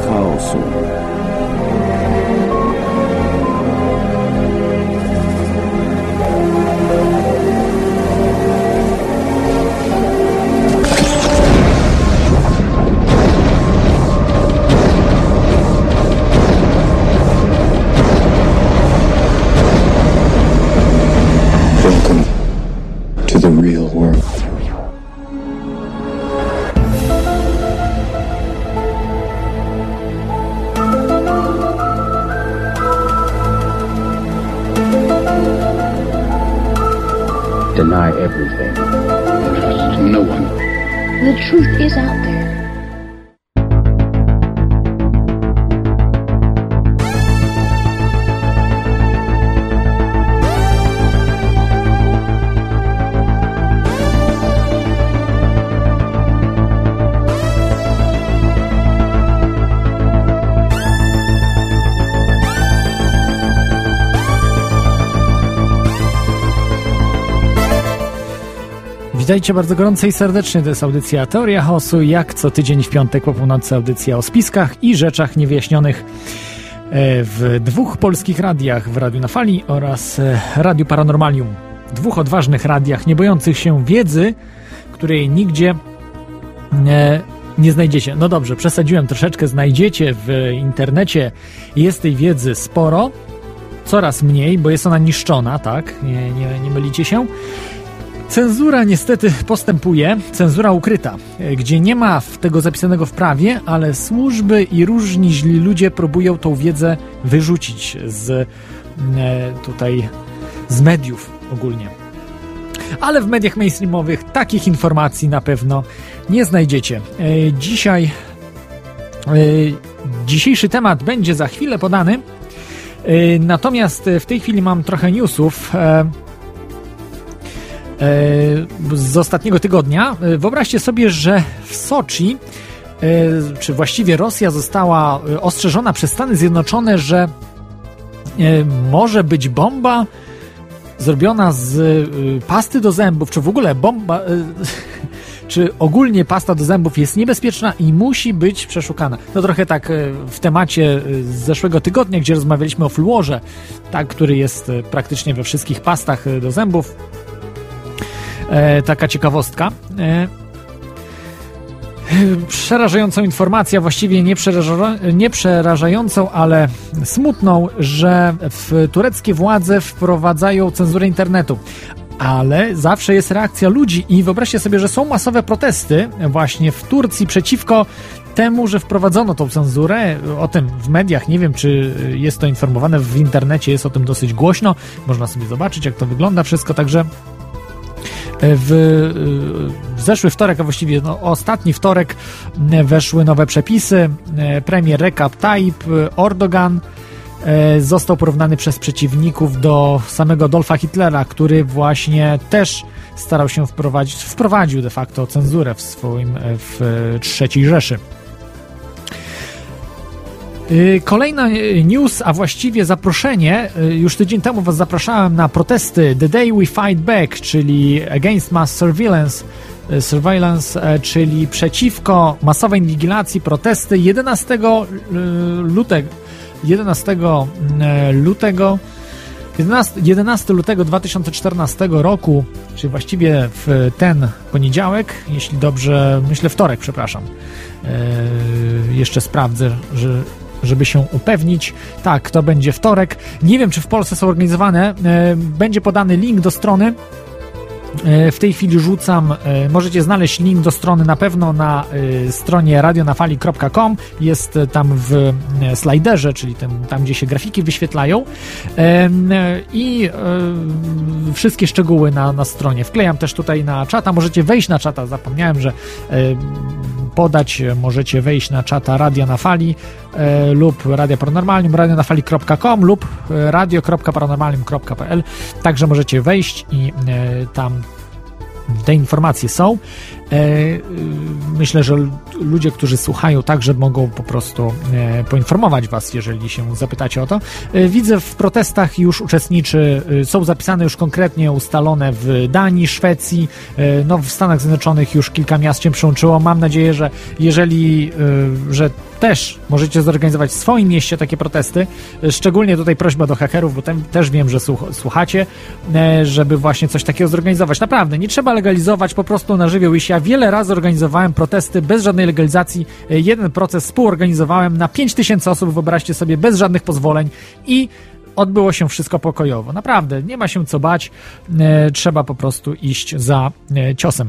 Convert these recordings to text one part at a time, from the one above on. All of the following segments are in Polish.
chaosu. Welcome to the real world. Deny everything. Trust no one. The truth is out there. Witajcie bardzo gorąco i serdecznie, to jest audycja Teoria Chaosu, jak co tydzień w piątek po północy audycja o spiskach i rzeczach niewyjaśnionych w dwóch polskich radiach, w Radiu na Fali oraz Radiu Paranormalium. Dwóch odważnych radiach, nie bojących się wiedzy, której nigdzie nie znajdziecie. No dobrze, przesadziłem troszeczkę, znajdziecie w internecie, jest tej wiedzy sporo, coraz mniej, bo jest ona niszczona, tak, nie mylicie się. Cenzura niestety postępuje, cenzura ukryta, gdzie nie ma tego zapisanego w prawie, ale służby i różni źli ludzie próbują tą wiedzę wyrzucić z mediów ogólnie. Ale w mediach mainstreamowych takich informacji na pewno nie znajdziecie. Dzisiejszy temat będzie za chwilę podany, natomiast w tej chwili mam trochę newsów z ostatniego tygodnia. Wyobraźcie sobie, że w Soczi, czy właściwie Rosja została ostrzeżona przez Stany Zjednoczone, że może być bomba zrobiona z pasty do zębów, czy w ogóle bomba, czy ogólnie pasta do zębów jest niebezpieczna i musi być przeszukana. To trochę tak w temacie z zeszłego tygodnia, gdzie rozmawialiśmy o fluorze, tak, który jest praktycznie we wszystkich pastach do zębów. Taka ciekawostka. Przerażającą informację, właściwie nie przerażającą, ale smutną, że tureckie władze wprowadzają cenzurę internetu. Ale zawsze jest reakcja ludzi i wyobraźcie sobie, że są masowe protesty właśnie w Turcji przeciwko temu, że wprowadzono tą cenzurę. O tym w mediach, nie wiem, czy jest to informowane, w internecie jest o tym dosyć głośno. Można sobie zobaczyć, jak to wygląda wszystko, także w zeszły wtorek, a właściwie ostatni wtorek weszły nowe przepisy. Premier Recep Tayyip Erdogan został porównany przez przeciwników do samego Adolfa Hitlera, który właśnie też starał się wprowadził de facto cenzurę w III Rzeszy. Kolejna news, a właściwie zaproszenie. Już tydzień temu was zapraszałem na protesty The Day We Fight Back, czyli Against Mass Surveillance, czyli przeciwko masowej inwigilacji, protesty 11 lutego 2014 roku, czyli właściwie w ten poniedziałek, jeśli dobrze, myślę wtorek, przepraszam. Jeszcze sprawdzę, żeby się upewnić. Tak, to będzie wtorek. Nie wiem, czy w Polsce są organizowane. Będzie podany link do strony. W tej chwili rzucam, możecie znaleźć link do strony na pewno na stronie radionafali.com, jest tam w slajderze, czyli tam gdzie się grafiki wyświetlają, i wszystkie szczegóły na stronie. Wklejam też tutaj na czata, możecie wejść na czata, zapomniałem, że podać, możecie wejść na czata Radia na Fali lub Radia Paranormalium, radionafali.com lub radio.paranormalium.pl, także możecie wejść i tam te informacje są. Myślę, że ludzie, którzy słuchają, także mogą po prostu poinformować was, jeżeli się zapytacie o to. Widzę, w protestach już uczestniczy, są zapisane już konkretnie ustalone w Danii, Szwecji, no w Stanach Zjednoczonych już kilka miast się przyłączyło. Mam nadzieję, że jeżeli, że też możecie zorganizować w swoim mieście takie protesty. Szczególnie tutaj prośba do hakerów, bo też wiem, że słuchacie, żeby właśnie coś takiego zorganizować. Naprawdę, nie trzeba legalizować, po prostu na żywioł iść. Ja wiele razy organizowałem protesty bez żadnej legalizacji. Jeden proces współorganizowałem na 5000 osób, wyobraźcie sobie, bez żadnych pozwoleń i odbyło się wszystko pokojowo. Naprawdę, nie ma się co bać. Trzeba po prostu iść za ciosem.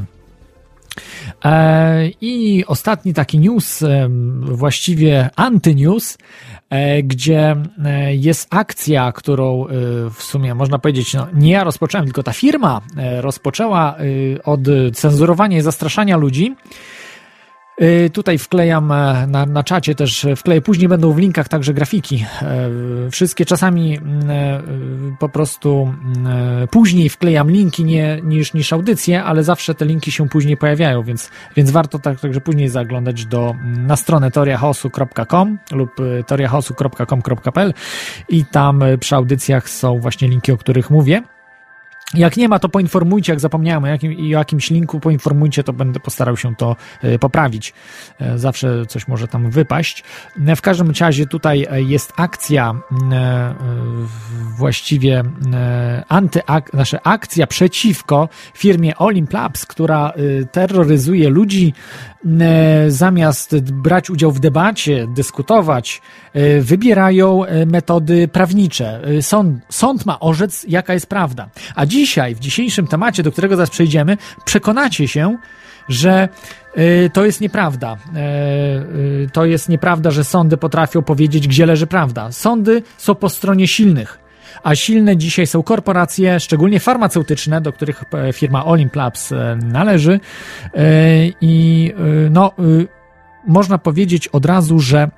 I ostatni taki news, właściwie antynews, gdzie jest akcja, którą w sumie można powiedzieć, no nie ja rozpocząłem, tylko ta firma rozpoczęła od cenzurowania i zastraszania ludzi. Tutaj wklejam na czacie też, wkleję, później będą w linkach także grafiki. Wszystkie czasami po prostu później wklejam linki niż audycje, ale zawsze te linki się później pojawiają, więc warto także później zaglądać na stronę teoriachaosu.com lub teoriachaosu.com.pl i tam przy audycjach są właśnie linki, o których mówię. Jak nie ma, to poinformujcie, jak zapomniałem o jakimś linku, poinformujcie, to będę postarał się to poprawić. Zawsze coś może tam wypaść. W każdym razie tutaj jest akcja, właściwie akcja przeciwko firmie Olymp Labs, która terroryzuje ludzi, zamiast brać udział w debacie, dyskutować, wybierają metody prawnicze. Sąd ma orzec, jaka jest prawda. A dzisiaj, w dzisiejszym temacie, do którego zaraz przejdziemy, przekonacie się, że to jest nieprawda. To jest nieprawda, że sądy potrafią powiedzieć, gdzie leży prawda. Sądy są po stronie silnych. A silne dzisiaj są korporacje, szczególnie farmaceutyczne, do których firma Olymp Labs należy. I można powiedzieć od razu, że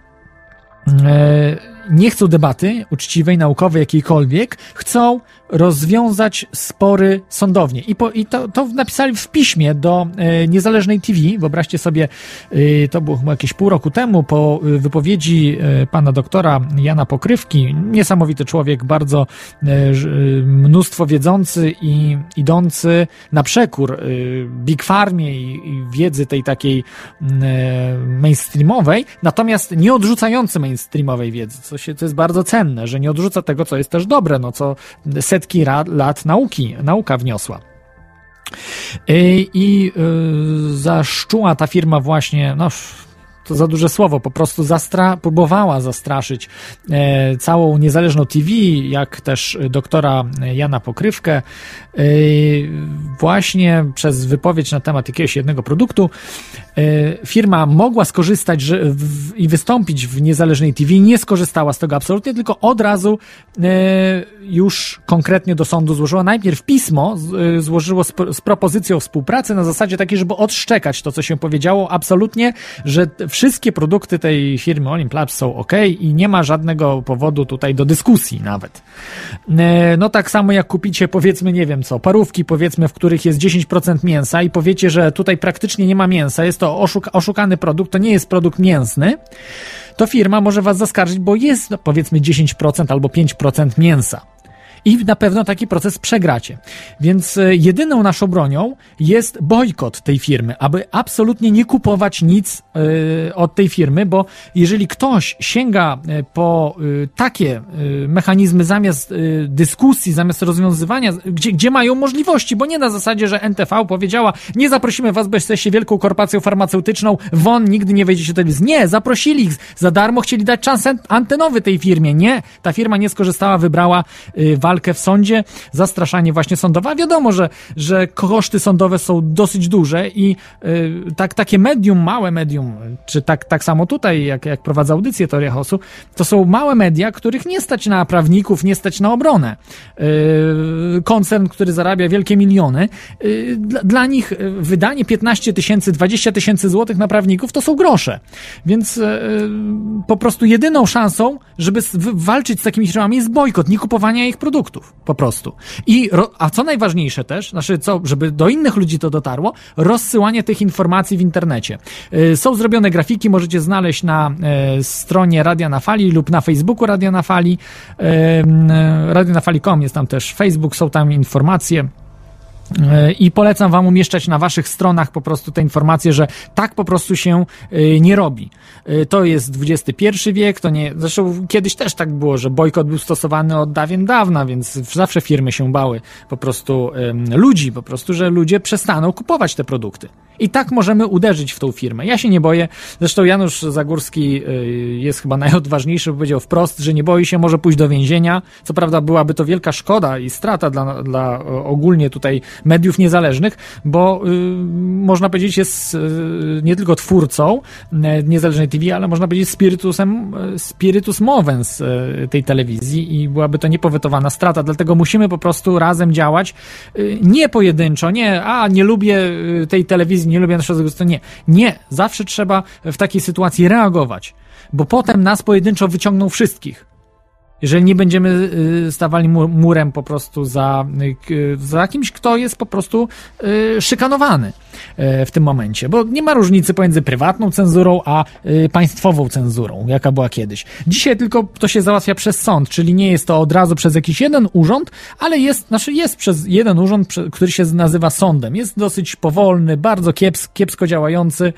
nie chcą debaty uczciwej, naukowej, jakiejkolwiek, chcą rozwiązać spory sądownie. I to napisali w piśmie do Niezależnej TV. Wyobraźcie sobie, to było chyba jakieś pół roku temu, po wypowiedzi pana doktora Jana Pokrywki. Niesamowity człowiek, bardzo mnóstwo wiedzący i idący na przekór Big Pharmie i wiedzy tej takiej mainstreamowej, natomiast nie odrzucający mainstreamowej wiedzy, co jest bardzo cenne, że nie odrzuca tego, co jest też dobre, no co setki lat nauka wniosła. I zaszczuła ta firma właśnie, to za duże słowo, po prostu próbowała zastraszyć całą Niezależną TV, jak też doktora Jana Pokrywkę, właśnie przez wypowiedź na temat jakiegoś jednego produktu. Firma mogła skorzystać i wystąpić w Niezależnej TV, nie skorzystała z tego absolutnie, tylko od razu już konkretnie do sądu złożyła. Najpierw pismo złożyło z propozycją współpracy na zasadzie takiej, żeby odszczekać to, co się powiedziało absolutnie, że wszystkie produkty tej firmy Olymp Labs są ok i nie ma żadnego powodu tutaj do dyskusji nawet. No tak samo jak kupicie, powiedzmy, nie wiem co, parówki, powiedzmy, w których jest 10% mięsa i powiecie, że tutaj praktycznie nie ma mięsa, jest to oszukany produkt, to nie jest produkt mięsny, to firma może was zaskarżyć, bo jest, powiedzmy, 10% albo 5% mięsa. I na pewno taki proces przegracie. Więc jedyną naszą bronią jest bojkot tej firmy, aby absolutnie nie kupować nic od tej firmy, bo jeżeli ktoś sięga po takie mechanizmy zamiast dyskusji, zamiast rozwiązywania, gdzie mają możliwości, bo nie na zasadzie, że NTV powiedziała, nie zaprosimy was, bo jesteście wielką korporacją farmaceutyczną, nigdy nie wejdziecie do telewizji. Nie, zaprosili ich za darmo, chcieli dać czas antenowy tej firmie. Nie, ta firma nie skorzystała, wybrała walkę w sądzie, zastraszanie właśnie sądowe. A wiadomo, że koszty sądowe są dosyć duże i takie medium, małe medium, czy tak samo tutaj, jak prowadzę audycję Teoria Chaosu, to są małe media, których nie stać na prawników, nie stać na obronę. Koncern, który zarabia wielkie miliony, dla nich wydanie 15 000, 20 000 złotych na prawników to są grosze. Więc po prostu jedyną szansą, żeby walczyć z takimi firmami jest bojkot, nie kupowania ich produktów. Po prostu. A co najważniejsze też, żeby do innych ludzi to dotarło, rozsyłanie tych informacji w internecie. Są zrobione grafiki, możecie znaleźć na stronie Radia na Fali lub na Facebooku Radia na Fali. radionafali.com jest tam też Facebook, są tam informacje. I polecam wam umieszczać na waszych stronach po prostu te informacje, że tak po prostu się nie robi. To jest XXI wiek, to nie, zresztą kiedyś też tak było, że bojkot był stosowany od dawien dawna, więc zawsze firmy się bały po prostu ludzi, po prostu, że ludzie przestaną kupować te produkty. I tak możemy uderzyć w tą firmę. Ja się nie boję. Zresztą Janusz Zagórski jest chyba najodważniejszy, bo powiedział wprost, że nie boi się, może pójść do więzienia. Co prawda byłaby to wielka szkoda i strata dla ogólnie tutaj mediów niezależnych, bo można powiedzieć jest nie tylko twórcą niezależnej TV, ale można powiedzieć spiritus movens tej telewizji i byłaby to niepowetowana strata. Dlatego musimy po prostu razem działać. Nie pojedynczo, nie lubię tej telewizji, nie lubię naszego gustu. Nie. Zawsze trzeba w takiej sytuacji reagować, bo potem nas pojedynczo wyciągną wszystkich. Jeżeli nie będziemy stawali murem po prostu za kimś, kto jest po prostu szykanowany w tym momencie, bo nie ma różnicy pomiędzy prywatną cenzurą a państwową cenzurą, jaka była kiedyś. Dzisiaj tylko to się załatwia przez sąd, czyli nie jest to od razu przez jakiś jeden urząd, ale jest przez jeden urząd, który się nazywa sądem. Jest dosyć powolny, bardzo kiepsko działający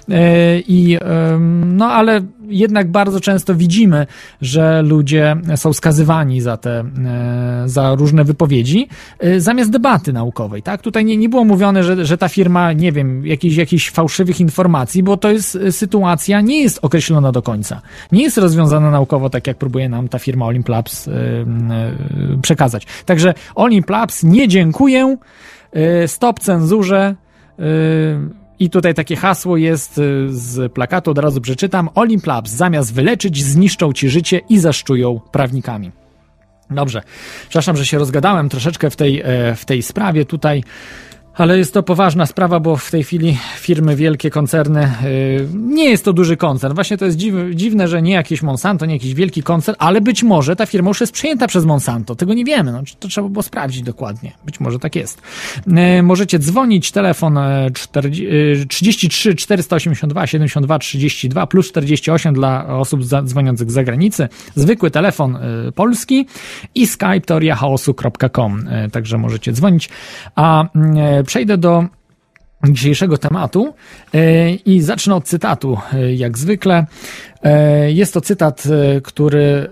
ale jednak bardzo często widzimy, że ludzie są skazywani za różne wypowiedzi, zamiast debaty naukowej, tak? Tutaj nie było mówione, że ta firma, nie wiem, jakichś fałszywych informacji, bo to jest sytuacja, nie jest określona do końca. Nie jest rozwiązana naukowo, tak jak próbuje nam ta firma Olymp Labs przekazać. Także Olymp Labs, nie dziękuję, stop cenzurze. I tutaj takie hasło jest z plakatu, od razu przeczytam. Olymp Labs, zamiast wyleczyć, zniszczą ci życie i zaszczują prawnikami. Dobrze, przepraszam, że się rozgadałem troszeczkę w tej sprawie tutaj, ale jest to poważna sprawa, bo w tej chwili firmy, wielkie koncerny, nie jest to duży koncern. Właśnie to jest dziwne, że nie jakieś Monsanto, nie jakiś wielki koncern, ale być może ta firma już jest przejęta przez Monsanto. Tego nie wiemy, to trzeba było sprawdzić dokładnie. Być może tak jest. Możecie dzwonić, telefon 33 482 72 32 plus 48 dla osób dzwoniących z zagranicy, zwykły telefon polski i skype teoriachaosu.com. Także możecie dzwonić. A przejdę do dzisiejszego tematu i zacznę od cytatu, jak zwykle. Jest to cytat, który,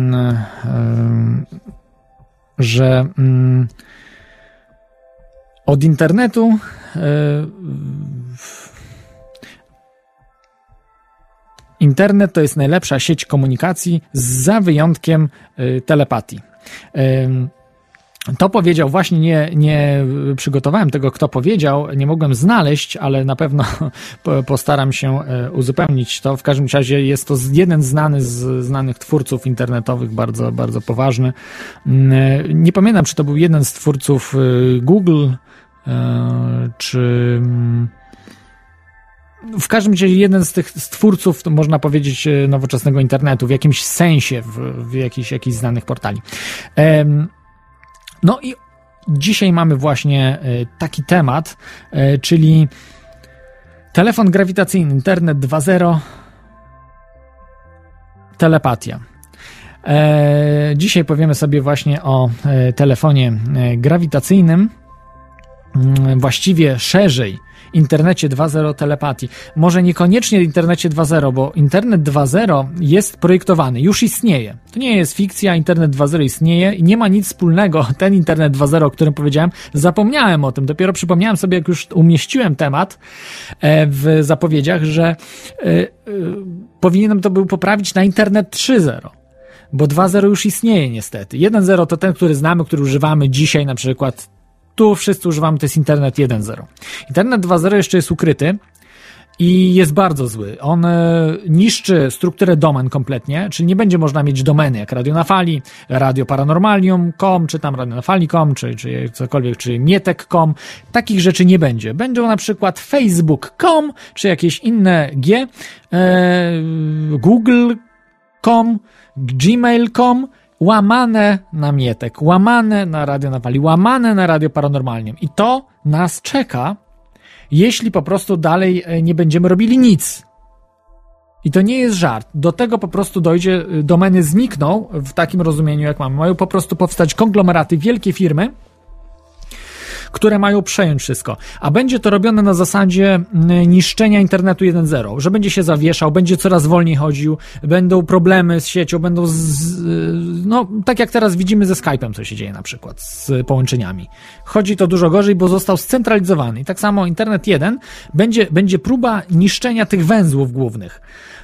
że od internetu internet to jest najlepsza sieć komunikacji za wyjątkiem telepatii. To powiedział, właśnie nie przygotowałem tego, kto powiedział, nie mogłem znaleźć, ale na pewno postaram się uzupełnić to. W każdym razie jest to jeden z znanych twórców internetowych, bardzo, bardzo poważny. Nie pamiętam, czy to był jeden z twórców Google, czy... W każdym razie jeden z tych twórców, to można powiedzieć, nowoczesnego internetu, w jakimś sensie, w jakichś znanych portali. No i dzisiaj mamy właśnie taki temat, czyli telefon grawitacyjny, internet 2.0, telepatia. Dzisiaj powiemy sobie właśnie o telefonie grawitacyjnym, właściwie szerzej internecie 2.0, telepatii. Może niekoniecznie internecie 2.0, bo internet 2.0 jest projektowany, już istnieje. To nie jest fikcja, internet 2.0 istnieje i nie ma nic wspólnego, ten internet 2.0, o którym powiedziałem, zapomniałem o tym, dopiero przypomniałem sobie, jak już umieściłem temat w zapowiedziach, że powinienem to był poprawić na internet 3.0. Bo 2.0 już istnieje niestety. 1.0 to ten, który znamy, który używamy dzisiaj na przykład. Tu wszyscy używamy, to jest internet 1.0. Internet 2.0 jeszcze jest ukryty i jest bardzo zły. On niszczy strukturę domen kompletnie, czyli nie będzie można mieć domeny jak Radio na Fali, Radio Paranormalium.com, czy tam Radio na Fali.com, czy cokolwiek, czy Mietek.com. Takich rzeczy nie będzie. Będą na przykład Facebook.com, czy jakieś inne Google.com, Gmail.com, łamane na Mietek, łamane na Radio na Fali, łamane na Radio Paranormalium. I to nas czeka, jeśli po prostu dalej nie będziemy robili nic. I to nie jest żart. Do tego po prostu dojdzie, domeny znikną w takim rozumieniu, jak mamy. Mają po prostu powstać konglomeraty, wielkie firmy, które mają przejąć wszystko. A będzie to robione na zasadzie niszczenia internetu 1.0, że będzie się zawieszał, będzie coraz wolniej chodził, będą problemy z siecią, będą no, tak jak teraz widzimy ze Skype'em, co się dzieje na przykład z połączeniami. Chodzi to dużo gorzej, bo został scentralizowany. I tak samo internet 1 będzie próba niszczenia tych węzłów głównych.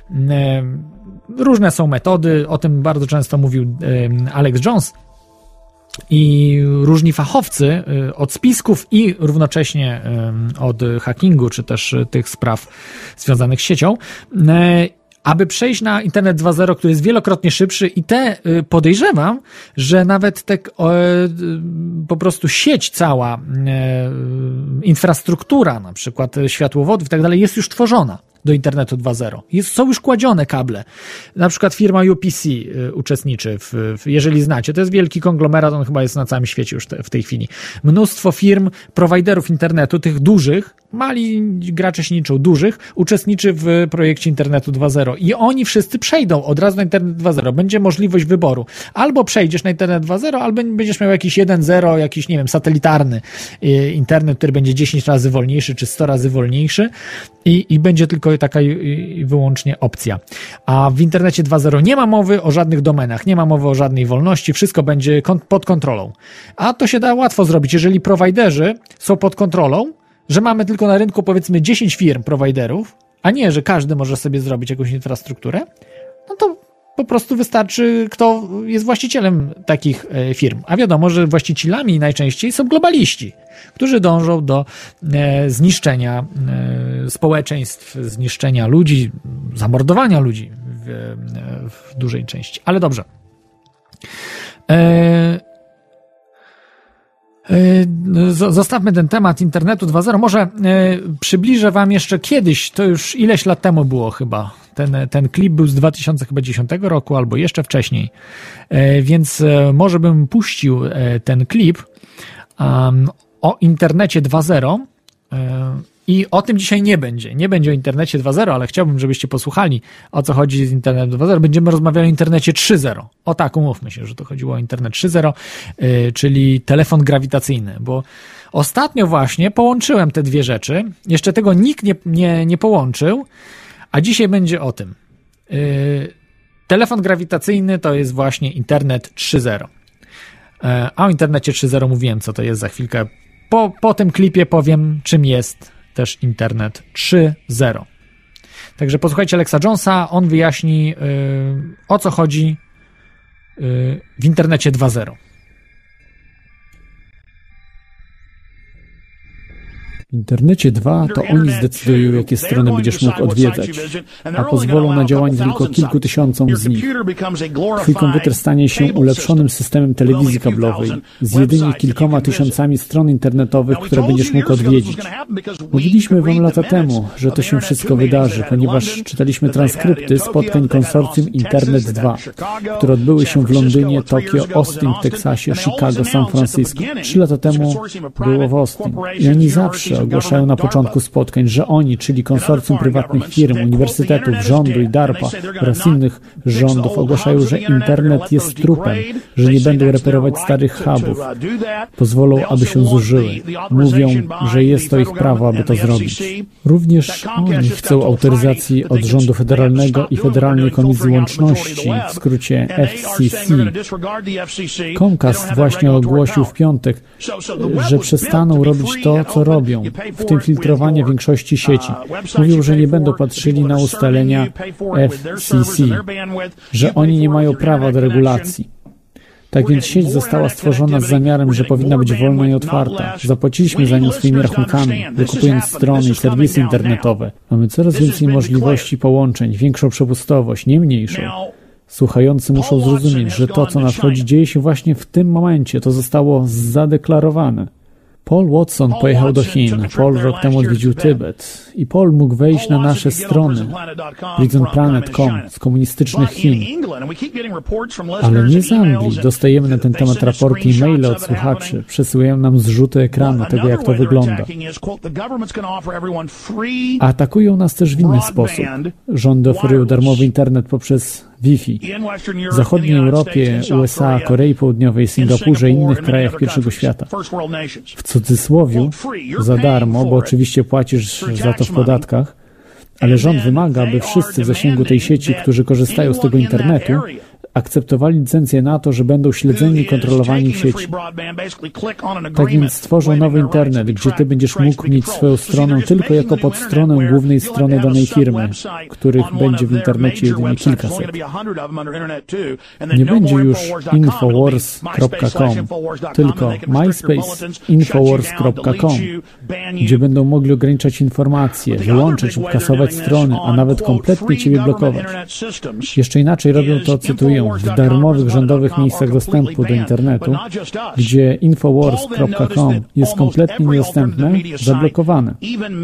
Różne są metody, o tym bardzo często mówił Alex Jones, i różni fachowcy od spisków i równocześnie od hackingu, czy też tych spraw związanych z siecią, aby przejść na internet 2.0, który jest wielokrotnie szybszy i podejrzewam, że nawet po prostu sieć cała, infrastruktura, na przykład światłowodów i tak dalej, jest już tworzona do internetu 2.0. Są już kładzione kable. Na przykład firma UPC uczestniczy jeżeli znacie, to jest wielki konglomerat, on chyba jest na całym świecie już w tej chwili. Mnóstwo firm, prowajderów internetu, tych dużych, mali gracze się liczą, dużych, uczestniczy w projekcie internetu 2.0 i oni wszyscy przejdą od razu na internet 2.0. Będzie możliwość wyboru. Albo przejdziesz na internet 2.0, albo będziesz miał jakiś 1.0, jakiś, nie wiem, satelitarny internet, który będzie 10 razy wolniejszy, czy 100 razy wolniejszy i będzie tylko taka i wyłącznie opcja. A w internecie 2.0 nie ma mowy o żadnych domenach, nie ma mowy o żadnej wolności, wszystko będzie pod kontrolą. A to się da łatwo zrobić, jeżeli prowajderzy są pod kontrolą, że mamy tylko na rynku powiedzmy 10 firm prowajderów, a nie, że każdy może sobie zrobić jakąś infrastrukturę, no to po prostu wystarczy, kto jest właścicielem takich firm. A wiadomo, że właścicielami najczęściej są globaliści, którzy dążą do zniszczenia społeczeństw, zniszczenia ludzi, zamordowania ludzi w dużej części. Ale dobrze. Zostawmy ten temat internetu 2.0. Może przybliżę wam jeszcze kiedyś, to już ileś lat temu było chyba. Ten klip był z 2010 roku albo jeszcze wcześniej. Więc może bym puścił ten klip o internecie 2.0 i o tym dzisiaj nie będzie. Nie będzie o internecie 2.0, ale chciałbym, żebyście posłuchali, o co chodzi z internetem 2.0. Będziemy rozmawiali o internecie 3.0. O tak, umówmy się, że to chodziło o internet 3.0, czyli telefon grawitacyjny, bo ostatnio właśnie połączyłem te dwie rzeczy. Jeszcze tego nikt nie połączył, a dzisiaj będzie o tym. Telefon grawitacyjny to jest właśnie internet 3.0. A o internecie 3.0 mówiłem, co to jest za chwilkę. Po tym klipie powiem, czym jest też internet 3.0. Także posłuchajcie Alexa Jonesa, on wyjaśni, o co chodzi w internecie 2.0. W internecie 2 to oni zdecydują, jakie strony będziesz mógł odwiedzać, a pozwolą na działanie tylko kilku tysiącom z nich. Twój komputer stanie się ulepszonym systemem telewizji kablowej z jedynie kilkoma tysiącami stron internetowych, które będziesz mógł odwiedzić. Mówiliśmy wam lata temu, że to się wszystko wydarzy, ponieważ czytaliśmy transkrypty spotkań konsorcjum Internet 2, które odbyły się w Londynie, Tokio, Austin w Teksasie, Chicago, San Francisco. 3 lata temu było w Austin. I oni zawsze ogłaszają na początku spotkań, że oni, czyli konsorcjum prywatnych firm, uniwersytetów, rządu i DARPA oraz innych rządów ogłaszają, że internet jest trupem, że nie będą reperować starych hubów. Pozwolą, aby się zużyły. Mówią, że jest to ich prawo, aby to zrobić. Również oni chcą autoryzacji od rządu federalnego i Federalnej Komisji Łączności, w skrócie FCC. Comcast właśnie ogłosił w piątek, że przestaną robić to, co robią, w tym filtrowanie większości sieci. Mówią, że nie będą patrzyli na ustalenia FCC, że oni nie mają prawa do regulacji. Tak więc sieć została stworzona z zamiarem, że powinna być wolna i otwarta. Zapłaciliśmy za nią swoimi rachunkami, wykupując strony i serwisy internetowe. Mamy coraz więcej możliwości połączeń, większą przepustowość, nie mniejszą. Słuchający muszą zrozumieć, że to, co nadchodzi, dzieje się właśnie w tym momencie. To zostało zadeklarowane. Paul Watson pojechał do Chin. Paul rok temu odwiedził Tybet. I Paul mógł wejść na nasze strony prisonplanet.com z komunistycznych Chin. Ale nie z Anglii. Dostajemy na ten temat raporty i maile od słuchaczy. Przesyłają nam zrzuty ekranu tego, jak to wygląda. Atakują nas też w inny sposób. Rządy oferują darmowy internet poprzez Wi-Fi. W zachodniej Europie, USA, Korei Południowej, Singapurze i innych krajach pierwszego świata. W cudzysłowiu za darmo, bo oczywiście płacisz za to w podatkach, ale rząd wymaga, aby wszyscy w zasięgu tej sieci, którzy korzystają z tego internetu, akceptowali licencję na to, że będą śledzeni i kontrolowani w sieci. Tak więc stworzą nowy internet, gdzie ty będziesz mógł mieć swoją stronę tylko jako podstronę głównej strony danej firmy, których będzie w internecie jedynie kilkaset. Nie będzie już infowars.com, tylko myspace.infowars.com, gdzie będą mogli ograniczać informacje, wyłączać lub kasować strony, a nawet kompletnie ciebie blokować. Jeszcze inaczej robią to, cytuję, w darmowych rządowych miejscach dostępu do internetu, gdzie infowars.com jest kompletnie niedostępne, zablokowane.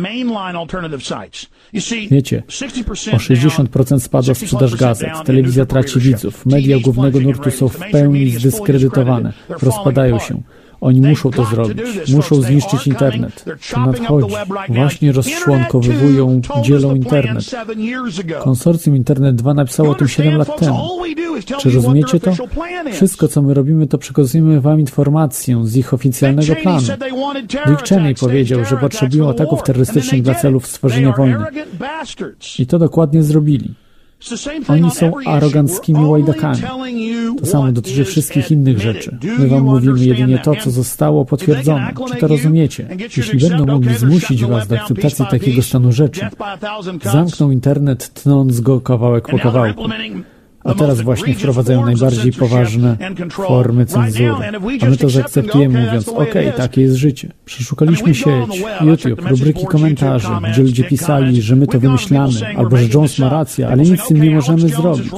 Wiecie, o 60% spadła sprzedaż gazet, telewizja traci widzów, media głównego nurtu są w pełni zdyskredytowane, rozpadają się. Oni muszą to zrobić. Muszą zniszczyć internet. To nadchodzi. Właśnie rozczłonkowywują, dzielą internet. Konsorcjum Internet 2 napisało o tym 7 lat temu. Czy rozumiecie to? Wszystko, co my robimy, to przekazujemy wam informację z ich oficjalnego planu. Dick Cheney powiedział, że potrzebują ataków terrorystycznych dla celów stworzenia wojny. I to dokładnie zrobili. Oni są aroganckimi łajdakami. To samo dotyczy wszystkich innych rzeczy. My wam mówimy jedynie to, co zostało potwierdzone. Czy to rozumiecie? Jeśli będą mogli zmusić was do akceptacji takiego stanu rzeczy, zamkną internet, tnąc go kawałek po kawałku. A teraz właśnie wprowadzają najbardziej poważne formy cenzury. A my to zaakceptujemy, mówiąc, okej, takie jest życie. Przeszukaliśmy sieć, YouTube, rubryki komentarzy, gdzie ludzie pisali, że my to wymyślamy, albo że Jones ma rację, ale nic z tym nie możemy zrobić.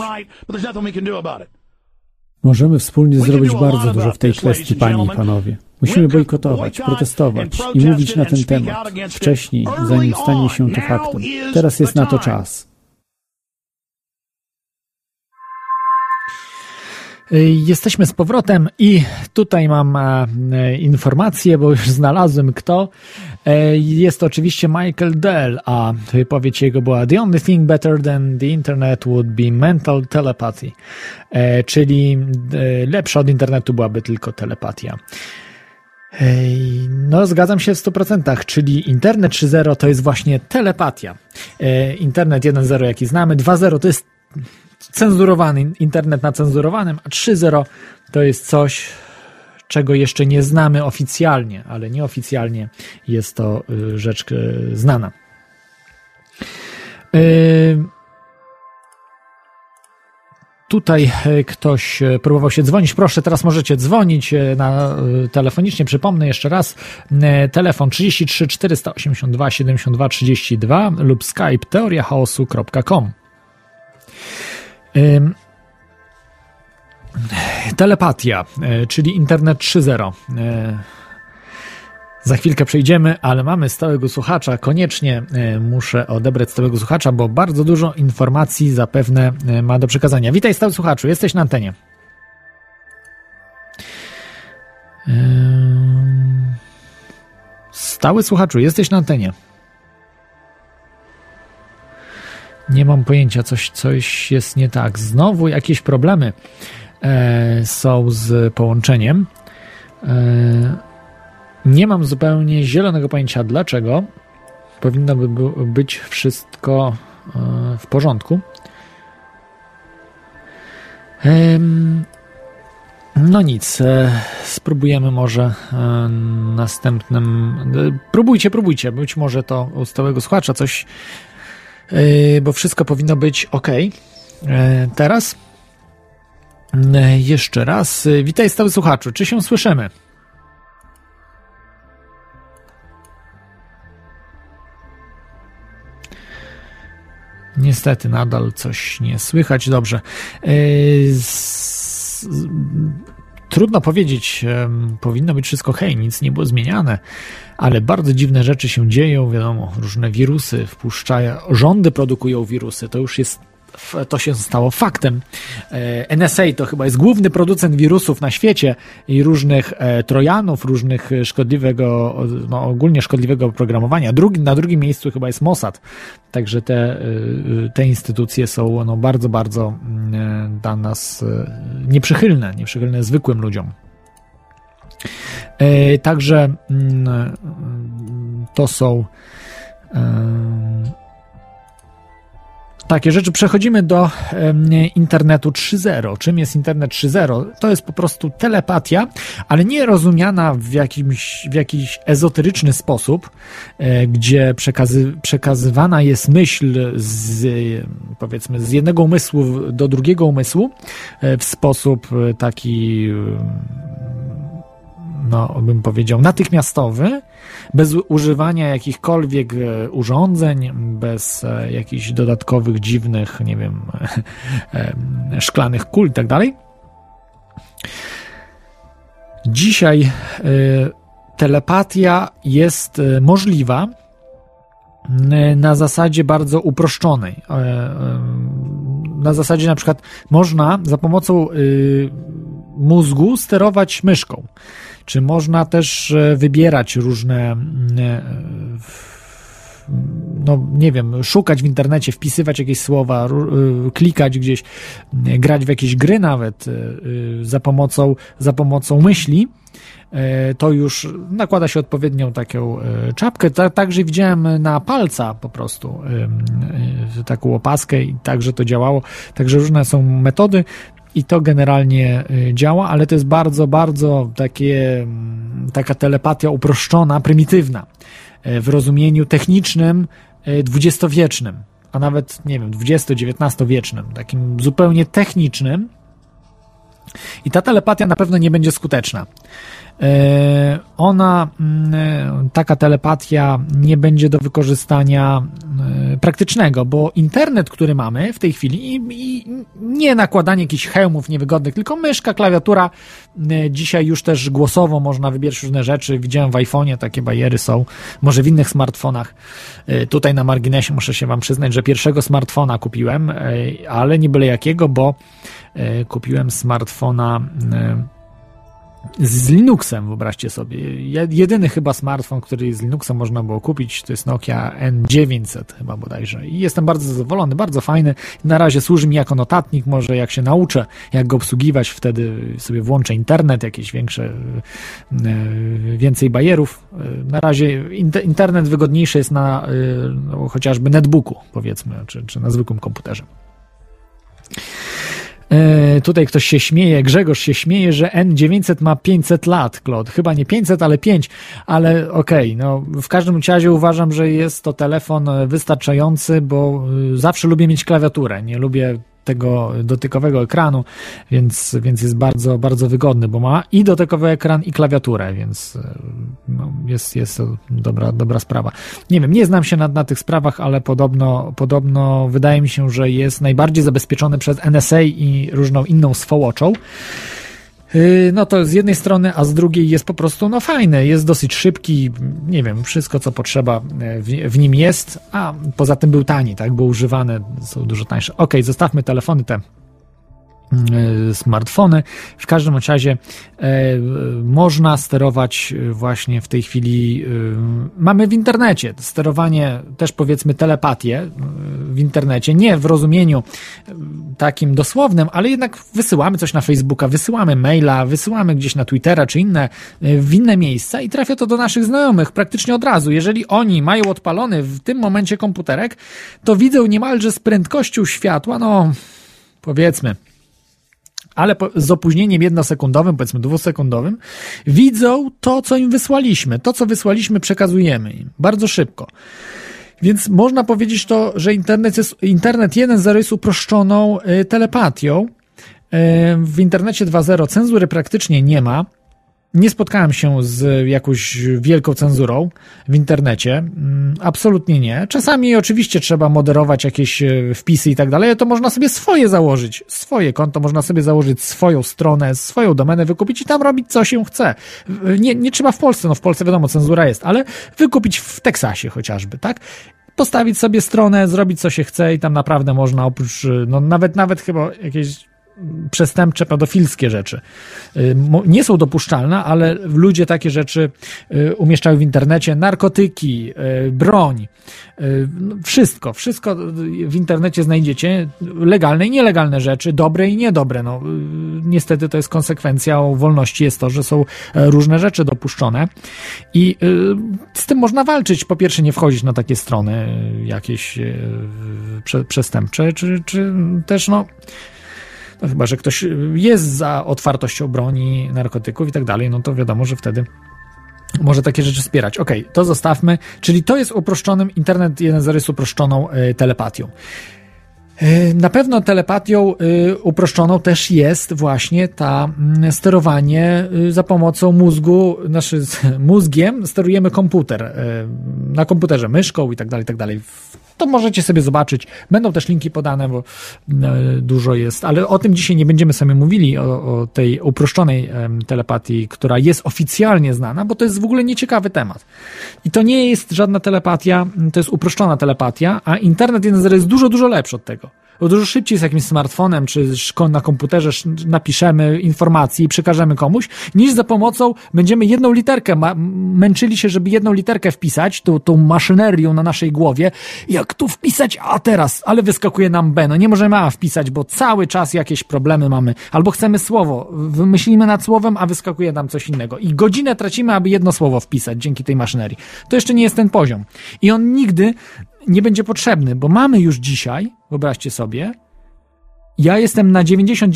Możemy wspólnie zrobić bardzo dużo w tej kwestii, panie i panowie. Musimy bojkotować, protestować i mówić na ten temat wcześniej, zanim stanie się to faktem. Teraz jest na to czas. Jesteśmy z powrotem i tutaj mam informację, bo już znalazłem kto. Jest to oczywiście Michael Dell, a wypowiedź jego była "The only thing better than the internet would be mental telepathy", czyli lepsza od internetu byłaby tylko telepatia. No, zgadzam się w 100%, czyli internet 3.0 to jest właśnie telepatia. Internet 1.0 jaki znamy, 2.0 to jest cenzurowany, internet na cenzurowanym, a 3.0 to jest coś, czego jeszcze nie znamy oficjalnie, ale nieoficjalnie jest to rzecz znana. Tutaj ktoś próbował się dzwonić. Proszę, teraz możecie dzwonić telefonicznie. Przypomnę jeszcze raz. Telefon 33 482 72 32 lub Skype teoriachaosu.com. Telepatia, czyli internet 3.0. Za chwilkę przejdziemy, ale mamy stałego słuchacza. Koniecznie muszę odebrać stałego słuchacza, bo bardzo dużo informacji zapewne ma do przekazania. Witaj, stały słuchaczu, jesteś na antenie. Stały słuchaczu, jesteś na antenie. Nie mam pojęcia, coś jest nie tak. Znowu jakieś problemy są z połączeniem. Nie mam zupełnie zielonego pojęcia dlaczego. Powinno by być wszystko w porządku. No nic, spróbujemy może następnym... Próbujcie, być może to u stałego słuchacza coś, bo wszystko powinno być ok. Teraz Jeszcze raz. Witaj stały słuchaczu. Czy się słyszymy? Niestety nadal coś nie słychać. Dobrze. Trudno powiedzieć, powinno być wszystko hej, nic nie było zmieniane, ale bardzo dziwne rzeczy się dzieją, wiadomo, różne wirusy wpuszczają, rządy produkują wirusy, to się stało faktem. NSA to chyba jest główny producent wirusów na świecie i różnych trojanów, różnych szkodliwego, no ogólnie szkodliwego oprogramowania. Na drugim miejscu chyba jest Mossad. Także te instytucje są no, bardzo, bardzo dla nas nieprzychylne zwykłym ludziom. Także to są takie rzeczy. Przechodzimy do internetu 3.0. Czym jest internet 3.0? To jest po prostu telepatia, ale nie rozumiana w jakiś ezoteryczny sposób, gdzie przekazywana jest myśl powiedzmy z jednego umysłu do drugiego umysłu w sposób taki, no bym powiedział, natychmiastowy, bez używania jakichkolwiek urządzeń, bez jakichś dodatkowych, dziwnych, nie wiem, szklanych kul i tak dalej. Dzisiaj telepatia jest możliwa na zasadzie bardzo uproszczonej. Na zasadzie na przykład można za pomocą mózgu sterować myszką. Czy można też wybierać różne, no nie wiem, szukać w internecie, wpisywać jakieś słowa, klikać gdzieś, grać w jakieś gry nawet za pomocą myśli. To już nakłada się odpowiednią taką czapkę. Także widziałem na palca po prostu taką opaskę i także to działało. Także różne są metody. I to generalnie działa, ale to jest bardzo, bardzo taka telepatia uproszczona, prymitywna, w rozumieniu technicznym, dwudziestowiecznym, a nawet, nie wiem, XIX-wiecznym, takim zupełnie technicznym. I ta telepatia na pewno nie będzie skuteczna. Taka telepatia nie będzie do wykorzystania praktycznego, bo internet, który mamy w tej chwili i nie nakładanie jakichś hełmów niewygodnych, tylko myszka, klawiatura, dzisiaj już też głosowo można wybierać różne rzeczy, widziałem w iPhone'ie takie bajery są, może w innych smartfonach. Tutaj na marginesie muszę się wam przyznać, że pierwszego smartfona kupiłem, ale nie byle jakiego, bo kupiłem smartfona z Linuxem, wyobraźcie sobie. Jedyny chyba smartfon, który z Linuxem można było kupić, to jest Nokia N900 chyba bodajże. I jestem bardzo zadowolony, bardzo fajny. Na razie służy mi jako notatnik, może jak się nauczę, jak go obsługiwać, wtedy sobie włączę internet, jakieś więcej bajerów. Na razie internet wygodniejszy jest na chociażby netbooku, powiedzmy, czy na zwykłym komputerze. Tutaj ktoś się śmieje, Grzegorz się śmieje, że N900 ma 500 lat, Claude. Chyba nie 500, ale 5, ale okej, no w każdym razie uważam, że jest to telefon wystarczający, bo zawsze lubię mieć klawiaturę, nie lubię tego dotykowego ekranu, więc jest bardzo, bardzo wygodny, bo ma i dotykowy ekran, i klawiaturę, więc no, jest to dobra sprawa. Nie wiem, nie znam się na tych sprawach, ale podobno wydaje mi się, że jest najbardziej zabezpieczony przez NSA i różną inną swołoczą. No to z jednej strony, a z drugiej jest po prostu no fajny, jest dosyć szybki, nie wiem, wszystko co potrzeba w nim jest, a poza tym był tani, tak, bo używane są dużo tańsze. Okej, zostawmy telefony te smartfony. W każdym razie można sterować właśnie w tej chwili, mamy w internecie sterowanie, też powiedzmy telepatię w internecie, nie w rozumieniu takim dosłownym, ale jednak wysyłamy coś na Facebooka, wysyłamy maila, wysyłamy gdzieś na Twittera czy w inne miejsca i trafia to do naszych znajomych praktycznie od razu. Jeżeli oni mają odpalony w tym momencie komputerek, to widzą niemalże z prędkością światła, no powiedzmy, ale z opóźnieniem jednosekundowym, powiedzmy dwusekundowym, widzą to, co im wysłaliśmy. To, co wysłaliśmy, przekazujemy im bardzo szybko. Więc można powiedzieć to, że internet 1.0 jest uproszczoną telepatią. w internecie 2.0 cenzury praktycznie nie ma. Nie spotkałem się z jakąś wielką cenzurą w internecie. Absolutnie nie. Czasami oczywiście trzeba moderować jakieś wpisy i tak dalej, ale to można sobie swoje założyć. Swoje konto, można sobie założyć swoją stronę, swoją domenę, wykupić i tam robić co się chce. Nie trzeba w Polsce, no w Polsce wiadomo, cenzura jest, ale wykupić w Teksasie chociażby, tak? Postawić sobie stronę, zrobić co się chce i tam naprawdę można oprócz, no nawet chyba jakieś przestępcze, pedofilskie rzeczy nie są dopuszczalne, ale ludzie takie rzeczy umieszczają w internecie, narkotyki, broń, wszystko w internecie znajdziecie, legalne i nielegalne rzeczy, dobre i niedobre. No, niestety to jest konsekwencją wolności, jest to, że są różne rzeczy dopuszczone i z tym można walczyć. Po pierwsze, nie wchodzić na takie strony jakieś przestępcze, czy też no chyba, że ktoś jest za otwartością broni, narkotyków i tak dalej, no to wiadomo, że wtedy może takie rzeczy wspierać. Okej, to zostawmy. Czyli to jest uproszczonym, internet 1.0 jest uproszczoną telepatią. Na pewno telepatią uproszczoną też jest właśnie sterowanie za pomocą mózgu, mózgiem sterujemy komputer, na komputerze myszką i tak dalej. To możecie sobie zobaczyć. Będą też linki podane, bo dużo jest, ale o tym dzisiaj nie będziemy sobie mówili, o tej uproszczonej telepatii, która jest oficjalnie znana, bo to jest w ogóle nieciekawy temat. I to nie jest żadna telepatia, to jest uproszczona telepatia, a internet 1.0 jest dużo, dużo lepszy od tego. Bo dużo szybciej z jakimś smartfonem czy na komputerze napiszemy informacje i przekażemy komuś, niż za pomocą będziemy jedną literkę, męczyli się, żeby jedną literkę wpisać, tą maszynerią na naszej głowie, jak tu wpisać A teraz, ale wyskakuje nam B, no nie możemy A wpisać, bo cały czas jakieś problemy mamy, albo chcemy słowo, wymyślimy nad słowem, a wyskakuje nam coś innego i godzinę tracimy, aby jedno słowo wpisać dzięki tej maszynerii. To jeszcze nie jest ten poziom i on nigdy nie będzie potrzebny, bo mamy już dzisiaj, wyobraźcie sobie, ja jestem na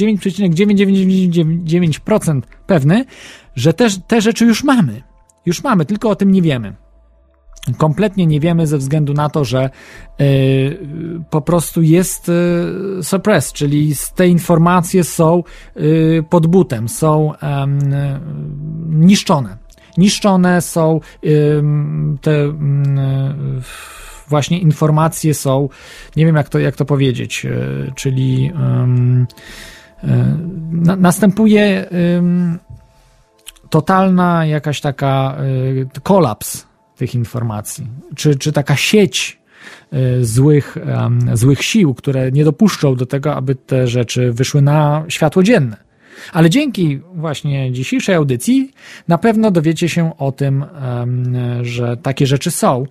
99,999% pewny, że te rzeczy już mamy. Już mamy, tylko o tym nie wiemy. Kompletnie nie wiemy ze względu na to, że po prostu jest suppressed, czyli te informacje są pod butem, są niszczone. Niszczone są właśnie informacje są, nie wiem jak to powiedzieć, czyli następuje totalna jakaś taka kolaps tych informacji, czy taka sieć złych sił, które nie dopuszczą do tego, aby te rzeczy wyszły na światło dzienne. Ale dzięki właśnie dzisiejszej audycji na pewno dowiecie się o tym, że takie rzeczy są.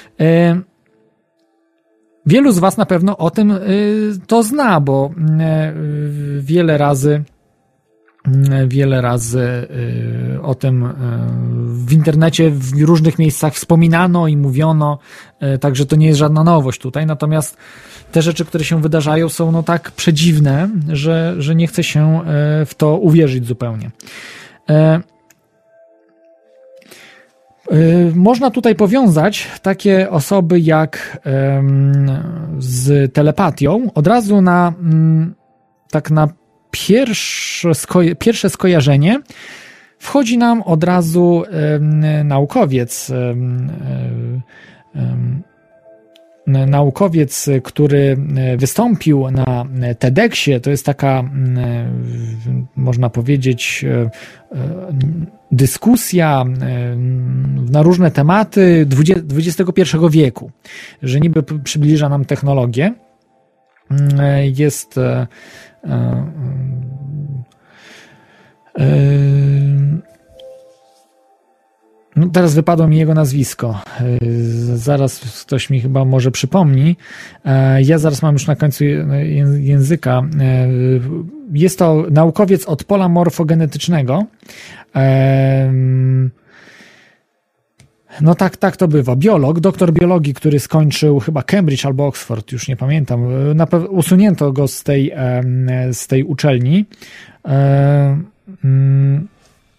Wielu z was na pewno o tym to zna, bo wiele razy o tym w internecie w różnych miejscach wspominano i mówiono, także to nie jest żadna nowość tutaj, natomiast te rzeczy, które się wydarzają, są no tak przedziwne, że nie chce się w to uwierzyć zupełnie. Można tutaj powiązać takie osoby jak z telepatią. Od razu na pierwsze skojarzenie wchodzi nam od razu naukowiec, który wystąpił na TEDxie. To jest taka, można powiedzieć, dyskusja na różne tematy XXI wieku, że niby przybliża nam technologię. Jest no teraz wypadło mi jego nazwisko. Zaraz ktoś mi chyba może przypomni. Ja zaraz mam już na końcu języka. Jest to naukowiec od pola morfogenetycznego. No tak to bywa. Biolog, doktor biologii, który skończył chyba Cambridge albo Oxford, już nie pamiętam. Usunięto go z tej uczelni.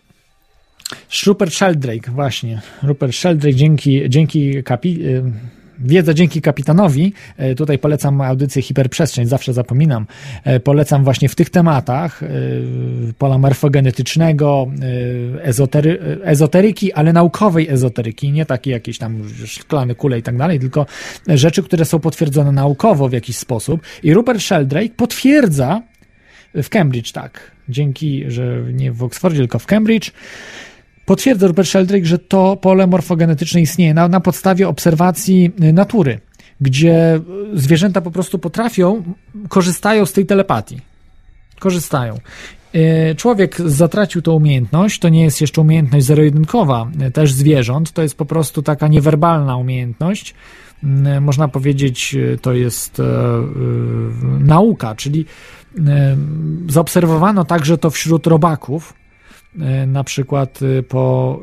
Rupert Sheldrake, właśnie. Rupert Sheldrake dzięki Kapi wiedza dzięki kapitanowi. Tutaj polecam audycję Hiperprzestrzeń, zawsze zapominam. Polecam właśnie w tych tematach pola morfogenetycznego, ezoteryki, ale naukowej ezoteryki, nie takiej jakieś tam szklane kule i tak dalej, tylko rzeczy, które są potwierdzone naukowo w jakiś sposób. I Rupert Sheldrake potwierdza w Cambridge, tak, dzięki, że nie w Oxfordzie, tylko w Cambridge, potwierdza Rupert Sheldrake, że to pole morfogenetyczne istnieje na podstawie obserwacji natury, gdzie zwierzęta po prostu korzystają z tej telepatii. Korzystają. Człowiek zatracił tą umiejętność, to nie jest jeszcze umiejętność zero-jedynkowa, też zwierząt, to jest po prostu taka niewerbalna umiejętność. Można powiedzieć, to jest nauka, czyli zaobserwowano także to wśród robaków, na przykład po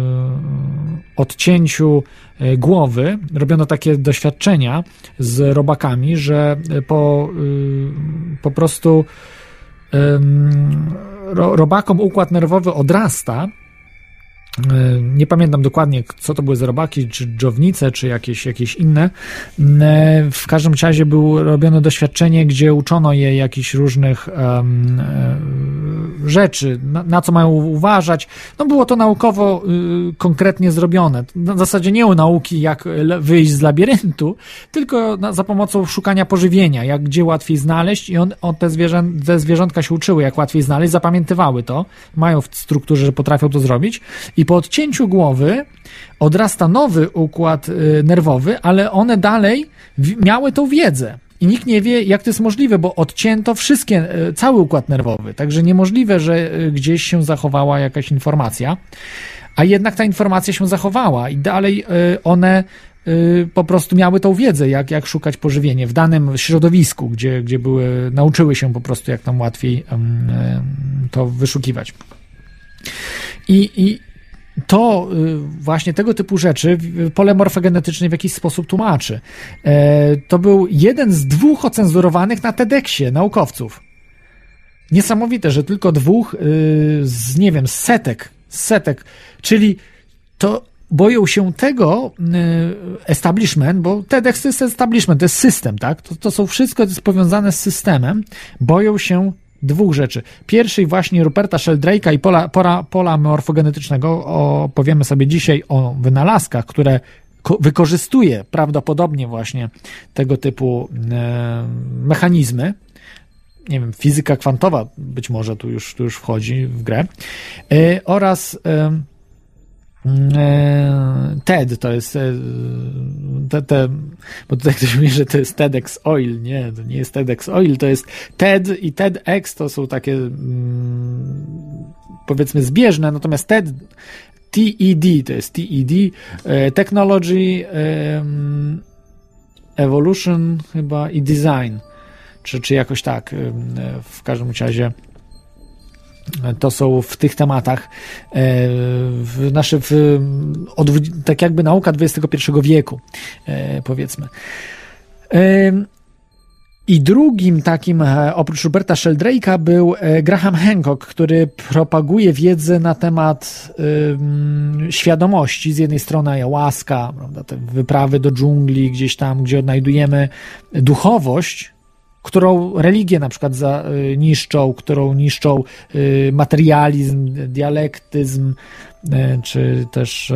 odcięciu głowy robiono takie doświadczenia z robakami, że po prostu robakom układ nerwowy odrasta. Nie pamiętam dokładnie, co to były za robaki, czy dżownice, czy jakieś inne. W każdym razie było robione doświadczenie, gdzie uczono je jakichś różnych rzeczy, na co mają uważać. No było to naukowo konkretnie zrobione. W zasadzie nie o nauki, jak wyjść z labiryntu, tylko za pomocą szukania pożywienia, gdzie łatwiej znaleźć, i te zwierzątka się uczyły, jak łatwiej znaleźć, zapamiętywały to, mają w strukturze, że potrafią to zrobić, i po odcięciu głowy odrasta nowy układ nerwowy, ale one dalej miały tą wiedzę. I nikt nie wie, jak to jest możliwe, bo odcięto cały układ nerwowy. Także niemożliwe, że gdzieś się zachowała jakaś informacja, a jednak ta informacja się zachowała i dalej one po prostu miały tą wiedzę, jak szukać pożywienia w danym środowisku, gdzie nauczyły się po prostu, jak tam łatwiej to wyszukiwać. I to właśnie tego typu rzeczy pole morfogenetyczne w jakiś sposób tłumaczy. To był jeden z 2 ocenzurowanych na TEDxie naukowców. Niesamowite, że tylko 2 z, nie wiem, setek, czyli to boją się tego establishment, bo TEDx to jest establishment, to jest system, tak? To wszystko jest powiązane z systemem. Boją się 2 rzeczy. Pierwszej właśnie Ruperta Sheldrake'a i pola morfogenetycznego. Opowiemy sobie dzisiaj o wynalazkach, które wykorzystuje prawdopodobnie właśnie tego typu mechanizmy. Nie wiem, fizyka kwantowa być może tu już wchodzi w grę. Oraz TED, to jest bo tutaj ktoś mówi, że to jest TEDx Oil. Nie, to nie jest TEDx Oil, to jest TED i TEDx to są takie powiedzmy zbieżne, natomiast TED to jest TED, Technology, Evolution chyba i Design, czy jakoś tak, w każdym razie to są w tych tematach tak jakby nauka XXI wieku, powiedzmy. I drugim takim, oprócz Ruperta Sheldrake'a, był Graham Hancock, który propaguje wiedzę na temat świadomości. Z jednej strony ayahuasca, prawda, te wyprawy do dżungli, gdzieś tam, gdzie odnajdujemy duchowość, którą religie na przykład którą niszczą materializm, dialektyzm, czy też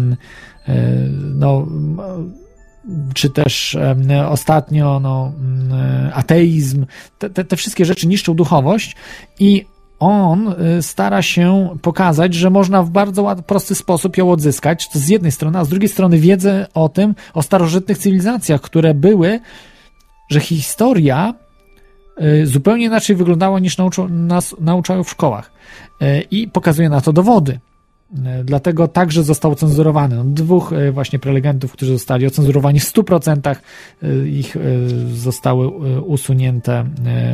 czy też ostatnio ateizm. Te wszystkie rzeczy niszczą duchowość i on stara się pokazać, że można w bardzo prosty sposób ją odzyskać, to z jednej strony, a z drugiej strony wiedzę o starożytnych cywilizacjach, które były, że historia zupełnie inaczej wyglądała, niż nas nauczają w szkołach. I pokazuje na to dowody. Dlatego także został cenzurowany. 2 właśnie prelegentów, którzy zostali ocenzurowani w 100%, ich zostały usunięte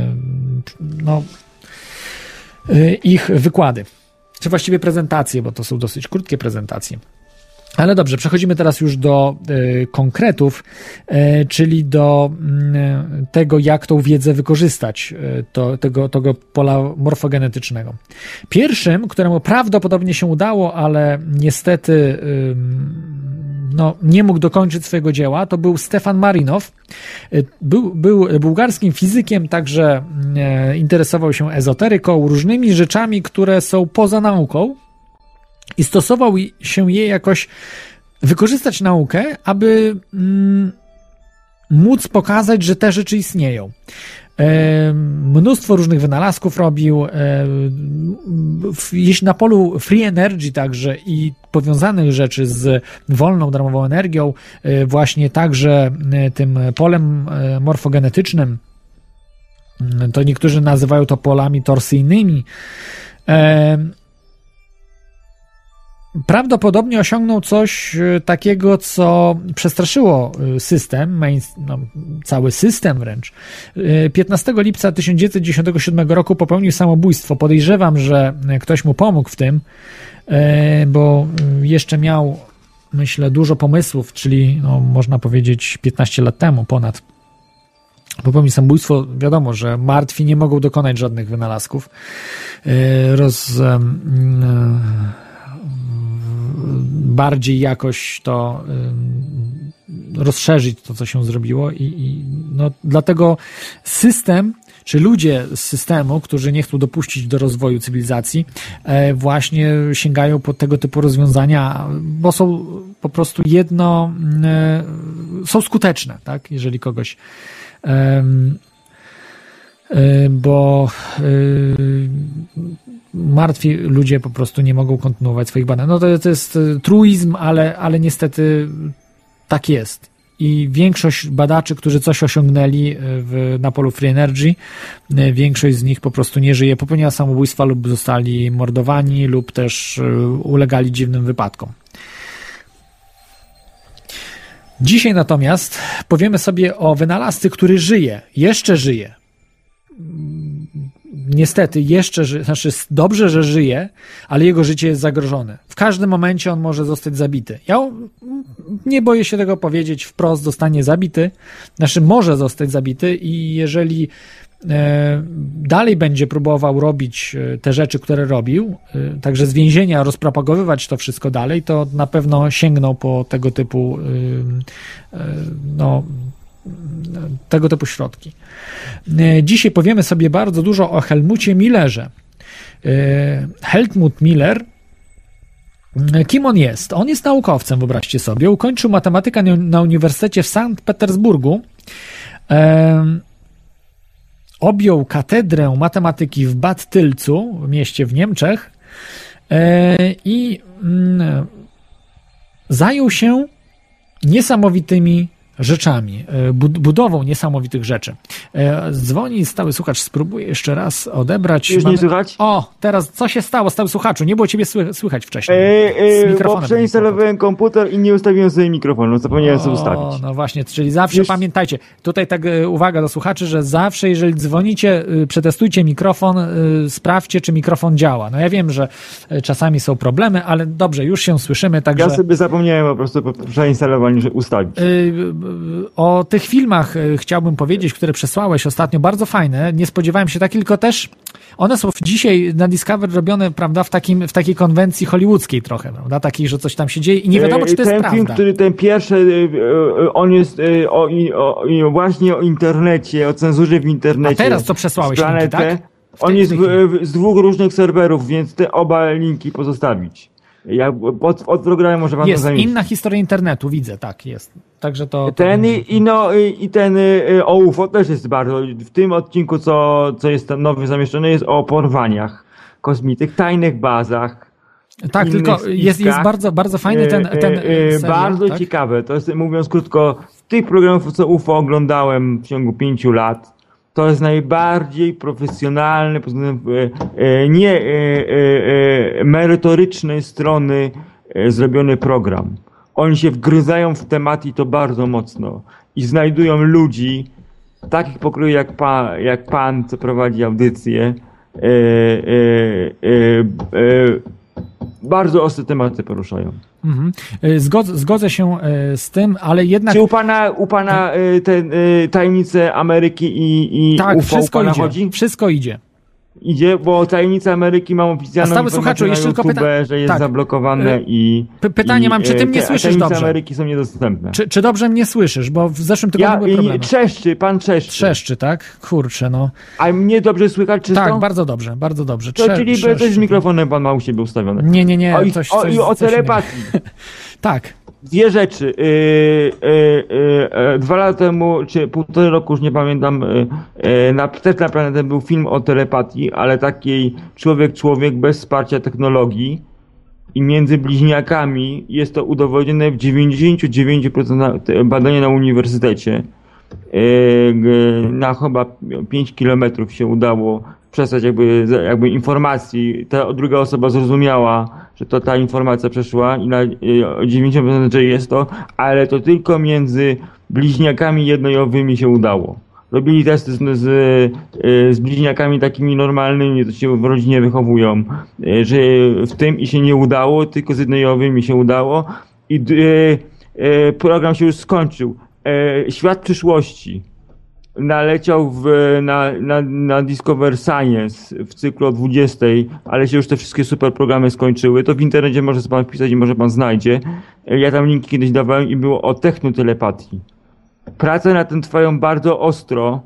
ich wykłady. Czy właściwie prezentacje, bo to są dosyć krótkie prezentacje. Ale dobrze, przechodzimy teraz już do konkretów, czyli do tego, jak tą wiedzę wykorzystać, tego pola morfogenetycznego. Pierwszym, któremu prawdopodobnie się udało, ale niestety nie mógł dokończyć swojego dzieła, to był Stefan Marinow. Był bułgarskim fizykiem, także interesował się ezoteryką, różnymi rzeczami, które są poza nauką i stosował się je jakoś wykorzystać naukę, aby móc pokazać, że te rzeczy istnieją. Mnóstwo różnych wynalazków robił, jeśli na polu free energy także i powiązanych rzeczy z wolną, darmową energią, właśnie także tym polem morfogenetycznym, to niektórzy nazywają to polami torsyjnymi, prawdopodobnie osiągnął coś takiego, co przestraszyło system, cały system wręcz. 15 lipca 1997 roku popełnił samobójstwo. Podejrzewam, że ktoś mu pomógł w tym, bo jeszcze miał, myślę, dużo pomysłów, czyli można powiedzieć 15 lat temu ponad. Popełnił samobójstwo, wiadomo, że martwi nie mogą dokonać żadnych wynalazków. Bardziej jakoś to rozszerzyć to, co się zrobiło i dlatego system, czy ludzie z systemu, którzy nie chcą dopuścić do rozwoju cywilizacji, właśnie sięgają po tego typu rozwiązania, bo są po prostu są skuteczne, tak, jeżeli kogoś bo martwi ludzie po prostu nie mogą kontynuować swoich badań. To jest truizm, ale niestety tak jest. I większość badaczy, którzy coś osiągnęli na polu free energy, większość z nich po prostu nie żyje, popełniła samobójstwa lub zostali mordowani, lub też ulegali dziwnym wypadkom. Dzisiaj natomiast powiemy sobie o wynalazcy, który żyje, jeszcze żyje. Niestety jeszcze żyje, znaczy dobrze, że żyje, ale jego życie jest zagrożone. W każdym momencie on może zostać zabity. Ja nie boję się tego powiedzieć wprost, zostanie zabity, znaczy może zostać zabity i jeżeli dalej będzie próbował robić te rzeczy, które robił, także z więzienia rozpropagowywać to wszystko dalej, to na pewno sięgną po tego typu tego typu środki. Dzisiaj powiemy sobie bardzo dużo o Helmucie Millerze. Helmut Miller, kim on jest? On jest naukowcem, wyobraźcie sobie. Ukończył matematykę na Uniwersytecie w Sankt Petersburgu. Objął katedrę matematyki w Bad Tylcu, mieście w Niemczech, i zajął się niesamowitymi rzeczami, budową niesamowitych rzeczy. Dzwoni stały słuchacz, spróbuję jeszcze raz odebrać. Już nie słychać? O, teraz co się stało, stały słuchaczu? Nie było ciebie słychać wcześniej. Bo przeinstalowałem komputer i nie ustawiłem sobie mikrofonu, zapomniałem sobie ustawić. No właśnie, czyli zawsze pamiętajcie, tutaj tak uwaga do słuchaczy, że zawsze jeżeli dzwonicie, przetestujcie mikrofon, sprawdźcie, czy mikrofon działa. No ja wiem, że czasami są problemy, ale dobrze, już się słyszymy, także... Ja sobie zapomniałem po prostu po przeinstalowaniu, że ustawić. O tych filmach chciałbym powiedzieć, które przesłałeś ostatnio, bardzo fajne, nie spodziewałem się tak, tylko też one są dzisiaj na Discovery robione, prawda, w takiej konwencji hollywoodzkiej trochę, prawda, takiej, że coś tam się dzieje i nie wiadomo, czy to jest prawda. Ten film, ten pierwszy, on jest właśnie o internecie, o cenzurze w internecie. A teraz co przesłałeś linki, tak? On jest z dwóch różnych serwerów, więc te oba linki pozostawić. Ja od programu może wam jest to zamienić. Inna historia internetu, widzę, tak, jest. Także to... Ten i ten o UFO też jest bardzo, w tym odcinku, co jest nowy zamieszczony, jest o porwaniach kosmitych, tajnych bazach. Tak, tylko jest bardzo, bardzo fajny ten serial, bardzo tak? ciekawe, to jest, mówiąc krótko, z tych programów, co UFO oglądałem w ciągu 5 lat, to jest najbardziej profesjonalny, pod względem nie merytorycznej strony zrobiony program. Oni się wgryzają w temat i to bardzo mocno. I znajdują ludzi, takich pokroju jak pan, co prowadzi audycję. Bardzo ostre tematy poruszają. Mhm. Zgodzę się z tym, ale jednak... Czy u pana te tajemnice Ameryki i tak, UFO wszystko u pana idzie. chodzi? Wszystko idzie. idzie, bo Tajemnica Ameryki mam oficjalną stały słuchaczu, informację jeszcze na tylko YouTube, że jest zablokowane i... Pytanie mam, czy ty mnie słyszysz Tajemnice dobrze? Ameryki są niedostępne. Czy dobrze mnie słyszysz? Bo w zeszłym tygodniu były problemy. Pan trzeszczy. Trzeszczy, tak? Kurczę, no. A mnie dobrze słychać czysto? Tak, bardzo dobrze, bardzo dobrze. Czyli coś z mikrofonem pan ma u siebie ustawione. Nie. I o telepatii. Tak. Dwie rzeczy. 2 lata temu, czy 1,5 roku, już nie pamiętam, też na planetę był film o telepatii, ale takiej człowiek bez wsparcia technologii i między bliźniakami jest to udowodnione w 99% badania na uniwersytecie. Na chyba 5 kilometrów się udało przesłać jakby informacji. Ta druga osoba zrozumiała, że to ta informacja przeszła i na 90% że jest to, ale to tylko między bliźniakami jednojowymi się udało. Robili testy z bliźniakami takimi normalnymi, to się w rodzinie wychowują, że w tym i się nie udało, tylko z jednojowymi się udało i program się już skończył. Świat przyszłości naleciał na Discover Science w cyklu o 20, ale się już te wszystkie super programy skończyły. To w internecie może pan wpisać i może pan znajdzie. Ja tam linki kiedyś dawałem i było o technotelepatii. Prace nad tym trwają bardzo ostro.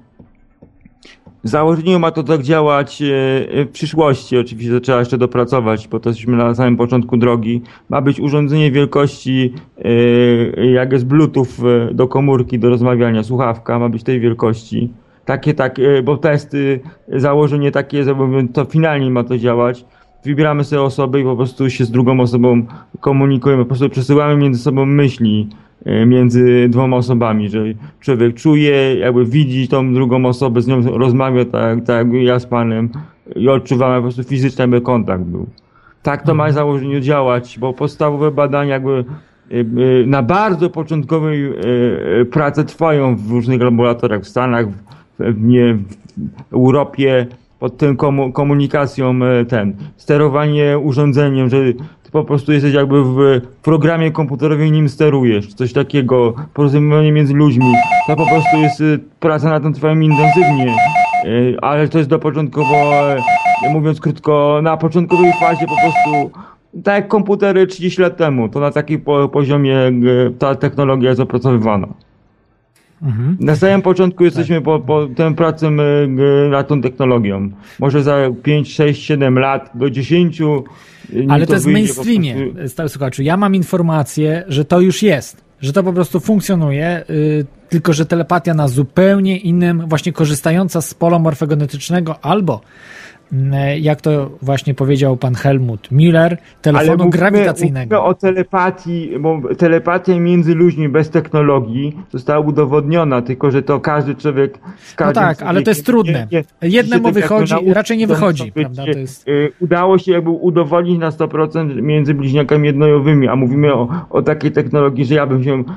W założeniu ma to tak działać w przyszłości, oczywiście to trzeba jeszcze dopracować, bo to jesteśmy na samym początku drogi. Ma być urządzenie wielkości, jak jest Bluetooth do komórki, do rozmawiania, słuchawka, ma być tej wielkości. Bo testy, założenie takie, to finalnie ma to działać. Wybieramy sobie osobę i po prostu się z drugą osobą komunikujemy, po prostu przesyłamy między sobą myśli między dwoma osobami, że człowiek czuje, jakby widzi tą drugą osobę, z nią rozmawia tak jak ja z panem i odczuwamy po prostu fizyczny jakby kontakt był. Tak to ma założenie działać, bo podstawowe badania jakby na bardzo początkowej prace trwają w różnych laboratoriach w Stanach, w Europie, pod tą komunikacją sterowanie urządzeniem, że ty po prostu jesteś jakby w programie komputerowym, nim sterujesz, coś takiego, porozumienie między ludźmi, to po prostu jest praca nad tym trwają intensywnie, ale to jest mówiąc krótko, na początkowej fazie po prostu, tak jak komputery 30 lat temu, to na takim poziomie ta technologia jest opracowywana. Mhm. Na samym początku jesteśmy po tę pracę nad tą technologią. Może za 5, 6, 7 lat do 10. Ale to jest w mainstreamie, stały słuchaczu. Ja mam informację, że to już jest, że to po prostu funkcjonuje, tylko że telepatia na zupełnie innym, właśnie korzystająca z pola morfogenetycznego albo jak to właśnie powiedział pan Helmut Müller, telefonu grawitacyjnego. Mówimy o telepatii, bo telepatia między ludźmi bez technologii została udowodniona, tylko że to każdy człowiek z każdym... No tak, ale to jest trudne. Jednemu wychodzi, raczej nie wychodzi. Prawda? To jest... Udało się jakby udowodnić na 100% między bliźniakami jednojowymi, a mówimy o takiej technologii, że ja bym się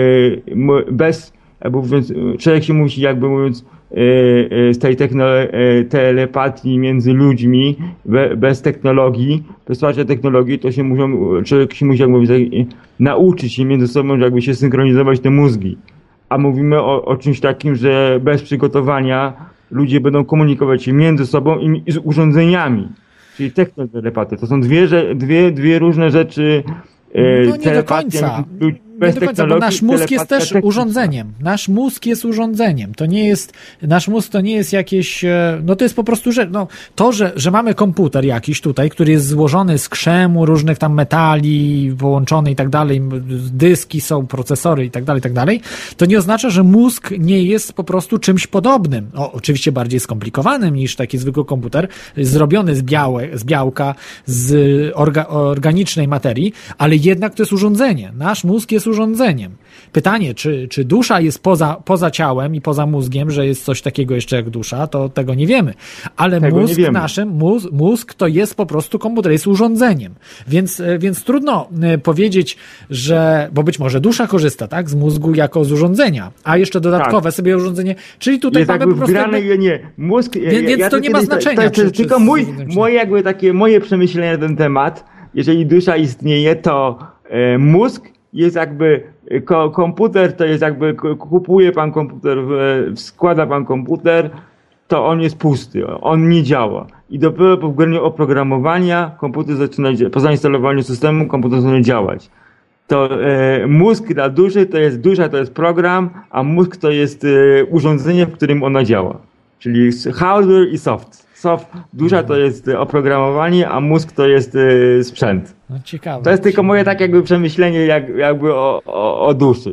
człowiek się musi jakby mówiąc z tej telepatii między ludźmi, bez technologii, bez wsparcia technologii, to człowiek się musi, jak mówić, nauczyć się między sobą, jakby się synchronizować te mózgi. A mówimy o czymś takim, że bez przygotowania ludzie będą komunikować się między sobą i z urządzeniami, czyli technotelepatia. To są dwie różne rzeczy. No nie do końca. Nie do końca, bo nasz mózg jest też urządzeniem. Nasz mózg jest urządzeniem. Nasz mózg to nie jest jakieś, no to jest po prostu, że mamy komputer jakiś tutaj, który jest złożony z krzemu, różnych tam metali, połączony i tak dalej, dyski są, procesory i tak dalej, to nie oznacza, że mózg nie jest po prostu czymś podobnym. Oczywiście bardziej skomplikowanym niż taki zwykły komputer, zrobiony z białka, z organicznej materii, ale jednak to jest urządzenie. Nasz mózg jest urządzeniem. Pytanie, czy dusza jest poza ciałem i poza mózgiem, że jest coś takiego jeszcze jak dusza, to tego nie wiemy. Ale mózg to jest po prostu komputer, jest urządzeniem. Więc trudno powiedzieć, bo być może dusza korzysta, tak, z mózgu jako z urządzenia, a jeszcze dodatkowe sobie urządzenie, czyli tutaj mamy po prostu... Mózg, więc to nie ma znaczenia. To jest tylko moje przemyślenia na ten temat. Jeżeli dusza istnieje, to mózg jest jakby komputer, to jest jakby kupuje pan komputer, składa pan komputer to on jest pusty, on nie działa. I dopiero po wgraniu oprogramowania komputer zaczyna, po zainstalowaniu systemu komputer zaczyna działać. To mózg dla duszy to jest dusza, to jest program, a mózg to jest urządzenie, w którym ona działa. Czyli hardware i soft. Dusza to jest oprogramowanie, a mózg to jest sprzęt. No, ciekawe. To jest tylko moje tak jakby przemyślenie jakby o duszy.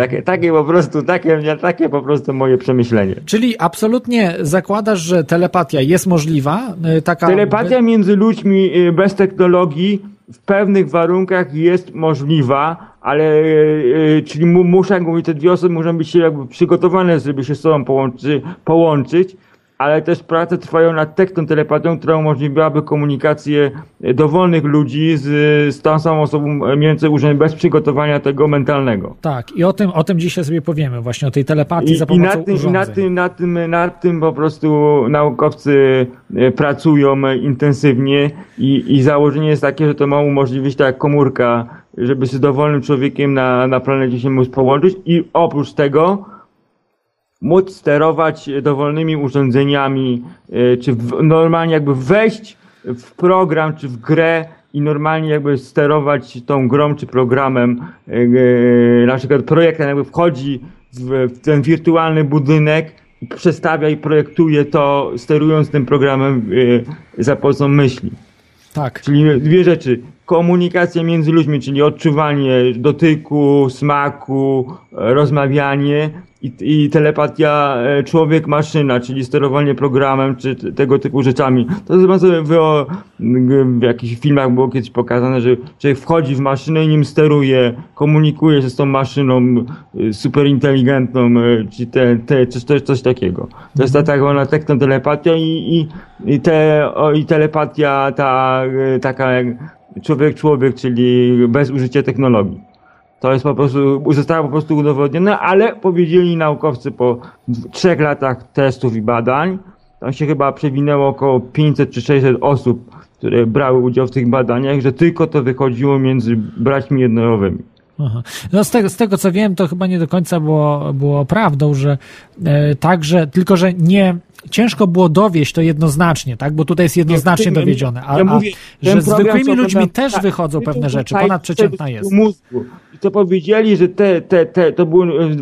Takie po prostu moje przemyślenie. Czyli absolutnie zakładasz, że telepatia jest możliwa? Telepatia między ludźmi bez technologii w pewnych warunkach jest możliwa, ale czyli muszą, jak mówię, te dwie osoby muszą być jakby przygotowane, żeby się z sobą połączyć, ale też prace trwają nad technotelepatią, która umożliwiałaby komunikację dowolnych ludzi z tą samą osobą mniej więcej bez przygotowania tego mentalnego. Tak, i o tym dzisiaj sobie powiemy, właśnie o tej telepatii za pomocą urządzeń. Nad tym po prostu naukowcy pracują intensywnie i założenie jest takie, że to ma umożliwić tak jak komórka, żeby z dowolnym człowiekiem na planecie się móc połączyć i oprócz tego móc sterować dowolnymi urządzeniami, czy normalnie jakby wejść w program, czy w grę i normalnie jakby sterować tą grą, czy programem, na przykład projektem jakby wchodzi w ten wirtualny budynek i przestawia i projektuje to, sterując tym programem za pomocą myśli. Tak. Czyli dwie rzeczy. Komunikacja między ludźmi, czyli odczuwanie dotyku, smaku, rozmawianie i telepatia człowiek-maszyna, czyli sterowanie programem, czy tego typu rzeczami. To chyba sobie w jakichś filmach było kiedyś pokazane, że człowiek wchodzi w maszynę i nim steruje, komunikuje się z tą maszyną super inteligentną, czy coś takiego. To jest ta tak zwana technotelepatia i telepatia taka człowiek, czyli bez użycia technologii. To jest zostało po prostu udowodnione, ale powiedzieli naukowcy po 3 latach testów i badań, tam się chyba przewinęło około 500 czy 600 osób, które brały udział w tych badaniach, że tylko to wychodziło między braćmi jednorowymi. Aha. No z tego co wiem, to chyba nie do końca było prawdą, że także, tylko że nie ciężko było dowieść to jednoznacznie, tak? Bo tutaj jest jednoznacznie dowiedzione, że zwykłymi ludźmi też wychodzą pewne rzeczy, ponadprzeciętna jest. Mózgu. I to powiedzieli, że to był w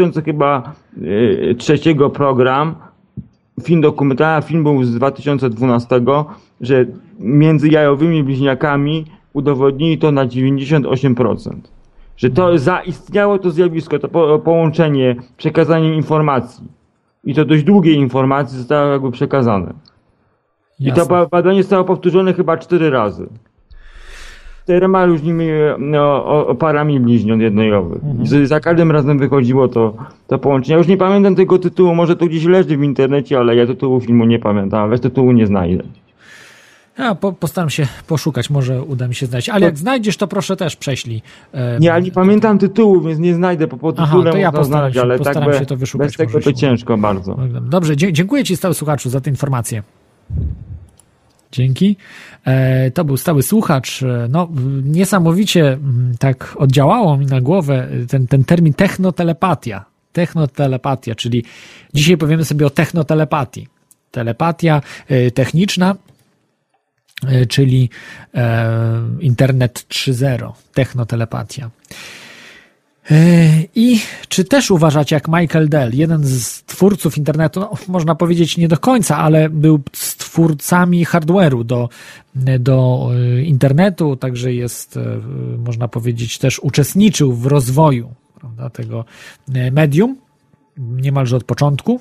2003 program, film dokumentalny, film był z 2012, że między jajowymi bliźniakami udowodnili to na 98%. Że to zaistniało to zjawisko, to połączenie, przekazanie informacji. I to dość długie informacje zostały jakby przekazane. Jasne. I to badanie zostało powtórzone chyba 4 razy. 4 różnymi parami bliźniąt jednojowych. I za każdym razem wychodziło to połączenie. Ja już nie pamiętam tego tytułu, może to gdzieś leży w internecie, ale ja tytułu filmu nie pamiętam, ale tytułu nie znajdę. Ja postaram się poszukać, może uda mi się znaleźć. Ale jak znajdziesz, to proszę też prześlij. Nie, ale nie pamiętam tytułu, więc nie znajdę po tytule. To ja postaram się to wyszukać. Bez tego to ciężko bardzo. Dobrze, dziękuję Ci, stały słuchaczu, za tę informację. Dzięki. To był stały słuchacz. No, niesamowicie tak oddziałało mi na głowę ten termin technotelepatia. Technotelepatia, czyli dzisiaj powiemy sobie o technotelepatii. Telepatia techniczna, czyli Internet 3.0, technotelepatia. I czy też uważacie, jak Michael Dell, jeden z twórców internetu, no, można powiedzieć nie do końca, ale był z twórcami hardware'u do internetu, także jest, można powiedzieć, też uczestniczył w rozwoju, prawda, tego medium, niemalże od początku.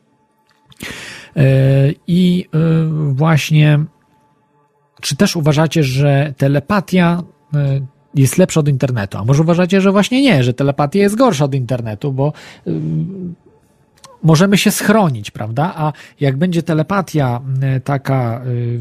I właśnie czy też uważacie, że telepatia jest lepsza od internetu? A może uważacie, że właśnie nie, że telepatia jest gorsza od internetu, bo możemy się schronić, prawda? A jak będzie telepatia taka,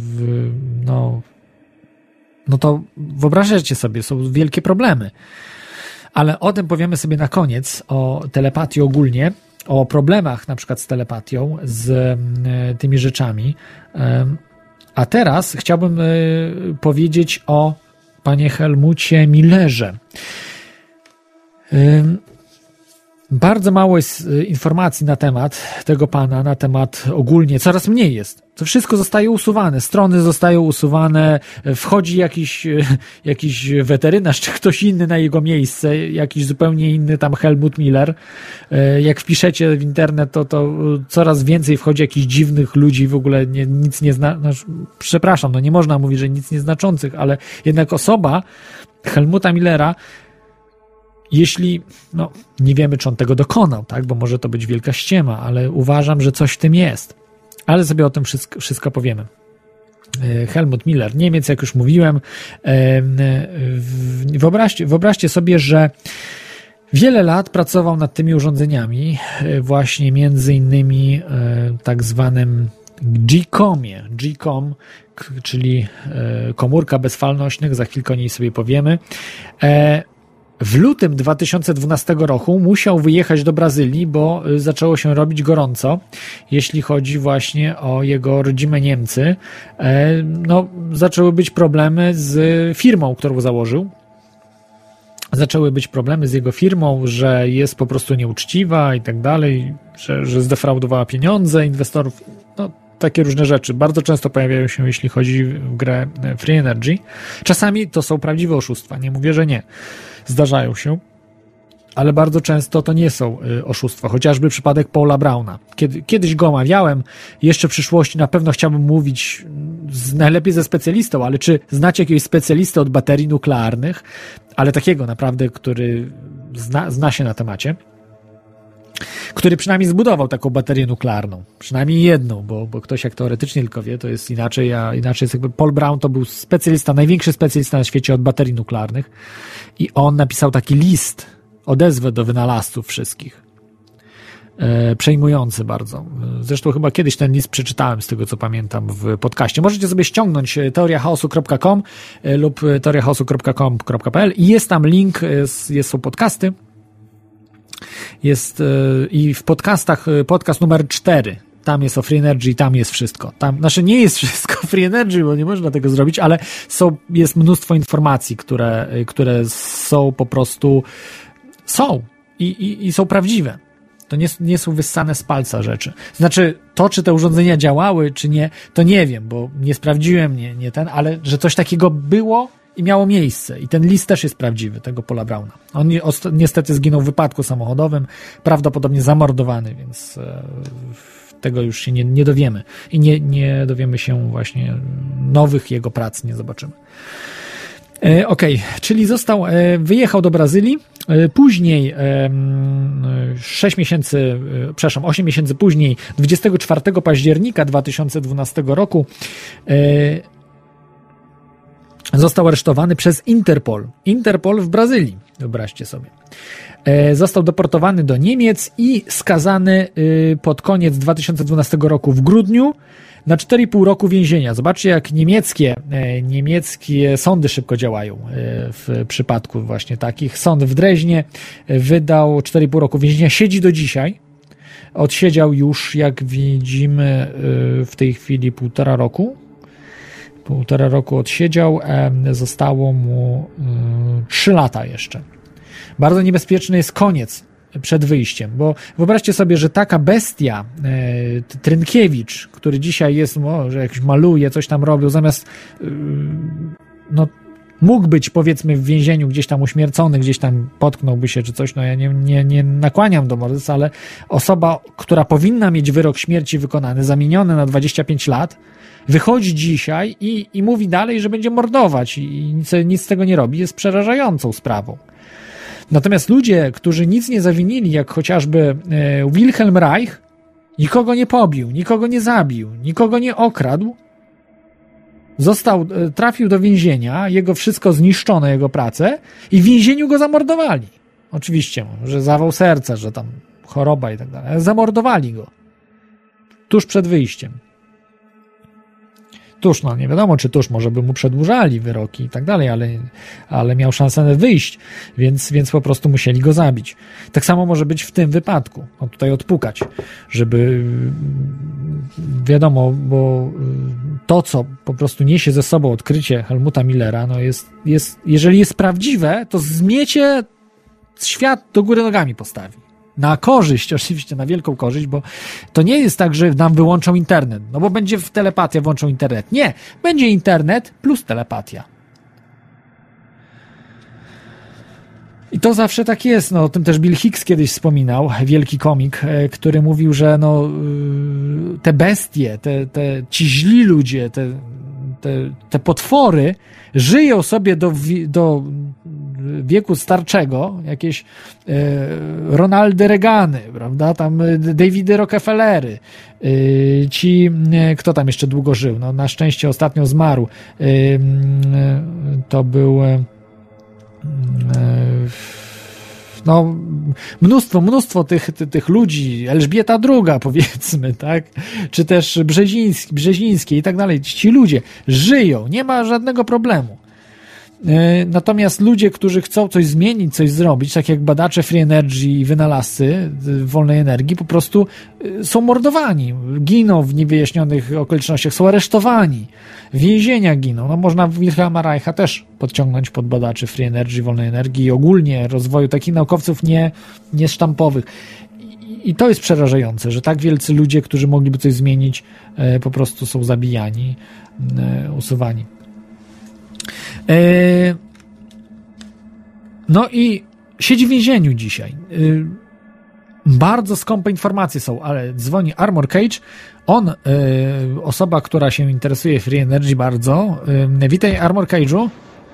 no to wyobrażacie sobie, są wielkie problemy. Ale o tym powiemy sobie na koniec, o telepatii ogólnie, o problemach na przykład z telepatią, z tymi rzeczami. A teraz chciałbym powiedzieć o panie Helmucie Millerze. Bardzo mało jest informacji na temat tego pana, na temat ogólnie, coraz mniej jest. To wszystko zostaje usuwane, strony zostają usuwane, wchodzi jakiś weterynarz czy ktoś inny na jego miejsce, jakiś zupełnie inny tam Helmut Miller. Jak wpiszecie w internet, to coraz więcej wchodzi jakichś dziwnych ludzi, w ogóle nic nie przepraszam, no nie można mówić, że nic nieznaczących, ale jednak osoba Helmuta Millera, jeśli, no nie wiemy, czy on tego dokonał, tak, bo może to być wielka ściema, ale uważam, że coś w tym jest. Ale sobie o tym wszystko powiemy. Helmut Miller, Niemiec, jak już mówiłem. Wyobraźcie sobie, że wiele lat pracował nad tymi urządzeniami, właśnie między innymi tak zwanym GCOM, czyli komórka bezfalnośnych, za chwilkę o niej sobie powiemy. W lutym 2012 roku musiał wyjechać do Brazylii, bo zaczęło się robić gorąco, jeśli chodzi właśnie o jego rodzime Niemcy. No, zaczęły być problemy z firmą, którą założył. Zaczęły być problemy z jego firmą, że jest po prostu nieuczciwa i tak dalej, że zdefraudowała pieniądze inwestorów. No, takie różne rzeczy. Bardzo często pojawiają się, jeśli chodzi o grę Free Energy. Czasami to są prawdziwe oszustwa, nie mówię, że nie. Zdarzają się, ale bardzo często to nie są oszustwa. Chociażby przypadek Paula Browna. Kiedyś go omawiałem, jeszcze w przyszłości na pewno chciałbym mówić najlepiej ze specjalistą, ale czy znacie jakiegoś specjalistę od baterii nuklearnych, ale takiego naprawdę, który zna się na temacie, który przynajmniej zbudował taką baterię nuklearną. Przynajmniej jedną, bo ktoś jak teoretycznie tylko wie, to jest inaczej, a inaczej jest jakby Paul Brown to był specjalista, największy specjalista na świecie od baterii nuklearnych i on napisał taki list, odezwę do wynalazców wszystkich. Przejmujący bardzo. Zresztą chyba kiedyś ten list przeczytałem, z tego co pamiętam, w podcaście. Możecie sobie ściągnąć teoriachaosu.com lub teoriachaosu.com.pl i jest tam link, są podcasty. Jest i w podcastach, podcast numer 4, tam jest o Free Energy, tam jest wszystko. Tam, znaczy nie jest wszystko Free Energy, bo nie można tego zrobić, ale jest mnóstwo informacji, które są po prostu, i są prawdziwe. To nie są wyssane z palca rzeczy. Znaczy, to czy te urządzenia działały, czy nie, to nie wiem, bo nie sprawdziłem, ale że coś takiego było i miało miejsce. I ten list też jest prawdziwy, tego Paula Browna. On niestety zginął w wypadku samochodowym, prawdopodobnie zamordowany, więc tego już się nie dowiemy. I nie dowiemy się właśnie nowych jego prac, nie zobaczymy. Czyli wyjechał do Brazylii, później 8 miesięcy później, 24 października 2012 roku został aresztowany przez Interpol w Brazylii, wyobraźcie sobie. Został deportowany do Niemiec i skazany pod koniec 2012 roku w grudniu na 4,5 roku więzienia. Zobaczcie, jak niemieckie sądy szybko działają w przypadku właśnie takich. Sąd w Dreźnie wydał 4,5 roku więzienia. Siedzi do dzisiaj. Odsiedział już, jak widzimy, w tej chwili 1,5 roku. 1,5 roku odsiedział. Zostało mu 3 lata jeszcze. Bardzo niebezpieczny jest koniec przed wyjściem, bo wyobraźcie sobie, że taka bestia, Trynkiewicz, który dzisiaj jest, że jakiś maluje, coś tam robił, zamiast mógł być, powiedzmy, w więzieniu gdzieś tam uśmiercony, gdzieś tam potknąłby się czy coś, ja nie nakłaniam do morderstwa, ale osoba, która powinna mieć wyrok śmierci wykonany, zamieniony na 25 lat, wychodzi dzisiaj i mówi dalej, że będzie mordować i nic z tego nie robi, jest przerażającą sprawą. Natomiast ludzie, którzy nic nie zawinili, jak chociażby Wilhelm Reich, nikogo nie pobił, nikogo nie zabił, nikogo nie okradł, trafił do więzienia, jego wszystko zniszczono, jego pracę i w więzieniu go zamordowali. Oczywiście, że zawał serca, że tam choroba i tak dalej, ale zamordowali go tuż przed wyjściem. Nie wiadomo, czy może by mu przedłużali wyroki i tak dalej, ale miał szansę wyjść, więc po prostu musieli go zabić. Tak samo może być w tym wypadku. Tutaj odpukać, żeby wiadomo, bo to, co po prostu niesie ze sobą odkrycie Helmuta Millera, jeżeli jest prawdziwe, to zmiecie świat do góry nogami postawi. na korzyść, oczywiście na wielką korzyść, bo to nie jest tak, że nam wyłączą internet, no bo będzie w telepatia włączą internet. Nie, będzie internet plus telepatia. I to zawsze tak jest, no o tym też Bill Hicks kiedyś wspominał, wielki komik, który mówił, że no te bestie, ci źli ludzie, te potwory żyją sobie do wieku starczego, jakieś Ronaldy Reagany, prawda, tam Davidy Rockefellery, ci, kto tam jeszcze długo żył, no na szczęście ostatnio zmarł, to był no mnóstwo tych ludzi, Elżbieta II powiedzmy, tak, czy też Brzeziński i tak dalej, ci ludzie żyją, nie ma żadnego problemu. Natomiast ludzie, którzy chcą coś zmienić, coś zrobić, tak jak badacze free energy i wynalazcy wolnej energii, po prostu są mordowani, giną w niewyjaśnionych okolicznościach, są aresztowani, w więzieniach giną. No można Wilhelma Reicha też podciągnąć pod badaczy free energy, wolnej energii i ogólnie rozwoju takich naukowców niesztampowych. I to jest przerażające, że tak wielcy ludzie, którzy mogliby coś zmienić, po prostu są zabijani, usuwani. No i siedzi w więzieniu dzisiaj. Bardzo skąpe informacje są, ale dzwoni Armor Cage. On, osoba, która się interesuje Free Energy bardzo. Witaj, Armor Cage'u.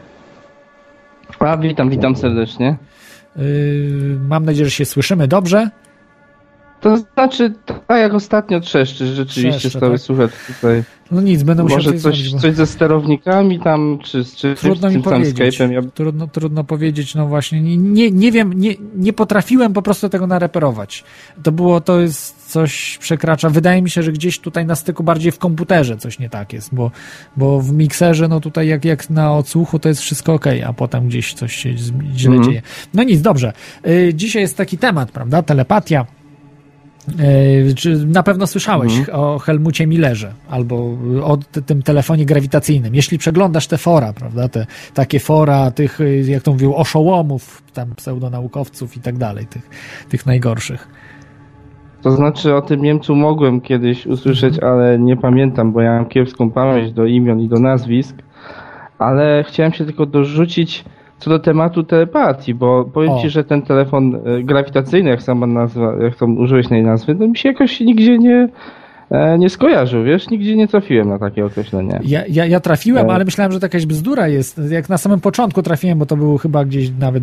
Witam serdecznie. Mam nadzieję, że się słyszymy dobrze. To znaczy, tak jak ostatnio trzeszczy, rzeczywiście stały tak? Słuchać tutaj. No nic, będę musiał może coś ze sterownikami tam, czy trudno mi powiedzieć. Trudno powiedzieć, no właśnie. Nie wiem, nie potrafiłem po prostu tego nareperować. To jest coś przekracza. Wydaje mi się, że gdzieś tutaj na styku bardziej w komputerze coś nie tak jest, bo w mikserze, no tutaj jak na odsłuchu to jest wszystko okej, a potem gdzieś coś się źle dzieje. No nic, dobrze. Dzisiaj jest taki temat, prawda? Telepatia. Czy na pewno słyszałeś o Helmucie Millerze albo o tym telefonie grawitacyjnym. Jeśli przeglądasz te fora, prawda, takie fora tych, jak to mówił, oszołomów, tam pseudonaukowców i tak dalej, tych najgorszych. To znaczy o tym Niemcu mogłem kiedyś usłyszeć, ale nie pamiętam, bo ja mam kiepską pamięć do imion i do nazwisk, ale chciałem się tylko dorzucić co do tematu telepatii, bo powiem Ci, że ten telefon grawitacyjny, jak sama nazwa, jak tam użyłeś tej nazwy, no mi się jakoś nigdzie nie skojarzył, wiesz? Nigdzie nie trafiłem na takie określenie. Ja trafiłem, ale myślałem, że to jakaś bzdura jest. Jak na samym początku trafiłem, bo to był chyba gdzieś nawet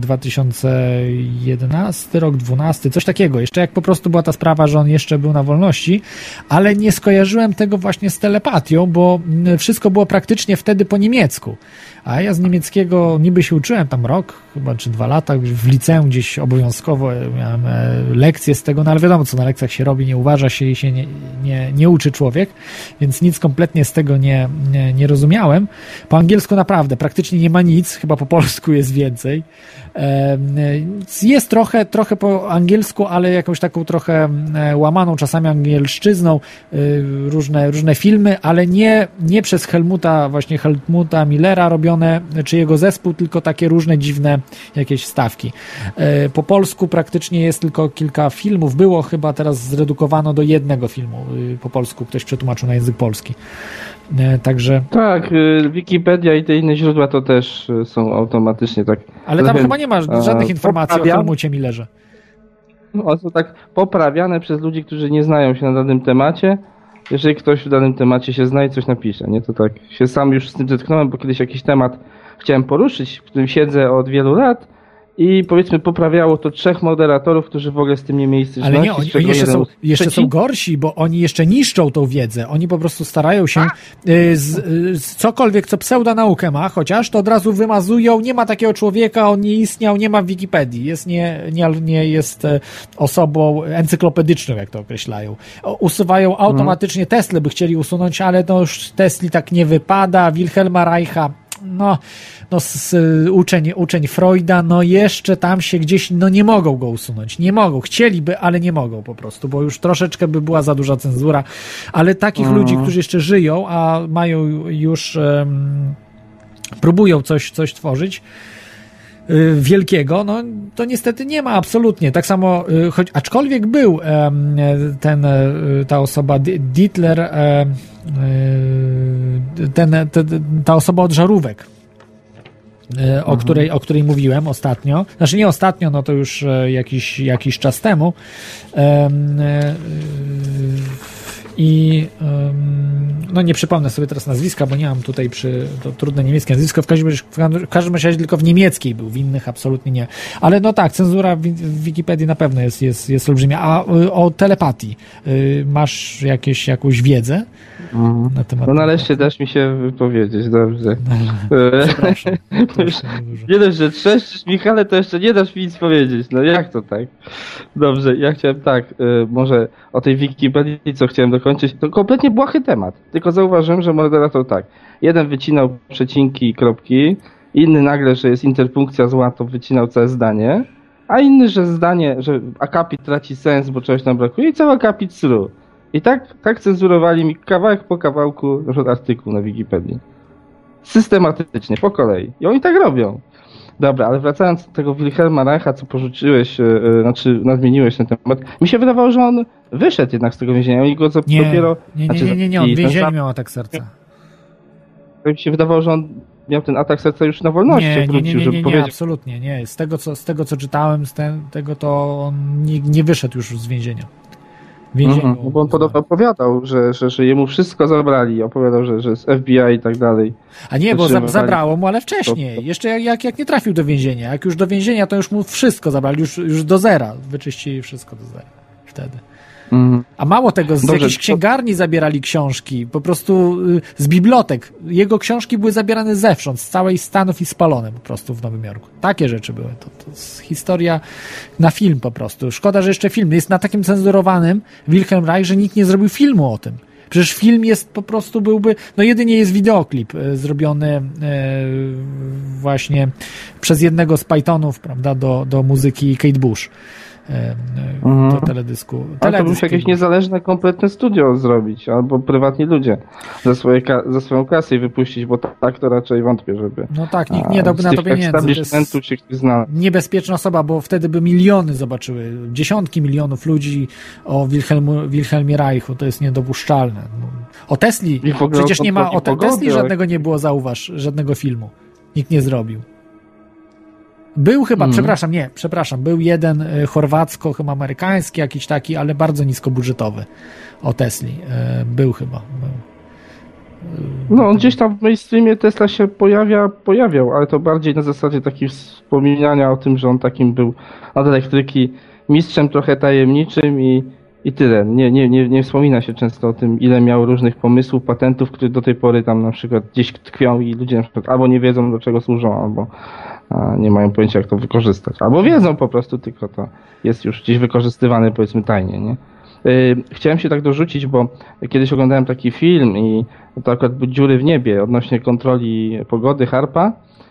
2011 rok, 12, coś takiego. Jeszcze jak po prostu była ta sprawa, że on jeszcze był na wolności, ale nie skojarzyłem tego właśnie z telepatią, bo wszystko było praktycznie wtedy po niemiecku. A ja z niemieckiego niby się uczyłem tam rok, chyba czy 2 lata, w liceum gdzieś obowiązkowo miałem lekcje z tego, no ale wiadomo, co na lekcjach się robi, nie uważa się i się nie uczy człowiek, więc nic kompletnie z tego nie rozumiałem. Po angielsku naprawdę praktycznie nie ma nic, chyba po polsku jest więcej. Jest trochę po angielsku, ale jakąś taką trochę łamaną czasami angielszczyzną, różne filmy, ale nie przez Helmuta Millera robione, czy jego zespół, tylko takie różne dziwne jakieś wstawki. Po polsku praktycznie jest tylko kilka filmów, było chyba, teraz zredukowano do jednego filmu po polsku, ktoś przetłumaczył na język polski. Także... Tak, Wikipedia i te inne źródła to też są automatycznie tak. Ale tam chyba nie ma żadnych informacji o Helmucie Millerze. No, są tak poprawiane przez ludzi, którzy nie znają się na danym temacie. Jeżeli ktoś w danym temacie się zna i coś napisze, nie? To tak się sam już z tym zetknąłem, bo kiedyś jakiś temat chciałem poruszyć, w którym siedzę od wielu lat i powiedzmy poprawiało to 3 moderatorów, którzy w ogóle z tym nie mieli styczności. Ale nie, oni jeszcze są gorsi, bo oni jeszcze niszczą tą wiedzę. Oni po prostu starają się cokolwiek, co pseudonaukę ma, chociaż to od razu wymazują, nie ma takiego człowieka, on nie istniał, nie ma w Wikipedii, nie jest osobą encyklopedyczną, jak to określają. Usuwają automatycznie Teslę, by chcieli usunąć, ale to już Tesli tak nie wypada, Wilhelma Reicha, uczeń Freuda, no jeszcze tam się gdzieś, no nie mogą go usunąć, nie mogą, chcieliby, ale nie mogą po prostu, bo już troszeczkę by była za duża cenzura, ale takich ludzi, którzy jeszcze żyją, a mają już próbują coś tworzyć, wielkiego, no to niestety nie ma absolutnie. Tak samo, aczkolwiek był ta osoba Dietler, ta osoba od żarówek, o której mówiłem ostatnio. Znaczy nie ostatnio, no to już jakiś czas temu. I no nie przypomnę sobie teraz nazwiska, bo nie mam tutaj to trudne niemieckie nazwisko, w każdym razie tylko w niemieckiej był, w innych absolutnie nie. Ale no tak, cenzura w Wikipedii na pewno jest olbrzymia. A o telepatii masz jakąś wiedzę na temat? No nareszcie dasz mi się wypowiedzieć, dobrze. Przepraszam. Nie dość, że trzeszczysz, Michale, to jeszcze nie dasz mi nic powiedzieć. No jak to tak? Dobrze, ja chciałem tak, może o tej Wikipedii, co chciałem dokończyć, to kompletnie błahy temat. Tylko zauważyłem, że moderator tak, jeden wycinał przecinki i kropki, inny nagle, że jest interpunkcja zła, to wycinał całe zdanie, a inny, że że akapit traci sens, bo czegoś nam brakuje i cały akapit sru. I tak cenzurowali mi kawałek po kawałku artykuł na Wikipedii. Systematycznie, po kolei. I oni tak robią. Dobra, ale wracając do tego Wilhelma Reicha, co porzuciłeś, nadmieniłeś ten temat, mi się wydawało, że on wyszedł jednak z tego więzienia. Oni go dopiero... Nie, on w więzieniu miał atak serca. Mi się wydawało, że on miał ten atak serca już na wolności. Nie, absolutnie nie. Z tego co czytałem, to on nie wyszedł już z więzienia. No bo on opowiadał, że jemu wszystko zabrali. Opowiadał, że z FBI i tak dalej. A nie, bo zabrało mu, ale wcześniej. Jeszcze jak nie trafił do więzienia. Jak już do więzienia, to już mu wszystko zabrali. Już do zera. Wyczyścili wszystko do zera. Wtedy. A mało tego, z jakichś księgarni zabierali książki, po prostu z bibliotek. Jego książki były zabierane zewsząd, z całej Stanów i spalone po prostu w Nowym Jorku. Takie rzeczy były. To jest historia na film po prostu. Szkoda, że jeszcze film jest na takim cenzurowanym Wilhelm Reich, że nikt nie zrobił filmu o tym. Przecież film jest po prostu jedynie jest wideoklip zrobiony właśnie przez jednego z Pythonów, prawda, do muzyki Kate Bush. Do teledysku. Ale to musi jakieś niezależne, kompletne studio zrobić, albo prywatni ludzie za swoją kasę i wypuścić, bo tak to raczej wątpię, żeby... No tak, nikt nie dałby na to pieniędzy. Niebezpieczna osoba, bo wtedy by miliony zobaczyły, dziesiątki milionów ludzi o Wilhelmie Reichu, to jest niedopuszczalne. O Tesli, przecież nie ma, o Tesli żadnego nie było, zauważ, żadnego filmu. Nikt nie zrobił. Był chyba, przepraszam, był jeden chorwacko, chyba amerykański, jakiś taki, ale bardzo niskobudżetowy o Tesli. Był chyba. No, on gdzieś tam w mainstreamie Tesla się pojawiał, ale to bardziej na zasadzie takiego wspominania o tym, że on takim był od elektryki mistrzem trochę tajemniczym i tyle. Nie wspomina się często o tym, ile miał różnych pomysłów, patentów, które do tej pory tam na przykład gdzieś tkwią i ludzie na przykład albo nie wiedzą, do czego służą, albo nie mają pojęcia, jak to wykorzystać. Albo wiedzą po prostu, tylko to jest już gdzieś wykorzystywane, powiedzmy, tajnie, nie? Chciałem się tak dorzucić, bo kiedyś oglądałem taki film i to akurat były Dziury w niebie odnośnie kontroli pogody HAARP-a.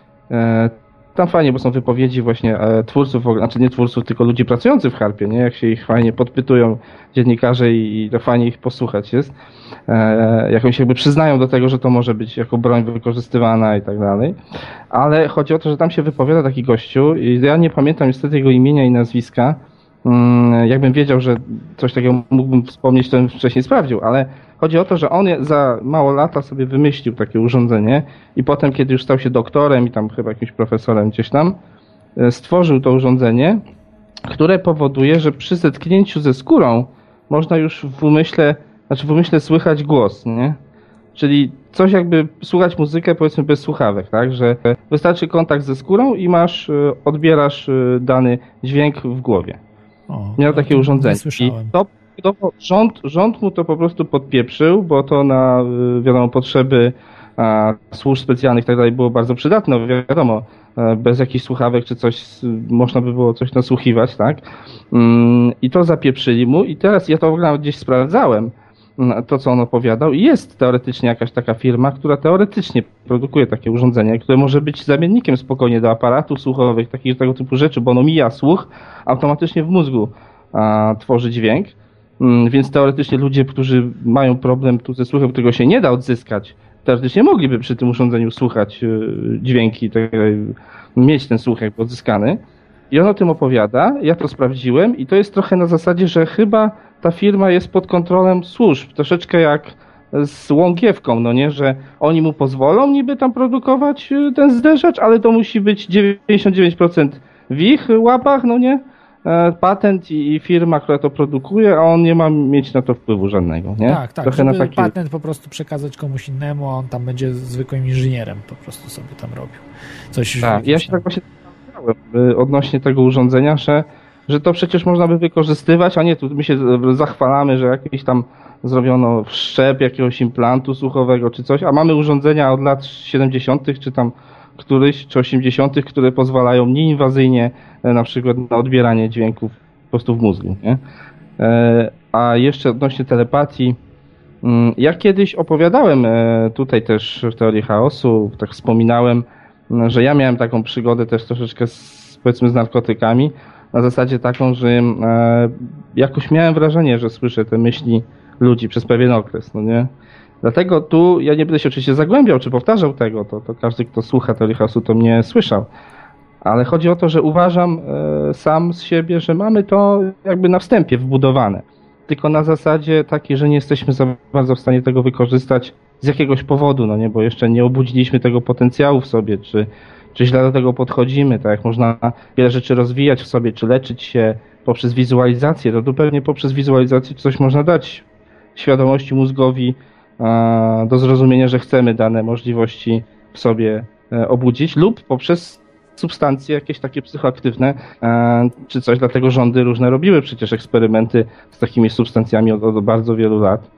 Tam fajnie, bo są wypowiedzi właśnie twórców, znaczy nie twórców, tylko ludzi pracujących w HAARP-ie, nie? Jak się ich fajnie podpytują dziennikarze i to fajnie ich posłuchać jest. Jak oni się jakby przyznają do tego, że to może być jako broń wykorzystywana i tak dalej. Ale chodzi o to, że tam się wypowiada taki gościu i ja nie pamiętam niestety jego imienia i nazwiska. Jakbym wiedział, że coś takiego mógłbym wspomnieć, to bym wcześniej sprawdził, ale chodzi o to, że on za mało lata sobie wymyślił takie urządzenie i potem, kiedy już stał się doktorem i tam chyba jakimś profesorem gdzieś tam, stworzył to urządzenie, które powoduje, że przy zetknięciu ze skórą można już w umyśle słychać głos, nie? Czyli coś jakby słuchać muzykę, powiedzmy bez słuchawek, tak? Że wystarczy kontakt ze skórą i odbierasz dany dźwięk w głowie. Miał takie urządzenie. I rząd mu to po prostu podpieprzył, bo to na, wiadomo, potrzeby służb specjalnych i tak dalej było bardzo przydatne, wiadomo, bez jakichś słuchawek czy coś, można by było coś nasłuchiwać, tak? I to zapieprzyli mu i teraz ja to w ogóle nawet gdzieś sprawdzałem, to co on opowiadał i jest teoretycznie jakaś taka firma, która teoretycznie produkuje takie urządzenie, które może być zamiennikiem spokojnie do aparatów słuchowych, tego typu rzeczy, bo ono mija słuch, automatycznie w mózgu tworzy dźwięk, więc teoretycznie ludzie, którzy mają problem tu ze słuchem, którego się nie da odzyskać teoretycznie mogliby przy tym urządzeniu słuchać dźwięki, mieć ten słuch jakby odzyskany. I on o tym opowiada, ja to sprawdziłem i to jest trochę na zasadzie, że chyba ta firma jest pod kontrolą służb, troszeczkę jak z Łągiewką, no nie, że oni mu pozwolą niby tam produkować ten zderzacz, ale to musi być 99% w ich łapach, no nie, patent i firma, która to produkuje, a on nie ma mieć na to wpływu żadnego, nie? Tak, trochę żeby na patent po prostu przekazać komuś innemu, a on tam będzie zwykłym inżynierem, po prostu sobie tam robił. Coś tak, ja się tak właśnie odnośnie tego urządzenia, że to przecież można by wykorzystywać, a nie tu my się zachwalamy, że jakiś tam zrobiono wszczep jakiegoś implantu słuchowego czy coś, a mamy urządzenia od lat 70. czy tam któryś, czy 80., które pozwalają nieinwazyjnie na przykład na odbieranie dźwięków po prostu w mózgu, nie? A jeszcze odnośnie telepatii, ja kiedyś opowiadałem tutaj też w Teorii Chaosu, tak wspominałem, że ja miałem taką przygodę też troszeczkę powiedzmy z narkotykami, na zasadzie taką, że jakoś miałem wrażenie, że słyszę te myśli ludzi przez pewien okres, no nie? Dlatego tu ja nie będę się oczywiście zagłębiał, czy powtarzał tego, to każdy, kto słucha Teorii Chaosu, to mnie słyszał. Ale chodzi o to, że uważam sam z siebie, że mamy to jakby na wstępie wbudowane. Tylko na zasadzie takiej, że nie jesteśmy za bardzo w stanie tego wykorzystać z jakiegoś powodu, no nie, bo jeszcze nie obudziliśmy tego potencjału w sobie, czy źle do tego podchodzimy, tak jak można wiele rzeczy rozwijać w sobie, czy leczyć się poprzez wizualizację, to tu pewnie poprzez wizualizację coś można dać świadomości mózgowi do zrozumienia, że chcemy dane możliwości w sobie obudzić, lub poprzez substancje jakieś takie psychoaktywne, czy coś, dlatego rządy różne robiły przecież eksperymenty z takimi substancjami od bardzo wielu lat.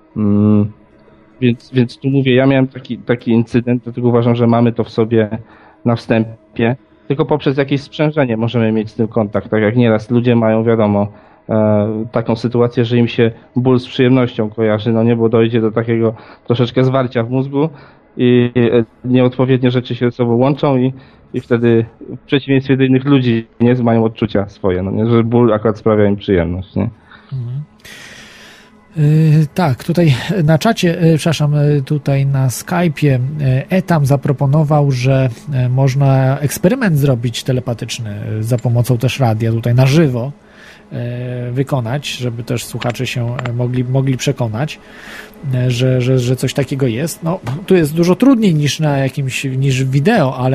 Więc tu mówię, ja miałem taki incydent, dlatego uważam, że mamy to w sobie na wstępie, tylko poprzez jakieś sprzężenie możemy mieć z tym kontakt, tak jak nieraz ludzie mają, wiadomo, taką sytuację, że im się ból z przyjemnością kojarzy, no nie, bo dojdzie do takiego troszeczkę zwarcia w mózgu i nieodpowiednie rzeczy się ze sobą łączą i wtedy w przeciwieństwie do innych ludzi nie mają odczucia swoje, no nie, że ból akurat sprawia im przyjemność, nie? Tak, tutaj na czacie, tutaj na Skype'ie Etam zaproponował, że można eksperyment zrobić telepatyczny za pomocą też radia, tutaj na żywo wykonać, żeby też słuchacze się mogli przekonać, że coś takiego jest. No, tu jest dużo trudniej niż wideo, ale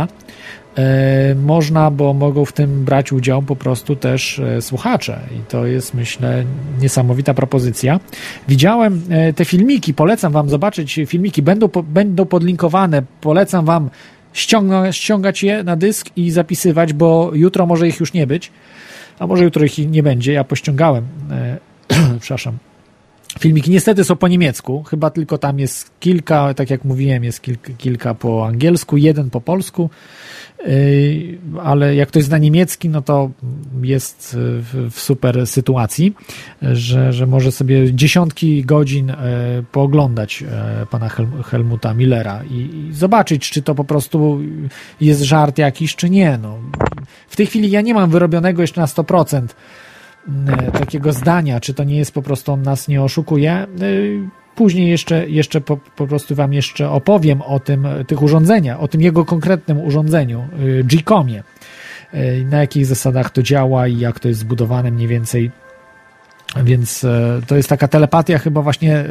można, bo mogą w tym brać udział po prostu też słuchacze i to jest, myślę, niesamowita propozycja. Widziałem te filmiki, polecam wam zobaczyć filmiki, będą podlinkowane, polecam wam ściągać je na dysk i zapisywać, bo jutro może ich już nie być, a może jutro ich nie będzie, ja pościągałem, przepraszam. Filmiki niestety są po niemiecku, chyba tylko tam jest kilka, tak jak mówiłem, jest kilka po angielsku, jeden po polsku, ale jak ktoś zna niemiecki, no to jest w super sytuacji, że może sobie dziesiątki godzin pooglądać pana Helmuta Millera i zobaczyć, czy to po prostu jest żart jakiś, czy nie. No. W tej chwili ja nie mam wyrobionego jeszcze na 100% takiego zdania, czy to nie jest po prostu on nas nie oszukuje. Później jeszcze po prostu wam jeszcze opowiem o tych urządzeniach, o tym jego konkretnym urządzeniu, G-Comie, na jakich zasadach to działa i jak to jest zbudowane mniej więcej. Więc to jest taka telepatia chyba właśnie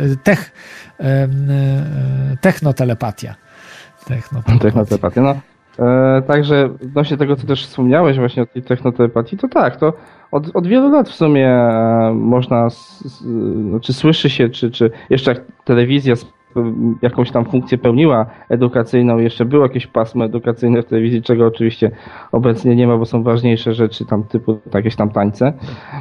technotelepatia. Technotelepatia, no. Także odnośnie tego, co też wspomniałeś właśnie o tej technotelepatii, to tak, to od wielu lat w sumie można, czy słyszy się, czy jeszcze jak telewizja jakąś tam funkcję pełniła edukacyjną, jeszcze było jakieś pasmo edukacyjne w telewizji, czego oczywiście obecnie nie ma, bo są ważniejsze rzeczy tam typu jakieś tam tańce,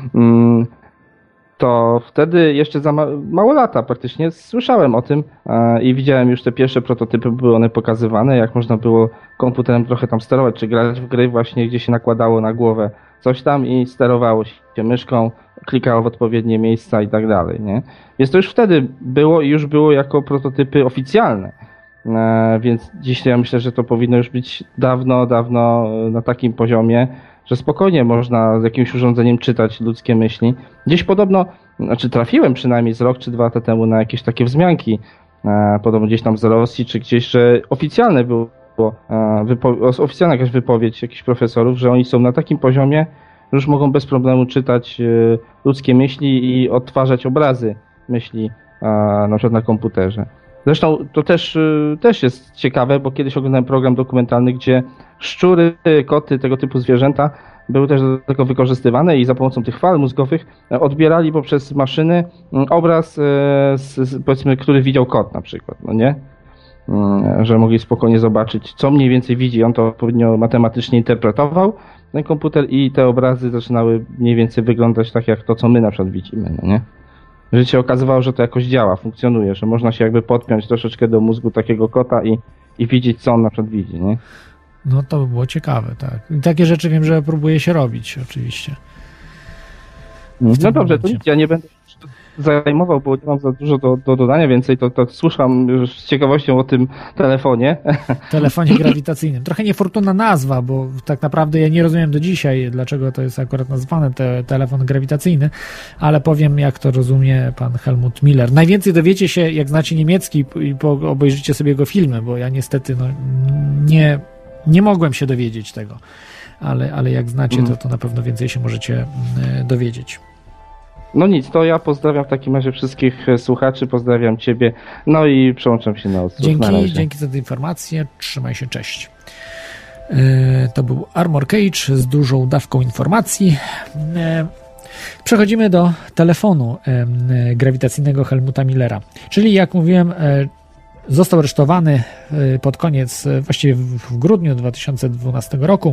to wtedy jeszcze za mało lata praktycznie słyszałem o tym i widziałem już te pierwsze prototypy, były one pokazywane, jak można było komputerem trochę tam sterować, czy grać w gry właśnie, gdzie się nakładało na głowę coś tam i sterowało się myszką, klikało w odpowiednie miejsca i tak dalej, nie? Więc to już wtedy było i już było jako prototypy oficjalne, więc dziś ja myślę, że to powinno już być dawno na takim poziomie, że spokojnie można z jakimś urządzeniem czytać ludzkie myśli. Gdzieś podobno, trafiłem przynajmniej z rok czy 2 lata temu na jakieś takie wzmianki podobno gdzieś tam z Rosji, czy gdzieś, że oficjalne było, oficjalna jakaś wypowiedź jakichś profesorów, że oni są na takim poziomie, że już mogą bez problemu czytać ludzkie myśli i odtwarzać obrazy myśli na przykład na komputerze. Zresztą to też jest ciekawe, bo kiedyś oglądałem program dokumentalny, gdzie szczury, koty, tego typu zwierzęta były też do tego wykorzystywane i za pomocą tych fal mózgowych odbierali poprzez maszyny obraz, powiedzmy, który widział kot na przykład, no nie? Że mogli spokojnie zobaczyć, co mniej więcej widzi. On to odpowiednio matematycznie interpretował, ten komputer, i te obrazy zaczynały mniej więcej wyglądać tak jak to, co my na przykład widzimy, no nie? Że się okazywało, że to jakoś działa, funkcjonuje, że można się jakby podpiąć troszeczkę do mózgu takiego kota i widzieć, co on na przykład widzi, nie? No to by było ciekawe, tak. I takie rzeczy wiem, że próbuje się robić, oczywiście. No dobrze, to nic, ja nie będę zajmował, bo nie mam za dużo do dodania więcej, to słucham już z ciekawością o tym telefonie. Telefonie grawitacyjnym. Trochę niefortunna nazwa, bo tak naprawdę ja nie rozumiem do dzisiaj, dlaczego to jest akurat nazwane telefon grawitacyjny, ale powiem, jak to rozumie pan Helmut Miller. Najwięcej dowiecie się, jak znacie niemiecki i obejrzycie sobie jego filmy, bo ja niestety nie mogłem się dowiedzieć tego, ale jak znacie, to na pewno więcej się możecie dowiedzieć. No nic, to ja pozdrawiam w takim razie wszystkich słuchaczy, pozdrawiam Ciebie, no i przełączam się na odsłuch. Dzięki za tę informację, trzymaj się, cześć. To był Armor Cage z dużą dawką informacji. Przechodzimy do telefonu grawitacyjnego Helmuta Millera, czyli jak mówiłem, został aresztowany pod koniec, właściwie w grudniu 2012 roku.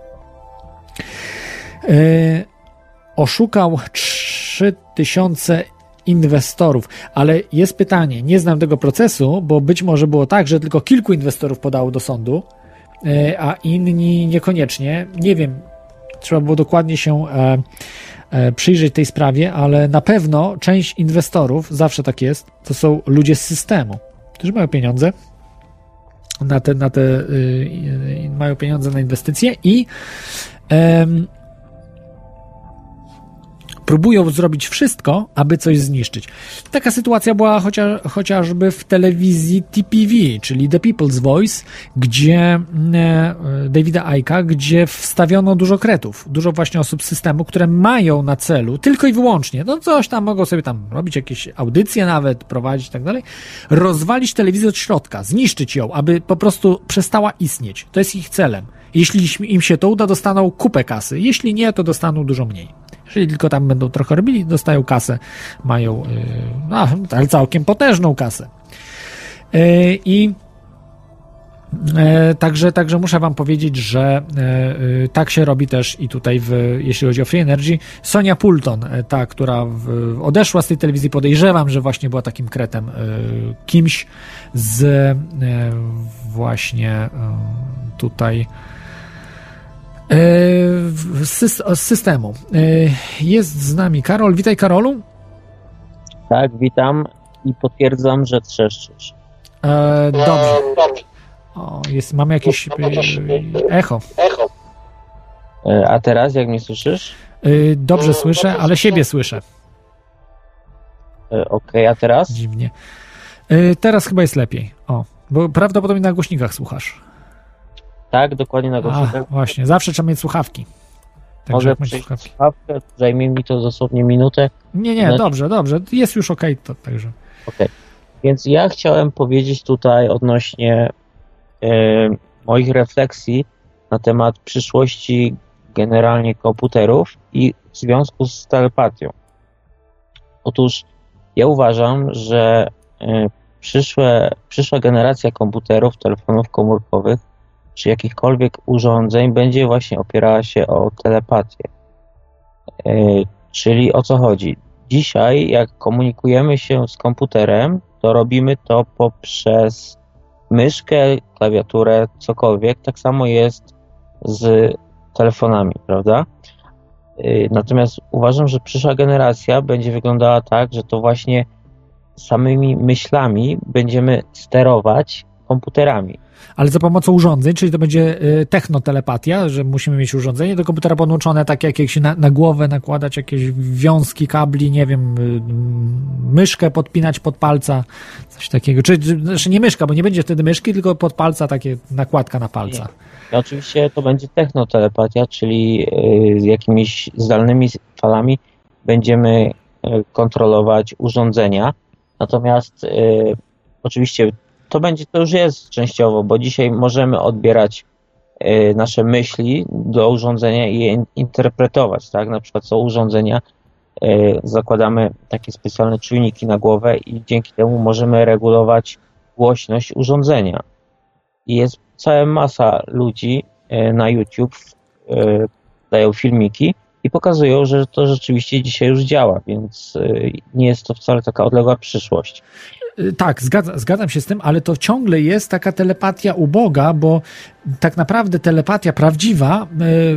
Oszukał 3000 inwestorów, ale jest pytanie, nie znam tego procesu, bo być może było tak, że tylko kilku inwestorów podało do sądu, a inni niekoniecznie. Nie wiem, trzeba było dokładnie się przyjrzeć tej sprawie, ale na pewno część inwestorów, zawsze tak jest, to są ludzie z systemu, którzy mają pieniądze mają pieniądze na inwestycje i próbują zrobić wszystko, aby coś zniszczyć. Taka sytuacja była chociażby w telewizji TPV, czyli The People's Voice, gdzie Davida Icke'a, gdzie wstawiono dużo kretów, dużo właśnie osób z systemu, które mają na celu tylko i wyłącznie, no coś tam mogą sobie tam robić, jakieś audycje nawet, prowadzić i tak dalej, rozwalić telewizję od środka, zniszczyć ją, aby po prostu przestała istnieć. To jest ich celem. Jeśli im się to uda, dostaną kupę kasy. Jeśli nie, to dostaną dużo mniej. Jeżeli tylko tam będą trochę robili, dostają kasę. Mają tak całkiem potężną kasę. Także muszę wam powiedzieć, że tak się robi też i tutaj, jeśli chodzi o Free Energy. Sonia Poulton, ta, która odeszła z tej telewizji, podejrzewam, że właśnie była takim kretem, kimś z właśnie tutaj z systemu. Jest z nami Karol. Witaj, Karolu. Tak, witam i potwierdzam, że trzeszczysz. Dobrze. Mamy jakieś echo. A teraz, jak mnie słyszysz? Dobrze słyszę, ale siebie słyszę. Okej, a teraz? Dziwnie. Teraz chyba jest lepiej. Bo prawdopodobnie na głośnikach słuchasz. Tak, dokładnie na głośnikach. Właśnie, zawsze trzeba mieć słuchawki. Mogę przyjść słuchawkę, zajmie mi to dosłownie minutę. Nie, dobrze. Jest już okej, to także. Okej. Więc ja chciałem powiedzieć tutaj odnośnie moich refleksji na temat przyszłości generalnie komputerów i w związku z telepatią. Otóż ja uważam, że przyszła generacja komputerów, telefonów komórkowych czy jakichkolwiek urządzeń będzie właśnie opierała się o telepatię. Czyli o co chodzi? Dzisiaj, jak komunikujemy się z komputerem, to robimy to poprzez myszkę, klawiaturę, cokolwiek. Tak samo jest z telefonami, prawda? Natomiast uważam, że przyszła generacja będzie wyglądała tak, że to właśnie samymi myślami będziemy sterować komputerami. Ale za pomocą urządzeń, czyli to będzie technotelepatia, że musimy mieć urządzenie do komputera podłączone, tak jak się na głowę nakładać jakieś wiązki, kabli, nie wiem, myszkę podpinać pod palca, coś takiego. Znaczy nie myszka, bo nie będzie wtedy myszki, tylko pod palca takie nakładka na palca. I oczywiście to będzie technotelepatia, czyli z jakimiś zdalnymi falami będziemy kontrolować urządzenia. Natomiast oczywiście to już jest częściowo, bo dzisiaj możemy odbierać nasze myśli do urządzenia i je interpretować, tak? Na przykład są urządzenia, zakładamy takie specjalne czujniki na głowę i dzięki temu możemy regulować głośność urządzenia. I jest cała masa ludzi na YouTube, dają filmiki i pokazują, że to rzeczywiście dzisiaj już działa, więc nie jest to wcale taka odległa przyszłość. Tak, zgadzam się z tym, ale to ciągle jest taka telepatia uboga, bo tak naprawdę telepatia prawdziwa,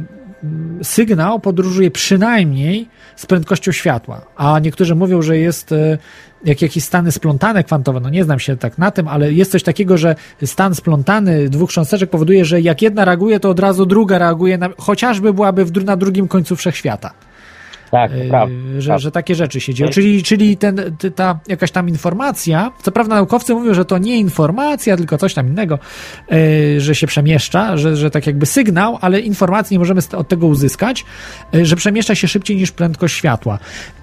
sygnał podróżuje przynajmniej z prędkością światła, a niektórzy mówią, że jest jak jakieś stany splątane kwantowe, no nie znam się tak na tym, ale jest coś takiego, że stan splątany dwóch cząsteczek powoduje, że jak jedna reaguje, to od razu druga reaguje, chociażby byłaby na drugim końcu wszechświata. Tak, że takie rzeczy się dzieją. Czyli ta jakaś tam informacja, co prawda naukowcy mówią, że to nie informacja, tylko coś tam innego, że się przemieszcza, że tak jakby sygnał, ale informacji nie możemy od tego uzyskać, że przemieszcza się szybciej niż prędkość światła.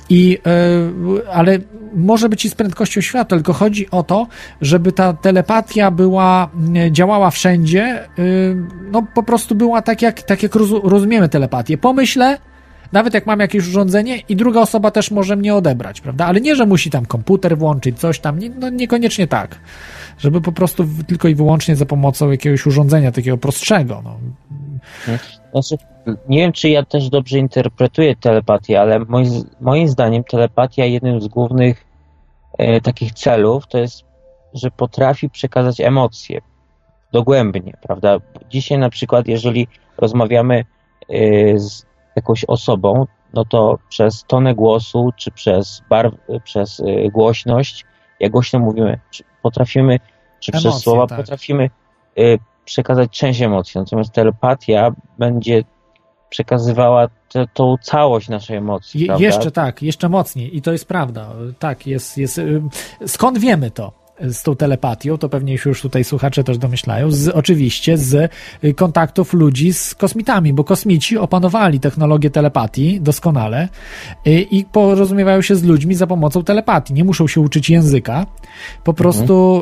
Ale może być i z prędkością światła, tylko chodzi o to, żeby ta telepatia działała wszędzie, no po prostu była tak jak rozumiemy telepatię. Pomyślę, nawet jak mam jakieś urządzenie i druga osoba też może mnie odebrać, prawda? Ale nie, że musi tam komputer włączyć, coś tam, no niekoniecznie tak. Żeby po prostu tylko i wyłącznie za pomocą jakiegoś urządzenia takiego prostszego. No. Znaczy, nie wiem, czy ja też dobrze interpretuję telepatię, ale moim zdaniem telepatia jednym z głównych takich celów to jest, że potrafi przekazać emocje dogłębnie, prawda? Dzisiaj na przykład, jeżeli rozmawiamy z jakąś osobą, no to przez tonę głosu, czy przez głośność, jak głośno mówimy, potrafimy, czy emocje, przez słowa tak. Potrafimy przekazać część emocji, natomiast telepatia będzie przekazywała tą całość naszej emocji, prawda? Jeszcze mocniej i to jest prawda. Tak, jest. Skąd wiemy to? Z tą telepatią, to pewnie się już tutaj słuchacze też domyślają, oczywiście z kontaktów ludzi z kosmitami, bo kosmici opanowali technologię telepatii doskonale i porozumiewają się z ludźmi za pomocą telepatii. Nie muszą się uczyć języka. Po prostu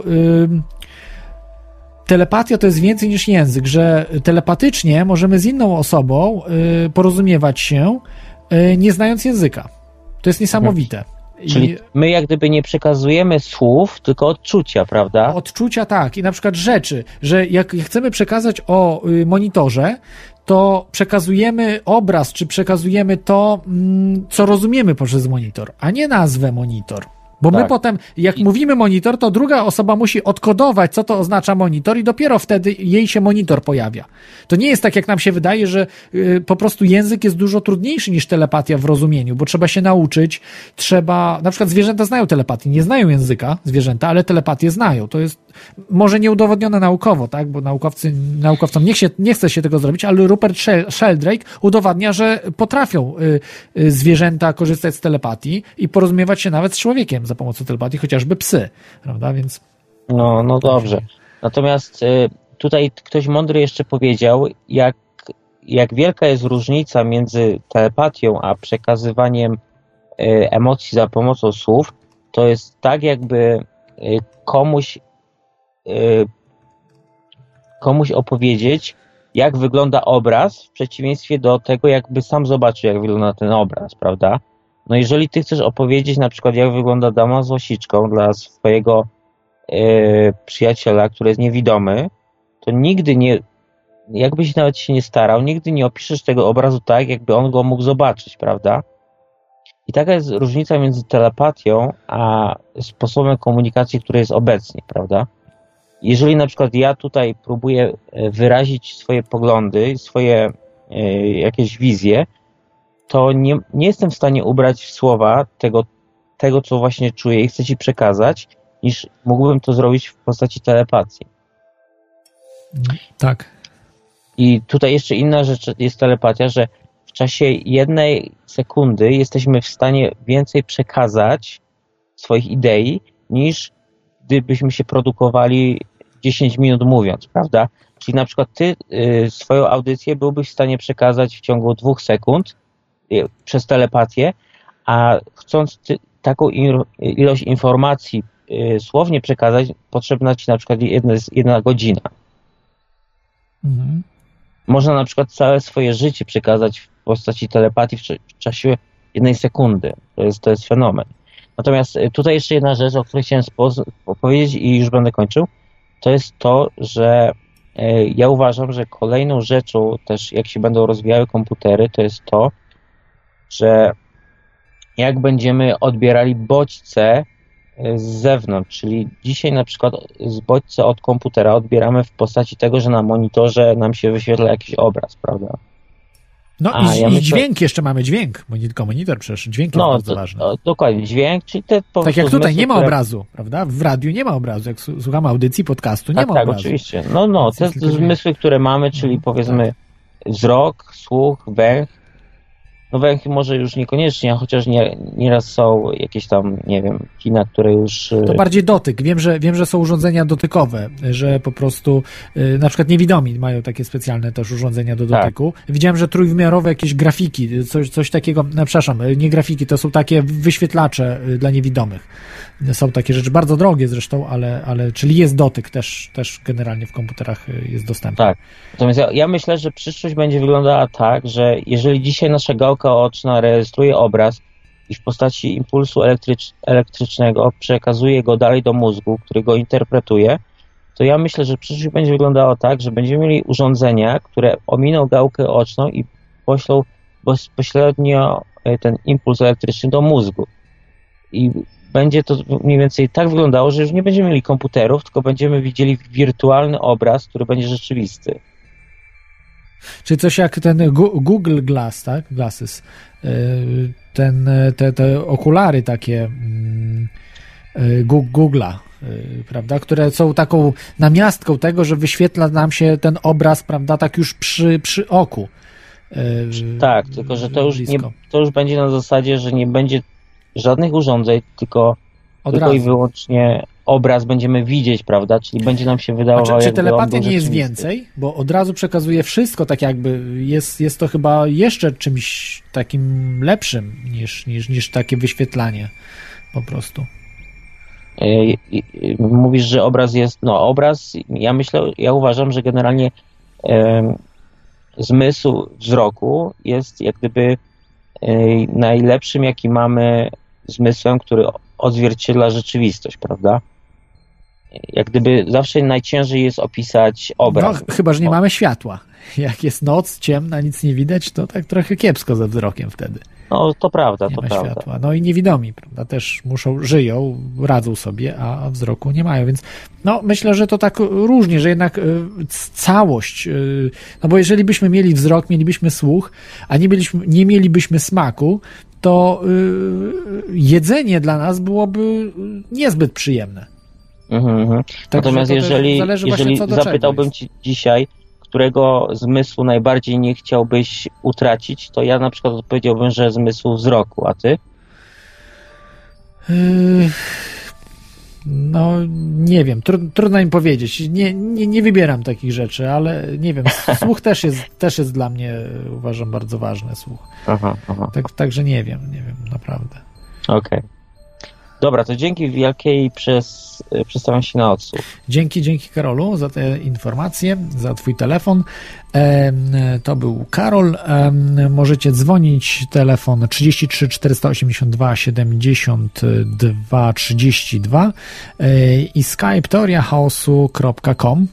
telepatia to jest więcej niż język, że telepatycznie możemy z inną osobą porozumiewać się, nie znając języka. To jest niesamowite. Czyli my jak gdyby nie przekazujemy słów, tylko odczucia, prawda? Odczucia, tak. I na przykład rzeczy, że jak chcemy przekazać o monitorze, to przekazujemy obraz, czy przekazujemy to, co rozumiemy poprzez monitor, a nie nazwę monitor. Bo my potem, jak mówimy monitor, to druga osoba musi odkodować, co to oznacza monitor i dopiero wtedy jej się monitor pojawia. To nie jest tak, jak nam się wydaje, że po prostu język jest dużo trudniejszy niż telepatia w rozumieniu, bo trzeba się nauczyć, na przykład zwierzęta znają telepatię, nie znają języka zwierzęta, ale telepatię znają. To jest może nieudowodnione naukowo, tak, bo naukowcom nie chce się tego zrobić, ale Rupert Sheldrake udowadnia, że potrafią zwierzęta korzystać z telepatii i porozumiewać się nawet z człowiekiem za pomocą telepatii, chociażby psy, prawda, więc... No dobrze. Natomiast tutaj ktoś mądry jeszcze powiedział, jak wielka jest różnica między telepatią a przekazywaniem emocji za pomocą słów, to jest tak, jakby komuś opowiedzieć, jak wygląda obraz, w przeciwieństwie do tego, jakby sam zobaczył, jak wygląda ten obraz, prawda? No jeżeli ty chcesz opowiedzieć na przykład, jak wygląda dama z łasiczką dla swojego przyjaciela, który jest niewidomy, to nigdy nie, jakbyś nawet się nie starał, nigdy nie opiszesz tego obrazu tak, jakby on go mógł zobaczyć, prawda? I taka jest różnica między telepatią a sposobem komunikacji, który jest obecnie, prawda? Jeżeli na przykład ja tutaj próbuję wyrazić swoje poglądy, swoje jakieś wizje, to nie jestem w stanie ubrać w słowa tego, co właśnie czuję i chcę ci przekazać, niż mógłbym to zrobić w postaci telepatii. Tak. I tutaj jeszcze inna rzecz jest telepatia, że w czasie 1 sekundy jesteśmy w stanie więcej przekazać swoich idei, niż gdybyśmy się produkowali 10 minut mówiąc, prawda? Czyli na przykład ty swoją audycję byłbyś w stanie przekazać w ciągu 2 sekund przez telepatię, a chcąc taką ilość informacji słownie przekazać, potrzebna ci na przykład 1 godzina. Mhm. Można na przykład całe swoje życie przekazać w postaci telepatii w czasie 1 sekundy. To jest fenomen. Natomiast tutaj jeszcze jedna rzecz, o której chciałem powiedzieć i już będę kończył, to jest to, że ja uważam, że kolejną rzeczą też, jak się będą rozwijały komputery, to jest to, że jak będziemy odbierali bodźce z zewnątrz, czyli dzisiaj na przykład z bodźce od komputera odbieramy w postaci tego, że na monitorze nam się wyświetla jakiś obraz, prawda? No i dźwięk, jeszcze mamy dźwięk, nie tylko monitor, przecież dźwięk jest bardzo ważny. Dokładnie, dźwięk, czyli te po tak jak tutaj zmysły, nie ma obrazu, prawda? W radiu nie ma obrazu, jak słuchamy audycji, podcastu, nie ma obrazu. Tak, oczywiście. Te zmysły, które mamy, czyli powiedzmy wzrok, słuch, węch. No węchy może już niekoniecznie, chociaż nieraz są jakieś tam, nie wiem, kina, które już... To bardziej dotyk. Wiem, że są urządzenia dotykowe, że po prostu na przykład niewidomi mają takie specjalne też urządzenia do dotyku. Tak. Widziałem, że trójwymiarowe jakieś grafiki, coś takiego, przepraszam, nie grafiki, to są takie wyświetlacze dla niewidomych. Są takie rzeczy, bardzo drogie zresztą, ale czyli jest dotyk też generalnie w komputerach jest dostępny. Tak. Natomiast ja myślę, że przyszłość będzie wyglądała tak, że jeżeli dzisiaj nasza gałka oczna rejestruje obraz i w postaci impulsu elektrycznego przekazuje go dalej do mózgu, który go interpretuje, to ja myślę, że przyszłość będzie wyglądała tak, że będziemy mieli urządzenia, które ominą gałkę oczną i poślą bezpośrednio ten impuls elektryczny do mózgu. I będzie to mniej więcej tak wyglądało, że już nie będziemy mieli komputerów, tylko będziemy widzieli wirtualny obraz, który będzie rzeczywisty. Czyli coś jak ten Google Glass, tak? Glasses. Te okulary takie Google'a, prawda? Które są taką namiastką tego, że wyświetla nam się ten obraz, prawda? Tak już przy oku. Tak, tylko że to już będzie na zasadzie, że nie będzie żadnych urządzeń, tylko i wyłącznie obraz będziemy widzieć, prawda? Czyli będzie nam się wydawało... Czy telepatia nie jest więcej? Bo od razu przekazuje wszystko, tak jakby jest to chyba jeszcze czymś takim lepszym niż takie wyświetlanie po prostu. Mówisz, że obraz jest... obraz, ja uważam, że generalnie zmysł wzroku jest jak gdyby najlepszym, jaki mamy zmysłem, który odzwierciedla rzeczywistość, prawda? Jak gdyby zawsze najciężej jest opisać obraz. No, chyba że nie mamy światła. Jak jest noc, ciemna, nic nie widać, to tak trochę kiepsko ze wzrokiem wtedy. No, to prawda, nie to ma prawda. Światła. No i niewidomi, prawda, też żyją, radzą sobie, a wzroku nie mają, więc myślę, że to tak różnie, że jednak całość, no bo jeżeli byśmy mieli wzrok, mielibyśmy słuch, a nie mielibyśmy smaku, to jedzenie dla nas byłoby niezbyt przyjemne. Natomiast jeżeli zapytałbym cię dzisiaj, którego zmysłu najbardziej nie chciałbyś utracić, to ja na przykład odpowiedziałbym, że zmysłu wzroku, a ty? No, nie wiem, trudno im powiedzieć. Nie wybieram takich rzeczy, ale nie wiem, słuch też jest dla mnie, uważam, bardzo ważny słuch. Aha. Także nie wiem, naprawdę. Okej. Dobra, to dzięki wielkie i przestawiam się na odsłuch. Dzięki Karolu za te informacje, za twój telefon. To był Karol. Możecie dzwonić, telefon 33 482 72 32 i skype teoriachaosu.com.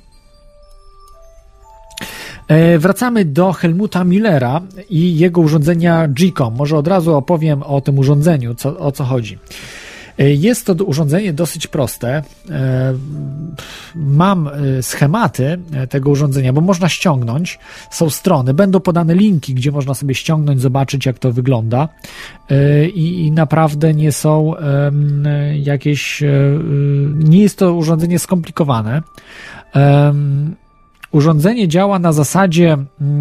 Wracamy do Helmuta Müllera i jego urządzenia GCOM. Może od razu opowiem o tym urządzeniu, o co chodzi. Jest to urządzenie dosyć proste. Mam schematy tego urządzenia, bo można ściągnąć. Są strony, będą podane linki, gdzie można sobie ściągnąć, zobaczyć, jak to wygląda. I naprawdę nie są jakieś... Nie jest to urządzenie skomplikowane. urządzenie działa na zasadzie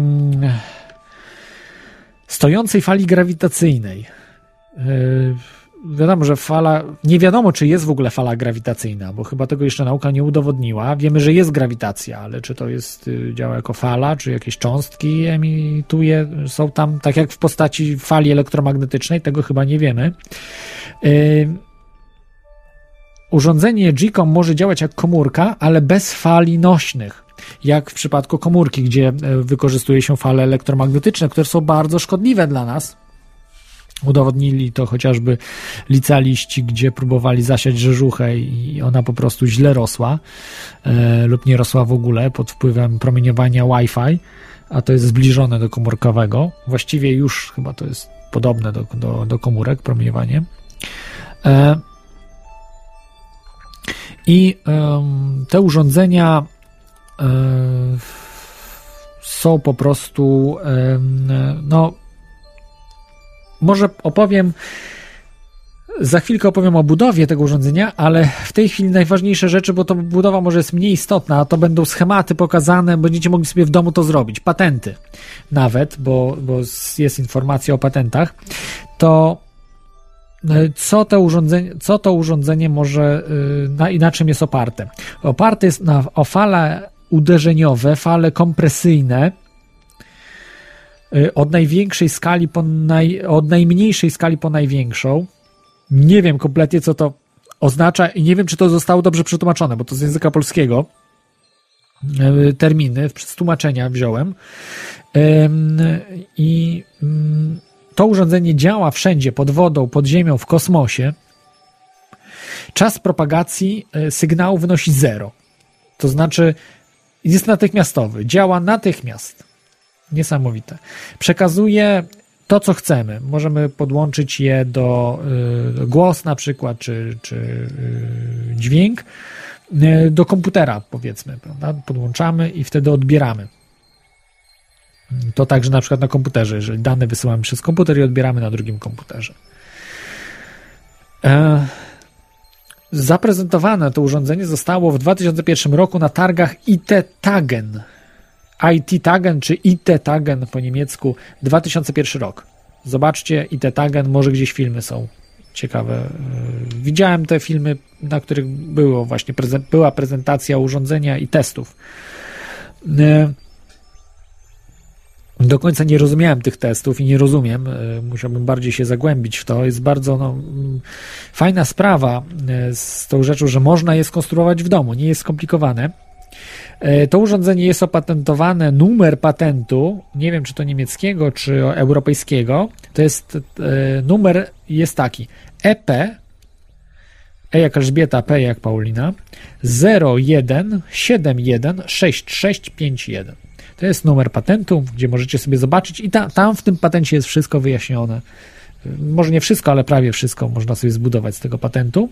stojącej fali grawitacyjnej. Wiadomo, że nie wiadomo, czy jest w ogóle fala grawitacyjna, bo chyba tego jeszcze nauka nie udowodniła. Wiemy, że jest grawitacja, ale czy to działa jako fala, czy jakieś cząstki emituje, są tam, tak jak w postaci fali elektromagnetycznej, tego chyba nie wiemy. Urządzenie GCOM może działać jak komórka, ale bez fali nośnych, jak w przypadku komórki, gdzie wykorzystuje się fale elektromagnetyczne, które są bardzo szkodliwe dla nas. Udowodnili to chociażby licealiści, gdzie próbowali zasiać rzeżuchę i ona po prostu źle rosła lub nie rosła w ogóle pod wpływem promieniowania Wi-Fi, a to jest zbliżone do komórkowego. Właściwie już chyba to jest podobne do komórek, promieniowanie. I te urządzenia są po prostu może za chwilkę opowiem o budowie tego urządzenia, ale w tej chwili najważniejsze rzeczy, bo to budowa może jest mniej istotna, a to będą schematy pokazane, będziecie mogli sobie w domu to zrobić, patenty nawet, bo jest informacja o patentach, to co to urządzenie może, na czym jest oparte? Oparte jest o fale uderzeniowe, fale kompresyjne, od największej skali od najmniejszej skali po największą. Nie wiem kompletnie, co to oznacza i nie wiem, czy to zostało dobrze przetłumaczone, bo to z języka polskiego terminy, z tłumaczenia wziąłem. I to urządzenie działa wszędzie, pod wodą, pod ziemią, w kosmosie. Czas propagacji sygnału wynosi 0. To znaczy jest natychmiastowy, działa natychmiast. Niesamowite. Przekazuje to, co chcemy. Możemy podłączyć je do głos na przykład, czy dźwięk do komputera, powiedzmy, prawda? Podłączamy i wtedy odbieramy. To także na przykład na komputerze, jeżeli dane wysyłamy przez komputer i odbieramy na drugim komputerze. Zaprezentowane to urządzenie zostało w 2001 roku na targach IT-Tagen. IT-Tagen czy IT-Tagen po niemiecku, 2001 rok. Zobaczcie, IT-Tagen, może gdzieś filmy są ciekawe. Widziałem te filmy, na których była prezentacja urządzenia i testów. Do końca nie rozumiałem tych testów i nie rozumiem. Musiałbym bardziej się zagłębić w to. Jest bardzo fajna sprawa z tą rzeczą, że można je skonstruować w domu. Nie jest skomplikowane. To urządzenie jest opatentowane, numer patentu, nie wiem czy to niemieckiego, czy europejskiego, to jest numer jest taki EP, E jak Elżbieta, P jak Paulina, 01716651. To jest numer patentu, gdzie możecie sobie zobaczyć i tam w tym patencie jest wszystko wyjaśnione. Może nie wszystko, ale prawie wszystko można sobie zbudować z tego patentu.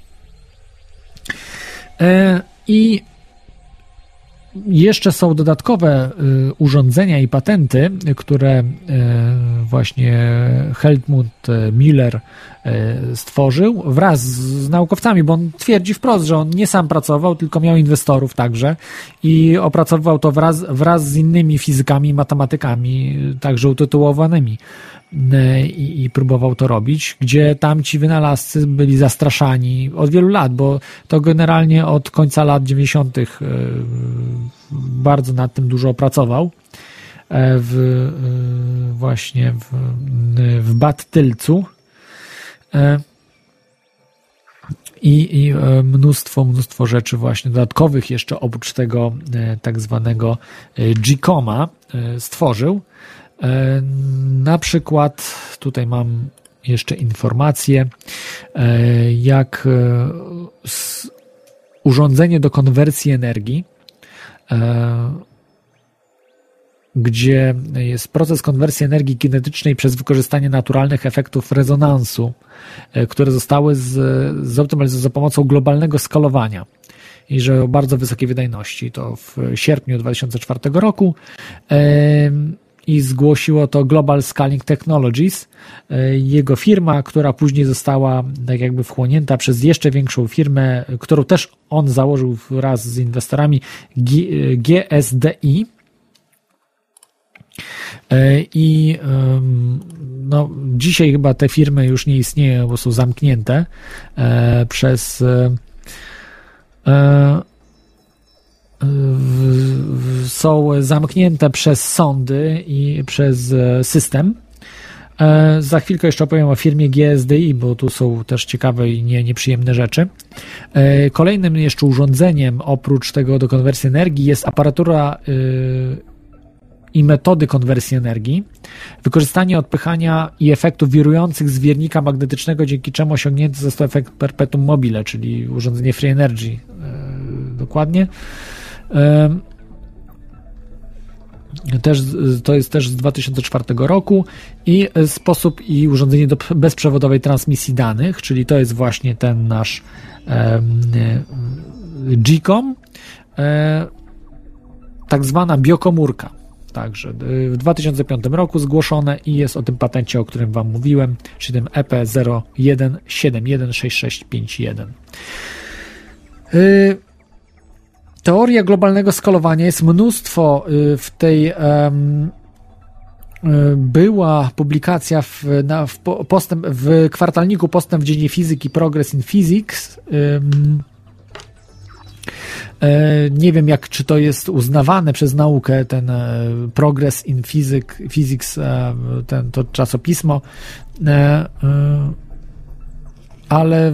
I jeszcze są dodatkowe urządzenia i patenty, które właśnie Helmut Miller stworzył wraz z naukowcami, bo on twierdzi wprost, że on nie sam pracował, tylko miał inwestorów także i opracowywał to wraz z innymi fizykami i matematykami, także utytułowanymi i próbował to robić, gdzie tamci wynalazcy byli zastraszani od wielu lat, bo to generalnie od końca lat 90. bardzo nad tym dużo opracował właśnie w Bad Tylcu i mnóstwo rzeczy właśnie dodatkowych jeszcze oprócz tego tak zwanego GCOM-a stworzył. Na przykład tutaj mam jeszcze informację, jak urządzenie do konwersji energii, gdzie jest proces konwersji energii kinetycznej przez wykorzystanie naturalnych efektów rezonansu, które zostały zoptymalizowane za pomocą globalnego skalowania i że o bardzo wysokiej wydajności. To w sierpniu 2004 roku i zgłosiło to Global Scaling Technologies. Jego firma, która później została tak jakby wchłonięta przez jeszcze większą firmę, którą też on założył wraz z inwestorami, GSDI. I no, dzisiaj chyba te firmy już nie istnieją, bo są zamknięte są zamknięte przez sądy i przez system. Za chwilkę jeszcze opowiem o firmie GSDI, bo tu są też ciekawe i nieprzyjemne rzeczy. Kolejnym jeszcze urządzeniem oprócz tego do konwersji energii jest aparatura i metody konwersji energii, wykorzystanie odpychania i efektów wirujących z wiernika magnetycznego, dzięki czemu osiągnięty został efekt perpetuum mobile, czyli urządzenie free energy. Dokładnie. Też, to jest też z 2004 roku i sposób i urządzenie do bezprzewodowej transmisji danych, czyli to jest właśnie ten nasz GCOM, tak zwana biokomórka. Także w 2005 roku zgłoszone i jest o tym patencie, o którym Wam mówiłem, czyli tym EP01716651. Teoria globalnego skalowania jest mnóstwo w tej była publikacja w kwartalniku Postęp w dziedzinie fizyki Progress in Physics. Nie wiem, czy to jest uznawane przez naukę, ten Progress in Physics, to czasopismo, ale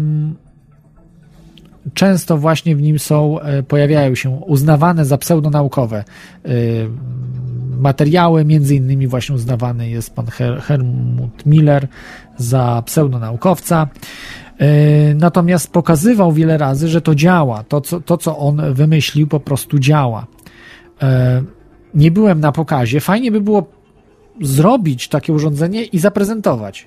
często właśnie w nim pojawiają się uznawane za pseudonaukowe materiały, między innymi właśnie uznawany jest pan Helmut Miller za pseudonaukowca. Natomiast pokazywał wiele razy, że to działa. To, co on wymyślił, po prostu działa. Nie byłem na pokazie. Fajnie by było zrobić takie urządzenie i zaprezentować.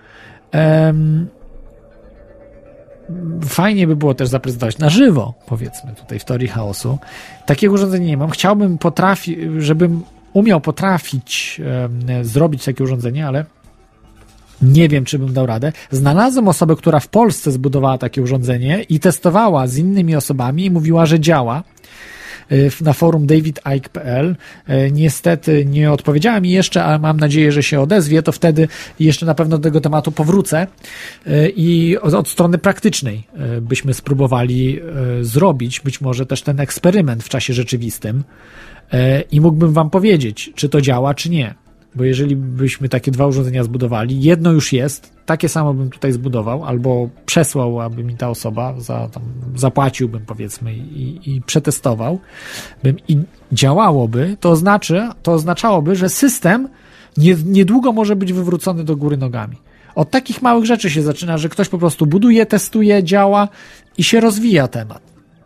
Fajnie by było też zaprezentować na żywo, powiedzmy, tutaj w Teorii Chaosu. Takiego urządzenia nie mam. Chciałbym żebym umiał potrafić zrobić takie urządzenie, ale nie wiem, czy bym dał radę. Znalazłem osobę, która w Polsce zbudowała takie urządzenie i testowała z innymi osobami i mówiła, że działa. Na forum davidike.pl. Niestety nie odpowiedziała mi jeszcze, ale mam nadzieję, że się odezwie, to wtedy jeszcze na pewno do tego tematu powrócę i od strony praktycznej byśmy spróbowali zrobić być może też ten eksperyment w czasie rzeczywistym i mógłbym Wam powiedzieć, czy to działa, czy nie. Bo jeżeli byśmy takie dwa urządzenia zbudowali, jedno już jest, takie samo bym tutaj zbudował, albo przesłał, aby mi ta osoba, zapłaciłbym, powiedzmy, i przetestował bym i działałoby, to oznaczałoby, że system niedługo może być wywrócony do góry nogami. Od takich małych rzeczy się zaczyna, że ktoś po prostu buduje, testuje, działa i się rozwija temat.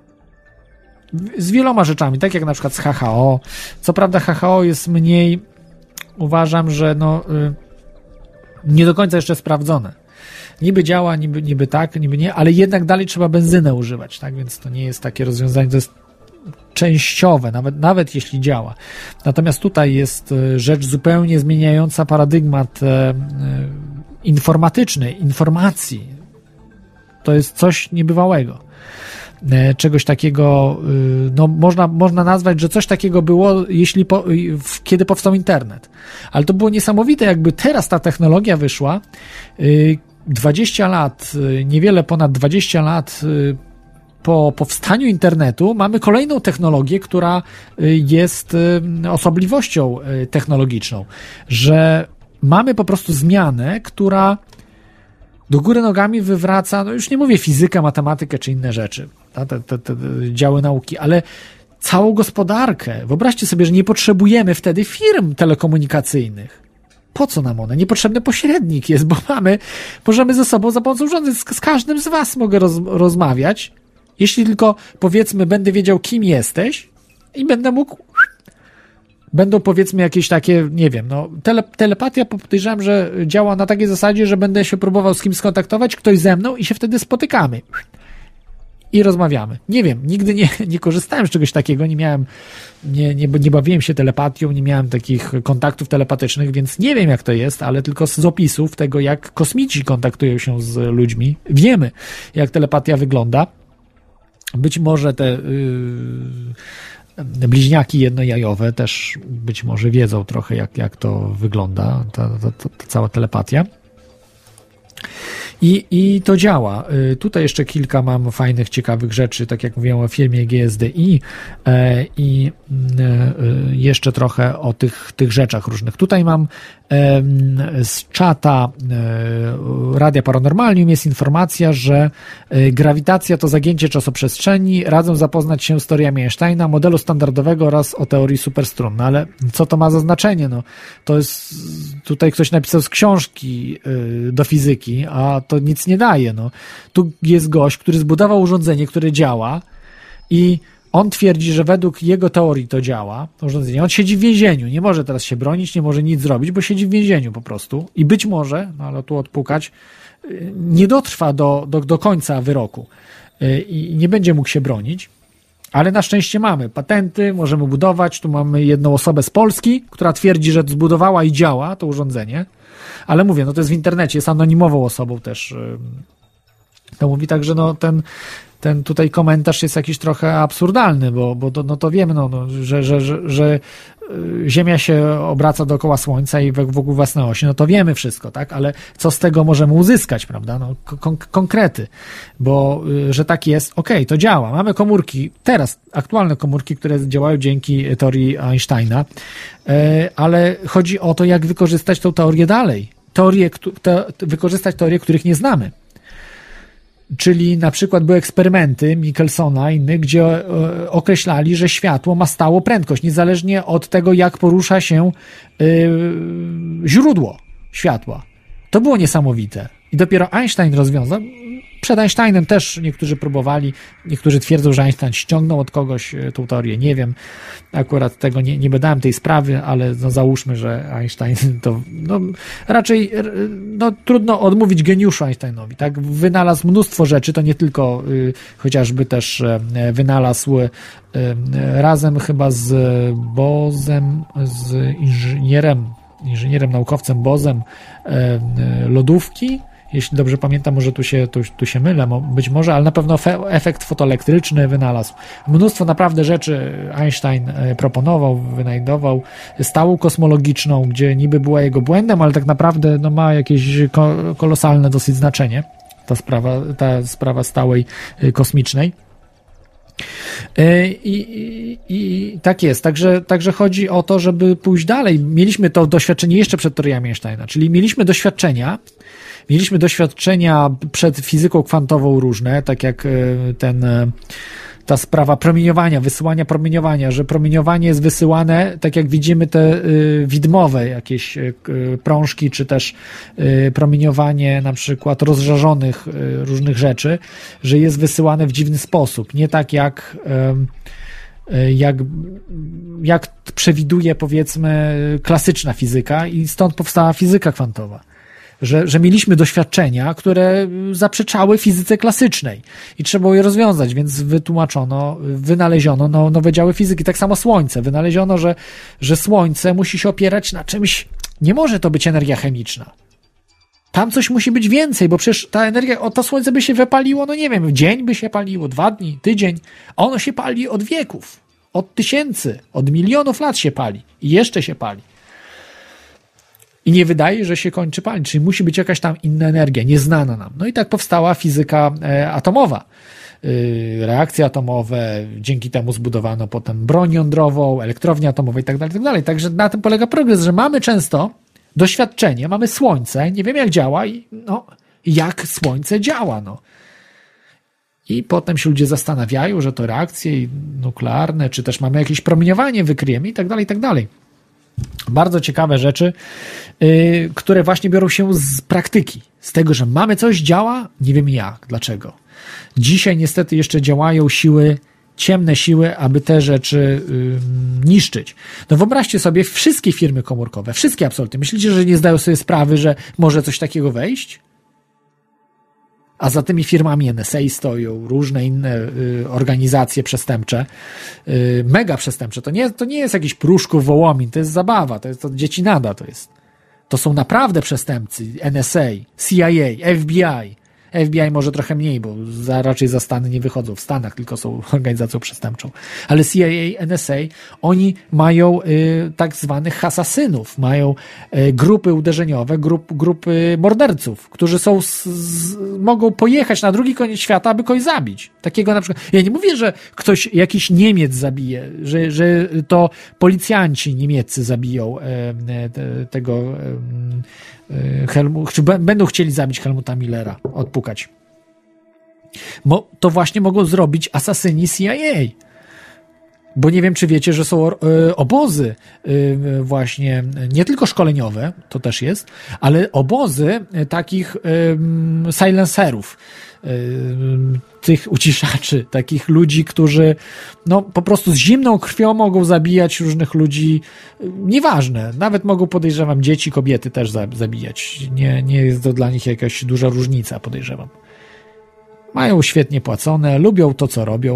Z wieloma rzeczami, tak jak na przykład z HHO. Co prawda HHO jest mniej, uważam, że nie do końca jeszcze sprawdzone. Niby działa, niby tak, niby nie, ale jednak dalej trzeba benzynę używać, tak? Więc to nie jest takie rozwiązanie, to jest częściowe, nawet jeśli działa. Natomiast tutaj jest rzecz zupełnie zmieniająca paradygmat informatyczny, informacji. To jest coś niebywałego. Czegoś takiego, no można nazwać, że coś takiego było, kiedy powstał internet. Ale to było niesamowite, jakby teraz ta technologia wyszła, 20 lat, niewiele ponad 20 lat po powstaniu internetu mamy kolejną technologię, która jest osobliwością technologiczną, że mamy po prostu zmianę, która do góry nogami wywraca, no już nie mówię fizykę, matematykę czy inne rzeczy, te działy nauki, ale całą gospodarkę. Wyobraźcie sobie, że nie potrzebujemy wtedy firm telekomunikacyjnych. Po co nam one? Niepotrzebny pośrednik jest, bo możemy ze sobą za pomocą urządzeń, z każdym z was mogę rozmawiać, jeśli tylko, powiedzmy, będę wiedział, kim jesteś i będą, powiedzmy, jakieś takie, nie wiem, telepatia, podejrzewam, że działa na takiej zasadzie, że będę się próbował z kimś skontaktować, ktoś ze mną i się wtedy spotykamy. i rozmawiamy. Nie wiem, nigdy nie korzystałem z czegoś takiego, nie bawiłem się telepatią, nie miałem takich kontaktów telepatycznych, więc nie wiem, jak to jest, ale tylko z opisów tego, jak kosmici kontaktują się z ludźmi, wiemy, jak telepatia wygląda. Być może te bliźniaki jednojajowe też być może wiedzą trochę, jak to wygląda, ta cała telepatia. I to działa. Tutaj jeszcze kilka mam fajnych, ciekawych rzeczy, tak jak mówiłem o firmie GSDI i jeszcze trochę o tych rzeczach różnych. Tutaj mam z czata Radia Paranormalium jest informacja, że grawitacja to zagięcie czasoprzestrzeni, radzą zapoznać się z teoriami Einsteina, modelu standardowego oraz o teorii superstrun. No ale co to ma za znaczenie? No, to jest, tutaj ktoś napisał z książki do fizyki, a to nic nie daje. No. Tu jest gość, który zbudował urządzenie, które działa i on twierdzi, że według jego teorii to działa, to urządzenie. On siedzi w więzieniu, nie może teraz się bronić, nie może nic zrobić, bo siedzi w więzieniu po prostu i być może, no ale tu odpukać, nie dotrwa do końca wyroku i nie będzie mógł się bronić, ale na szczęście mamy patenty, możemy budować, tu mamy jedną osobę z Polski, która twierdzi, że zbudowała i działa to urządzenie, ale mówię, no to jest w internecie, jest anonimową osobą też. To mówi tak, że no ten tutaj komentarz jest jakiś trochę absurdalny, bo to wiemy, że Ziemia się obraca dookoła Słońca i wokół własnej osi, no to wiemy wszystko, tak, ale co z tego możemy uzyskać, prawda, no konkrety, bo że tak jest, okej, to działa, mamy komórki, teraz aktualne komórki, które działają dzięki teorii Einsteina, ale chodzi o to, jak wykorzystać tą teorię dalej, wykorzystać teorie, których nie znamy. Czyli na przykład były eksperymenty Michelsona i innych, gdzie określali, że światło ma stałą prędkość, niezależnie od tego, jak porusza się źródło światła. To było niesamowite. I dopiero Einstein rozwiązał. Przed Einsteinem też niektórzy próbowali, niektórzy twierdzą, że Einstein ściągnął od kogoś tą teorię. Nie wiem, akurat tego nie badałem tej sprawy, ale no załóżmy, że Einstein to no, raczej no, trudno odmówić geniuszu Einsteinowi. Tak? Wynalazł mnóstwo rzeczy, to nie tylko chociażby też wynalazł razem chyba z Bosem, z inżynierem naukowcem Bosem lodówki. Jeśli dobrze pamiętam, może tu się mylę, być może, ale na pewno efekt fotoelektryczny wynalazł. Mnóstwo naprawdę rzeczy Einstein proponował, wynajdował. Stałą kosmologiczną, gdzie niby była jego błędem, ale tak naprawdę no, ma jakieś kolosalne dosyć znaczenie, ta sprawa stałej kosmicznej. I tak jest, także chodzi o to, żeby pójść dalej. Mieliśmy to doświadczenie jeszcze przed teoriami Einsteina, czyli mieliśmy doświadczenia przed fizyką kwantową różne, tak jak ta sprawa promieniowania, wysyłania promieniowania, że promieniowanie jest wysyłane, tak jak widzimy te widmowe jakieś prążki, czy też promieniowanie na przykład rozżarzonych różnych rzeczy, że jest wysyłane w dziwny sposób, nie tak jak przewiduje, powiedzmy, klasyczna fizyka i stąd powstała fizyka kwantowa. Że mieliśmy doświadczenia, które zaprzeczały fizyce klasycznej i trzeba było je rozwiązać, więc wynaleziono nowe działy fizyki. Tak samo Słońce. Wynaleziono, że Słońce musi się opierać na czymś, nie może to być energia chemiczna. Tam coś musi być więcej, bo przecież ta energia, to Słońce by się wypaliło, no nie wiem, w dzień by się paliło, 2 dni, tydzień. Ono się pali od wieków, od tysięcy, od milionów lat się pali i jeszcze się pali. I nie wydaje, że się kończy palić, czyli musi być jakaś tam inna energia, nieznana nam. No i tak powstała fizyka atomowa. Reakcje atomowe, dzięki temu zbudowano potem broń jądrową, elektrownie atomowe i tak dalej. Także na tym polega progres, że mamy często doświadczenie, mamy Słońce, nie wiem jak działa i no, jak Słońce działa, no. I potem się ludzie zastanawiają, że to reakcje nuklearne, czy też mamy jakieś promieniowanie, wykryjemy i tak dalej. Bardzo ciekawe rzeczy, które właśnie biorą się z praktyki, z tego, że mamy coś, działa, nie wiemy jak, dlaczego. Dzisiaj niestety jeszcze działają ciemne siły, aby te rzeczy niszczyć. No wyobraźcie sobie, wszystkie firmy komórkowe, wszystkie absolutnie, myślicie, że nie zdają sobie sprawy, że może coś takiego wejść? A za tymi firmami NSA stoją różne inne organizacje przestępcze, mega przestępcze. To nie jest jakiś Pruszków, Wołomin, to jest zabawa, to dzieci nada to jest. To są naprawdę przestępcy, NSA, CIA, FBI. FBI może trochę mniej, bo raczej za Stany nie wychodzą. W Stanach tylko są organizacją przestępczą. Ale CIA, NSA, oni mają tak zwanych asasynów, mają grupy uderzeniowe, grupy morderców, którzy mogą pojechać na drugi koniec świata, aby kogoś zabić. Takiego na przykład. Ja nie mówię, że jakiś Niemiec zabije, że to policjanci niemieccy zabiją tego czy będą chcieli zabić Helmuta Millera, odpukać. Bo to właśnie mogą zrobić asasyni CIA. Bo nie wiem, czy wiecie, że są obozy właśnie, nie tylko szkoleniowe, to też jest, ale obozy takich silencerów, tych uciszaczy, takich ludzi, którzy po prostu z zimną krwią mogą zabijać różnych ludzi, nieważne, nawet mogą, podejrzewam, dzieci, kobiety też zabijać. Nie jest to dla nich jakaś duża różnica, podejrzewam. Mają świetnie płacone, lubią to, co robią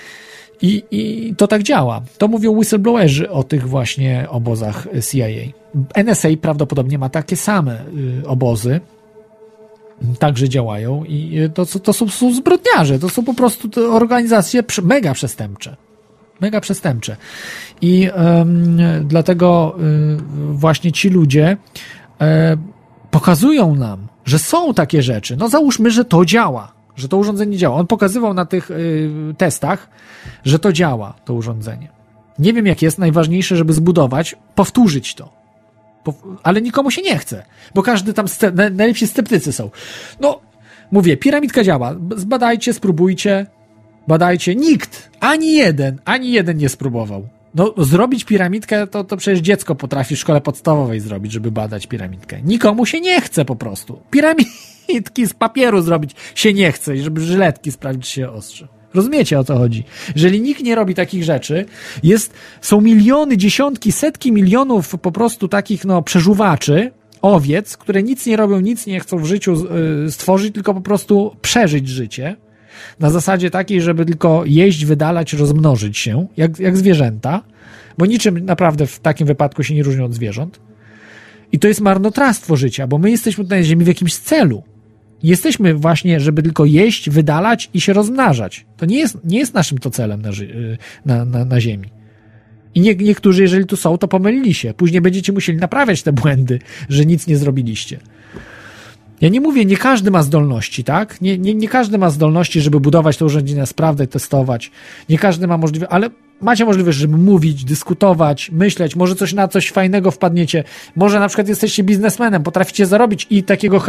i to tak działa. To mówią whistleblowerzy o tych właśnie obozach CIA. NSA prawdopodobnie ma takie same obozy, także działają i to są zbrodniarze, to są po prostu organizacje mega przestępcze. I dlatego właśnie ci ludzie pokazują nam, że są takie rzeczy. Załóżmy, że to działa, że to urządzenie działa. On pokazywał na tych testach, że to działa, to urządzenie. Nie wiem, jak jest, najważniejsze, żeby zbudować, powtórzyć to. Ale nikomu się nie chce, bo każdy tam, najlepsi sceptycy są. Mówię, piramidka działa, zbadajcie, spróbujcie, badajcie. Nikt, ani jeden nie spróbował. Zrobić piramidkę, to przecież dziecko potrafi w szkole podstawowej zrobić, żeby badać piramidkę. Nikomu się nie chce po prostu. Piramidki z papieru zrobić się nie chce i żeby żyletki sprawdzić, czy się ostrzy. Rozumiecie, o co chodzi? Jeżeli nikt nie robi takich rzeczy, są miliony, dziesiątki, setki milionów po prostu takich przeżuwaczy, owiec, które nic nie robią, nic nie chcą w życiu stworzyć, tylko po prostu przeżyć życie. Na zasadzie takiej, żeby tylko jeść, wydalać, rozmnożyć się, jak zwierzęta, bo niczym naprawdę w takim wypadku się nie różnią od zwierząt. I to jest marnotrawstwo życia, bo my jesteśmy tutaj na Ziemi w jakimś celu. Jesteśmy właśnie, żeby tylko jeść, wydalać i się rozmnażać. To nie jest naszym to celem na Ziemi. I niektórzy, jeżeli tu są, to pomylili się. Później będziecie musieli naprawiać te błędy, że nic nie zrobiliście. Ja nie mówię, nie każdy ma zdolności, tak? Nie każdy ma zdolności, żeby budować to urządzenie, sprawdzać, testować. Nie każdy ma możliwość, ale macie możliwość, żeby mówić, dyskutować, myśleć, może na coś fajnego wpadniecie, może na przykład jesteście biznesmenem, potraficie zarobić i takiego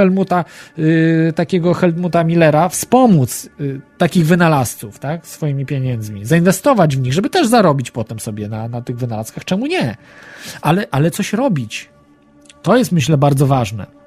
Helmuta Millera wspomóc takich wynalazców, tak? Swoimi pieniędzmi, zainwestować w nich, żeby też zarobić potem sobie na tych wynalazkach. Czemu nie? Ale coś robić. To jest, myślę, bardzo ważne.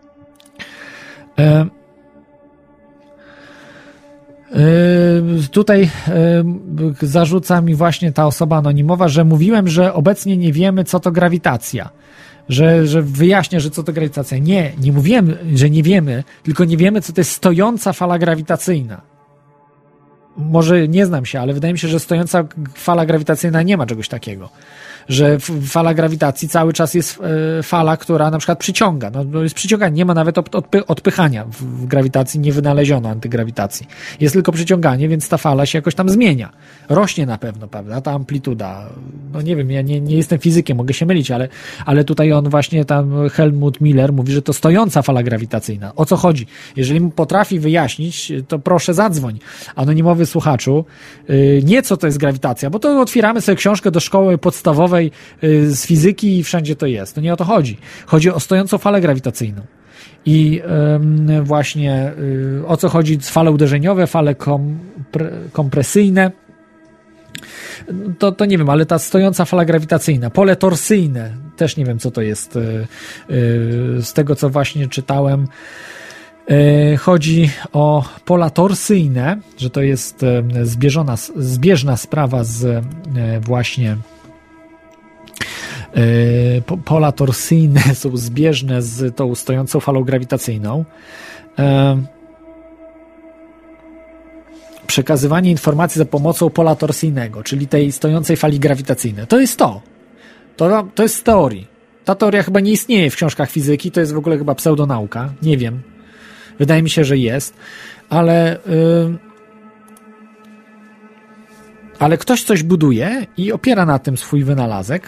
Tutaj zarzuca mi właśnie ta osoba anonimowa, że mówiłem, że obecnie nie wiemy, co to grawitacja. Że wyjaśnię, że co to grawitacja. Nie mówiłem, że nie wiemy, tylko nie wiemy, co to jest stojąca fala grawitacyjna. Może nie znam się, ale wydaje mi się, że stojąca fala grawitacyjna nie ma czegoś takiego. Że fala grawitacji cały czas jest fala, która na przykład przyciąga. Jest przyciąganie, nie ma nawet odpychania. W grawitacji nie wynaleziono antygrawitacji. Jest tylko przyciąganie, więc ta fala się jakoś tam zmienia. Rośnie na pewno, prawda? Ta amplituda. Nie wiem, ja nie jestem fizykiem, mogę się mylić, ale tutaj on właśnie tam Helmut Miller mówi, że to stojąca fala grawitacyjna. O co chodzi? Jeżeli mu potrafi wyjaśnić, to proszę zadzwoń. Anonimowy słuchaczu, nie co to jest grawitacja, bo to otwieramy sobie książkę do szkoły podstawowej z fizyki i wszędzie to jest. To nie o to chodzi. Chodzi o stojącą falę grawitacyjną. I właśnie o co chodzi z fale uderzeniowe, fale kompresyjne, to nie wiem, ale ta stojąca fala grawitacyjna, pole torsyjne, też nie wiem, co to jest. Z tego, co właśnie czytałem, chodzi o pola torsyjne, że to jest zbieżna sprawa z właśnie pola torsyjne są zbieżne z tą stojącą falą grawitacyjną. przekazywanie informacji za pomocą pola torsyjnego, czyli tej stojącej fali grawitacyjnej. To jest to. To jest z teorii. Ta teoria chyba nie istnieje w książkach fizyki, to jest w ogóle chyba pseudonauka. Nie wiem. Wydaje mi się, że jest. Ale ktoś coś buduje i opiera na tym swój wynalazek.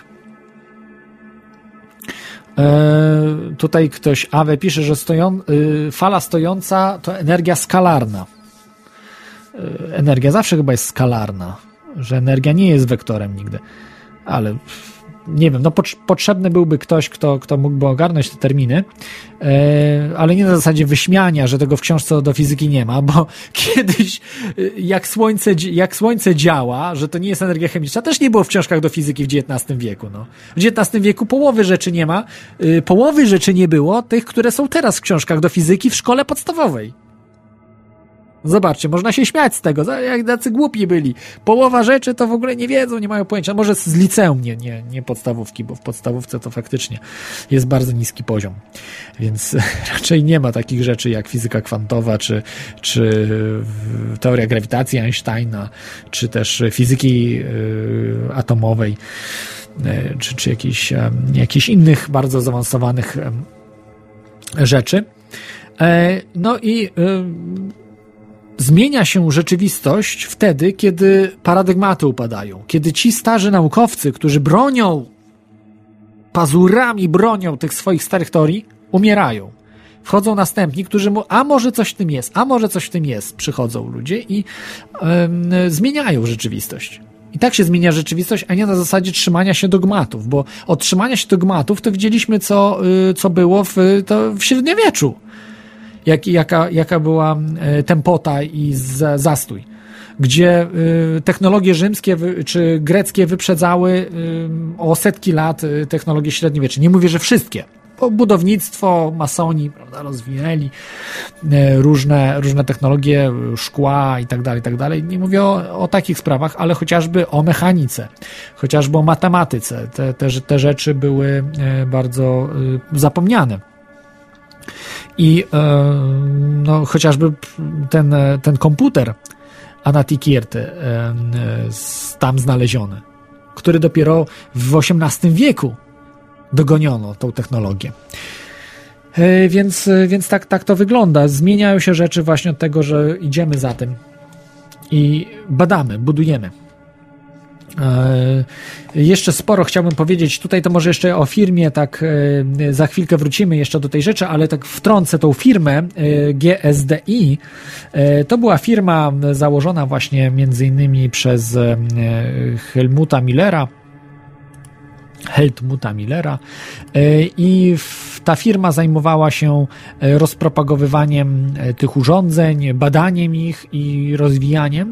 Tutaj ktoś, Awe, pisze, że fala stojąca to energia skalarna. Energia zawsze chyba jest skalarna, że energia nie jest wektorem nigdy. Ale nie wiem, no potrzebny byłby ktoś, kto mógłby ogarnąć te terminy, ale nie na zasadzie wyśmiania, że tego w książce do fizyki nie ma, bo kiedyś jak słońce działa, że to nie jest energia chemiczna, też nie było w książkach do fizyki w XIX wieku. No. W XIX wieku połowy rzeczy nie ma, połowy rzeczy nie było, tych, które są teraz w książkach do fizyki w szkole podstawowej. Zobaczcie, można się śmiać z tego, jak tacy głupi byli. Połowa rzeczy to w ogóle nie wiedzą, nie mają pojęcia. Może z liceum, nie podstawówki, bo w podstawówce to faktycznie jest bardzo niski poziom. Więc raczej nie ma takich rzeczy jak fizyka kwantowa, czy teoria grawitacji Einsteina, czy też fizyki atomowej, czy jakichś innych bardzo zaawansowanych rzeczy. No i zmienia się rzeczywistość wtedy, kiedy paradygmaty upadają. Kiedy ci starzy naukowcy, którzy pazurami bronią tych swoich starych teorii, umierają. Wchodzą następni, którzy a może coś w tym jest. Przychodzą ludzie i zmieniają rzeczywistość. I tak się zmienia rzeczywistość, a nie na zasadzie trzymania się dogmatów, bo od trzymania się dogmatów to widzieliśmy, co było w średniowieczu. Jaka była tempota i zastój, gdzie technologie rzymskie czy greckie wyprzedzały o setki lat technologie średniowieczne. Nie mówię, że wszystkie, bo budownictwo, masoni, prawda, rozwinęli różne technologie szkła i tak dalej. Nie mówię o takich sprawach, ale chociażby o mechanice, chociażby o matematyce. Te rzeczy były bardzo zapomniane. I no, chociażby ten komputer Anatikirty tam znaleziony, który dopiero w XVIII wieku dogoniono tą technologię. Więc tak to wygląda. Zmieniają się rzeczy właśnie od tego, że idziemy za tym i badamy, budujemy. Jeszcze sporo chciałbym powiedzieć, tutaj to może jeszcze o firmie, tak za chwilkę wrócimy jeszcze do tej rzeczy, ale tak wtrącę tą firmę GSDI. To była firma założona właśnie między innymi przez Helmuta Millera i ta firma zajmowała się rozpropagowywaniem tych urządzeń, badaniem ich i rozwijaniem.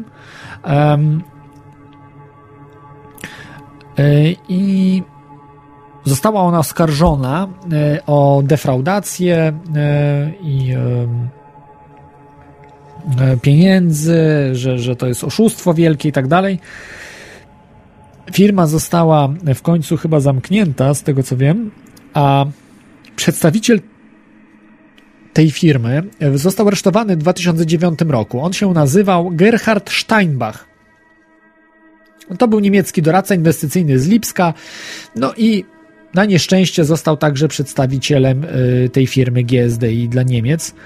I została ona oskarżona o defraudację i pieniędzy, że to jest oszustwo wielkie i tak dalej. Firma została w końcu chyba zamknięta, z tego co wiem, a przedstawiciel tej firmy został aresztowany w 2009 roku. On się nazywał Gerhard Steinbach. To był niemiecki doradca inwestycyjny z Lipska, no i na nieszczęście został także przedstawicielem tej firmy GSDI dla Niemiec.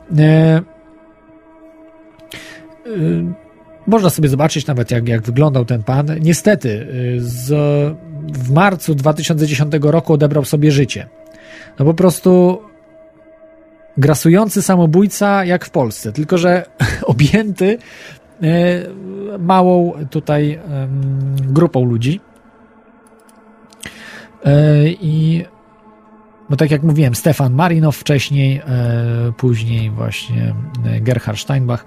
Można sobie zobaczyć nawet, jak wyglądał ten pan. Niestety w marcu 2010 roku odebrał sobie życie. No po prostu grasujący samobójca jak w Polsce, tylko że objęty małą tutaj grupą ludzi. Bo tak jak mówiłem, Stefan Marinow wcześniej, później właśnie Gerhard Steinbach.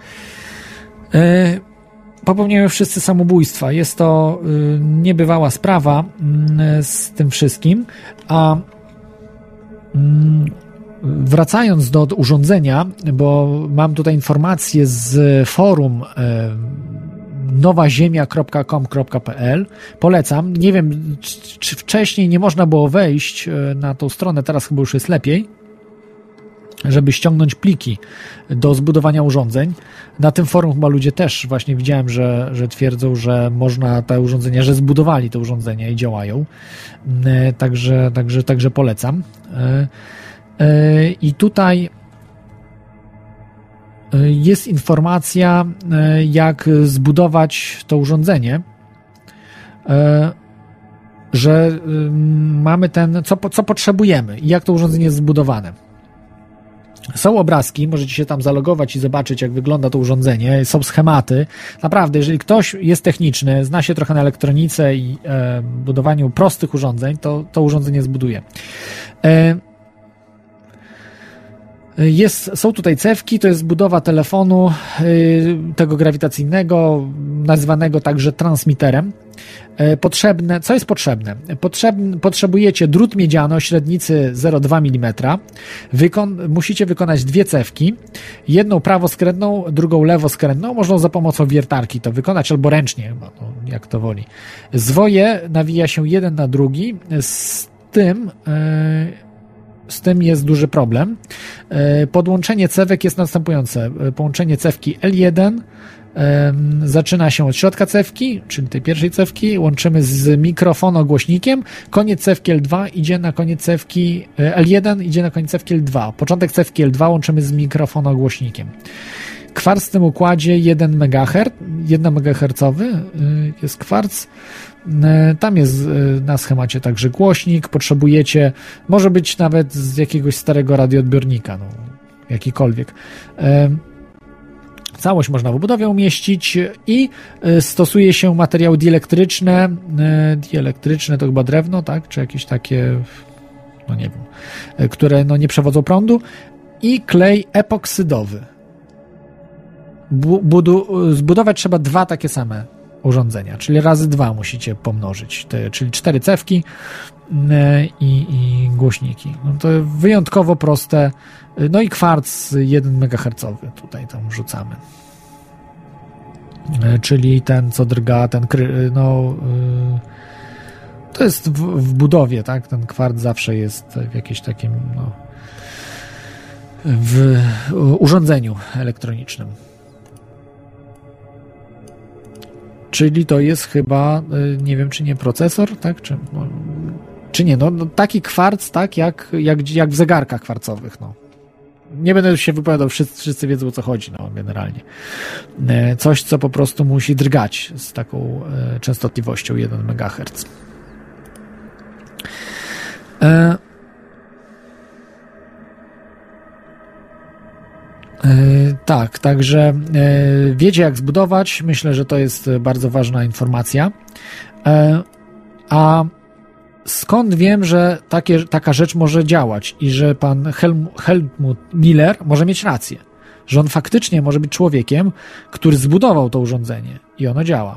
Popełniają wszyscy samobójstwa. Jest to niebywała sprawa z tym wszystkim, a wracając do urządzenia, bo mam tutaj informację z forum nowaziemia.com.pl. Polecam. Nie wiem, czy wcześniej nie można było wejść na tą stronę, teraz chyba już jest lepiej. żeby ściągnąć pliki do zbudowania urządzeń. Na tym forum chyba ludzie też właśnie widziałem, że twierdzą, że można te urządzenia, że zbudowali te urządzenia i działają. Także polecam. I tutaj jest informacja, jak zbudować to urządzenie, że mamy co potrzebujemy i jak to urządzenie jest zbudowane. Są obrazki, możecie się tam zalogować i zobaczyć, jak wygląda to urządzenie, są schematy. Naprawdę, jeżeli ktoś jest techniczny, zna się trochę na elektronice i budowaniu prostych urządzeń, to urządzenie zbuduje. Są tutaj cewki, to jest budowa telefonu tego grawitacyjnego, nazywanego także transmiterem. Co jest potrzebne? Potrzebujecie drut miedziany o średnicy 0,2 mm. Musicie wykonać 2 cewki, jedną prawoskrętną, drugą lewoskrętną. Można za pomocą wiertarki to wykonać, albo ręcznie, jak to woli. Zwoje nawija się jeden na drugi, z tym jest duży problem. Podłączenie cewek jest następujące. Połączenie cewki L1 zaczyna się od środka cewki, czyli tej pierwszej cewki, łączymy z mikrofonogłośnikiem, koniec cewki L2 idzie na koniec cewki L1, idzie na koniec cewki L2. Początek cewki L2 łączymy z mikrofonogłośnikiem. Kwarc w tym układzie 1 MHz jest kwarc. Tam jest na schemacie także głośnik, potrzebujecie, może być nawet z jakiegoś starego radioodbiornika, jakikolwiek. Całość można w obudowie umieścić i stosuje się materiały dielektryczne. Dielektryczne to chyba drewno, tak? Czy jakieś takie, nie wiem, które nie przewodzą prądu, i klej epoksydowy. Zbudować trzeba 2 takie same urządzenia, czyli razy 2 musicie pomnożyć, czyli 4 cewki i głośniki. To wyjątkowo proste. I kwarc 1 MHz tutaj tam wrzucamy. Czyli ten, co drga, to jest w budowie, tak? Ten kwarc zawsze jest w jakimś takim, w urządzeniu elektronicznym. Czyli to jest chyba, nie wiem, czy nie procesor, tak? Czy nie? Taki kwarc, tak? Jak w zegarkach kwarcowych, Nie będę się wypowiadał, wszyscy wiedzą, o co chodzi, generalnie. Coś, co po prostu musi drgać z taką częstotliwością 1 MHz. Tak, także wiecie, jak zbudować. Myślę, że to jest bardzo ważna informacja. A skąd wiem, że taka rzecz może działać i że pan Helmut Miller może mieć rację, że on faktycznie może być człowiekiem, który zbudował to urządzenie i ono działa.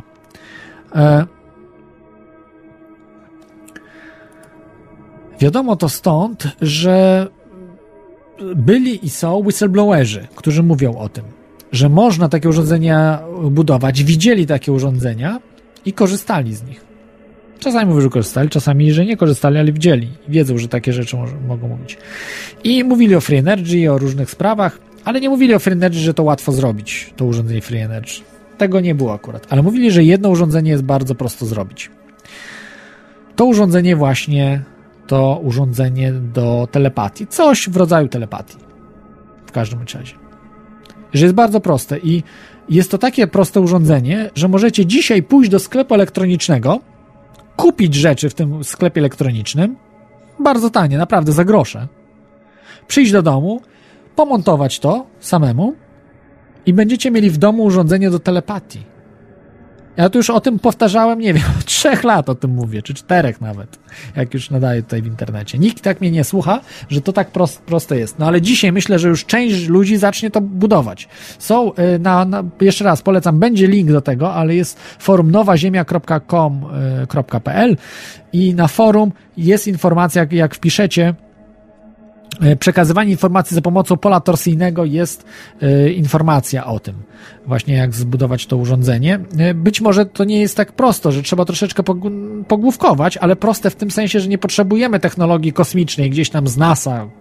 Wiadomo to stąd, że byli i są whistleblowerzy, którzy mówią o tym, że można takie urządzenia budować, widzieli takie urządzenia i korzystali z nich. Czasami mówią, że korzystali, czasami, że nie korzystali, ale widzieli. Wiedzą, że takie rzeczy mogą mówić. I mówili o Free Energy, o różnych sprawach, ale nie mówili o Free Energy, że to łatwo zrobić, to urządzenie Free Energy. Tego nie było akurat. Ale mówili, że jedno urządzenie jest bardzo prosto zrobić. To urządzenie właśnie to urządzenie do telepatii. Coś w rodzaju telepatii. W każdym razie. Że jest bardzo proste i jest to takie proste urządzenie, że możecie dzisiaj pójść do sklepu elektronicznego, kupić rzeczy w tym sklepie elektronicznym, bardzo tanie, naprawdę za grosze, przyjść do domu, pomontować to samemu i będziecie mieli w domu urządzenie do telepatii. Ja tu już o tym powtarzałem, nie wiem, 3 lat o tym mówię, czy 4 nawet, jak już nadaję tutaj w internecie. Nikt tak mnie nie słucha, że to tak proste jest. Ale dzisiaj myślę, że już część ludzi zacznie to budować. Są, jeszcze raz polecam, będzie link do tego, ale jest forum nowaziemia.com.pl i na forum jest informacja, jak wpiszecie przekazywanie informacji za pomocą pola torsyjnego, jest informacja o tym, właśnie jak zbudować to urządzenie. Być może to nie jest tak prosto, że trzeba troszeczkę pogłówkować, ale proste w tym sensie, że nie potrzebujemy technologii kosmicznej gdzieś tam z NASA,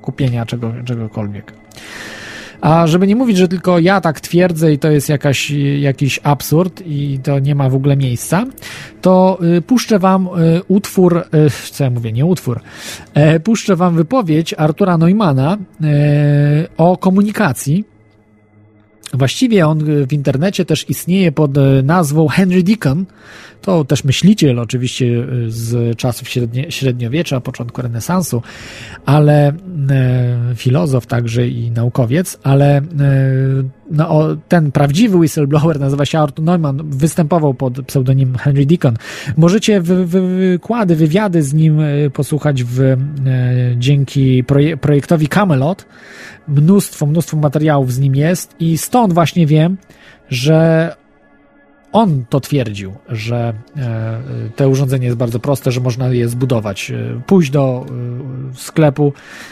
kupienia czegokolwiek. A żeby nie mówić, że tylko ja tak twierdzę i to jest jakiś absurd i to nie ma w ogóle miejsca, to puszczę wam utwór, co ja mówię, nie utwór, puszczę wam wypowiedź Artura Neumana o komunikacji. Właściwie on w internecie też istnieje pod nazwą Henry Deacon. To też myśliciel oczywiście z czasów średniowiecza, początku renesansu, ale filozof także i naukowiec, ale ten prawdziwy whistleblower nazywa się Arthur Neumann, występował pod pseudonim Henry Deacon. Możecie wywiady z nim posłuchać dzięki projektowi Camelot. Mnóstwo materiałów z nim jest i stąd właśnie wiem, że on to twierdził, że to urządzenie jest bardzo proste, że można je zbudować. Pójść do sklepu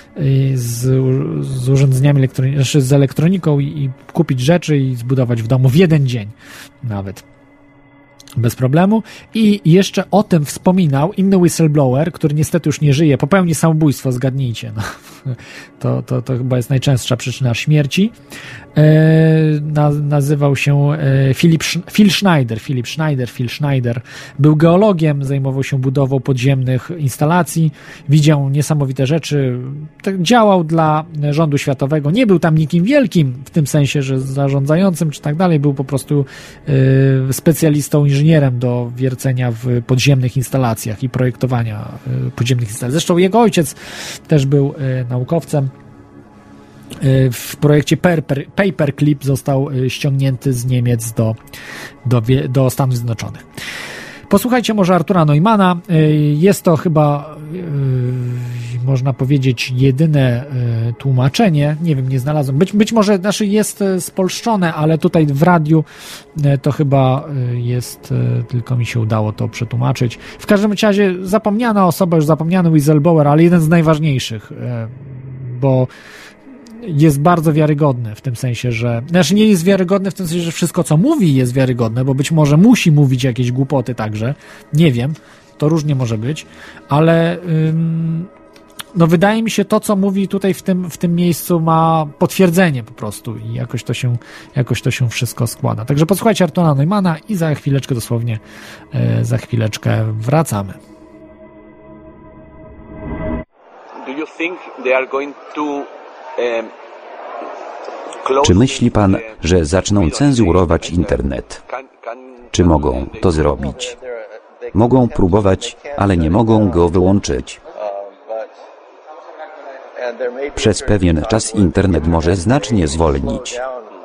z urządzeniami elektronicznymi, z elektroniką i kupić rzeczy i zbudować w domu w jeden dzień nawet. Bez problemu. I jeszcze o tym wspominał inny whistleblower, który niestety już nie żyje, popełni samobójstwo, zgadnijcie. No. To chyba jest najczęstsza przyczyna śmierci. Nazywał się Phil Schneider. Był geologiem, zajmował się budową podziemnych instalacji, widział niesamowite rzeczy, działał dla rządu światowego. Nie był tam nikim wielkim, w tym sensie, że zarządzającym czy tak dalej, był po prostu specjalistą, inżynierem do wiercenia w podziemnych instalacjach i projektowania podziemnych instalacji. Zresztą jego ojciec też był naukowcem. W projekcie Paperclip został ściągnięty z Niemiec do Stanów Zjednoczonych. Posłuchajcie może Artura Neumana. Jest to chyba, można powiedzieć, jedyne tłumaczenie. Nie wiem, nie znalazłem. Być może jest spolszczone, ale tutaj w radiu to chyba jest, tylko mi się udało to przetłumaczyć. W każdym razie zapomniana osoba, już zapomniany whistleblower, ale jeden z najważniejszych, bo jest bardzo wiarygodny w tym sensie, że... Znaczy nie jest wiarygodny w tym sensie, że wszystko co mówi jest wiarygodne, bo być może musi mówić jakieś głupoty także. Nie wiem, to różnie może być, ale no wydaje mi się to, co mówi tutaj w tym miejscu ma potwierdzenie po prostu i jakoś to się wszystko składa. Także posłuchajcie Artura Neumana i za chwileczkę dosłownie, wracamy. Do you think they are going to Czy myśli pan, że zaczną cenzurować internet? Czy mogą to zrobić? Mogą próbować, ale nie mogą go wyłączyć. Przez pewien czas internet może znacznie zwolnić.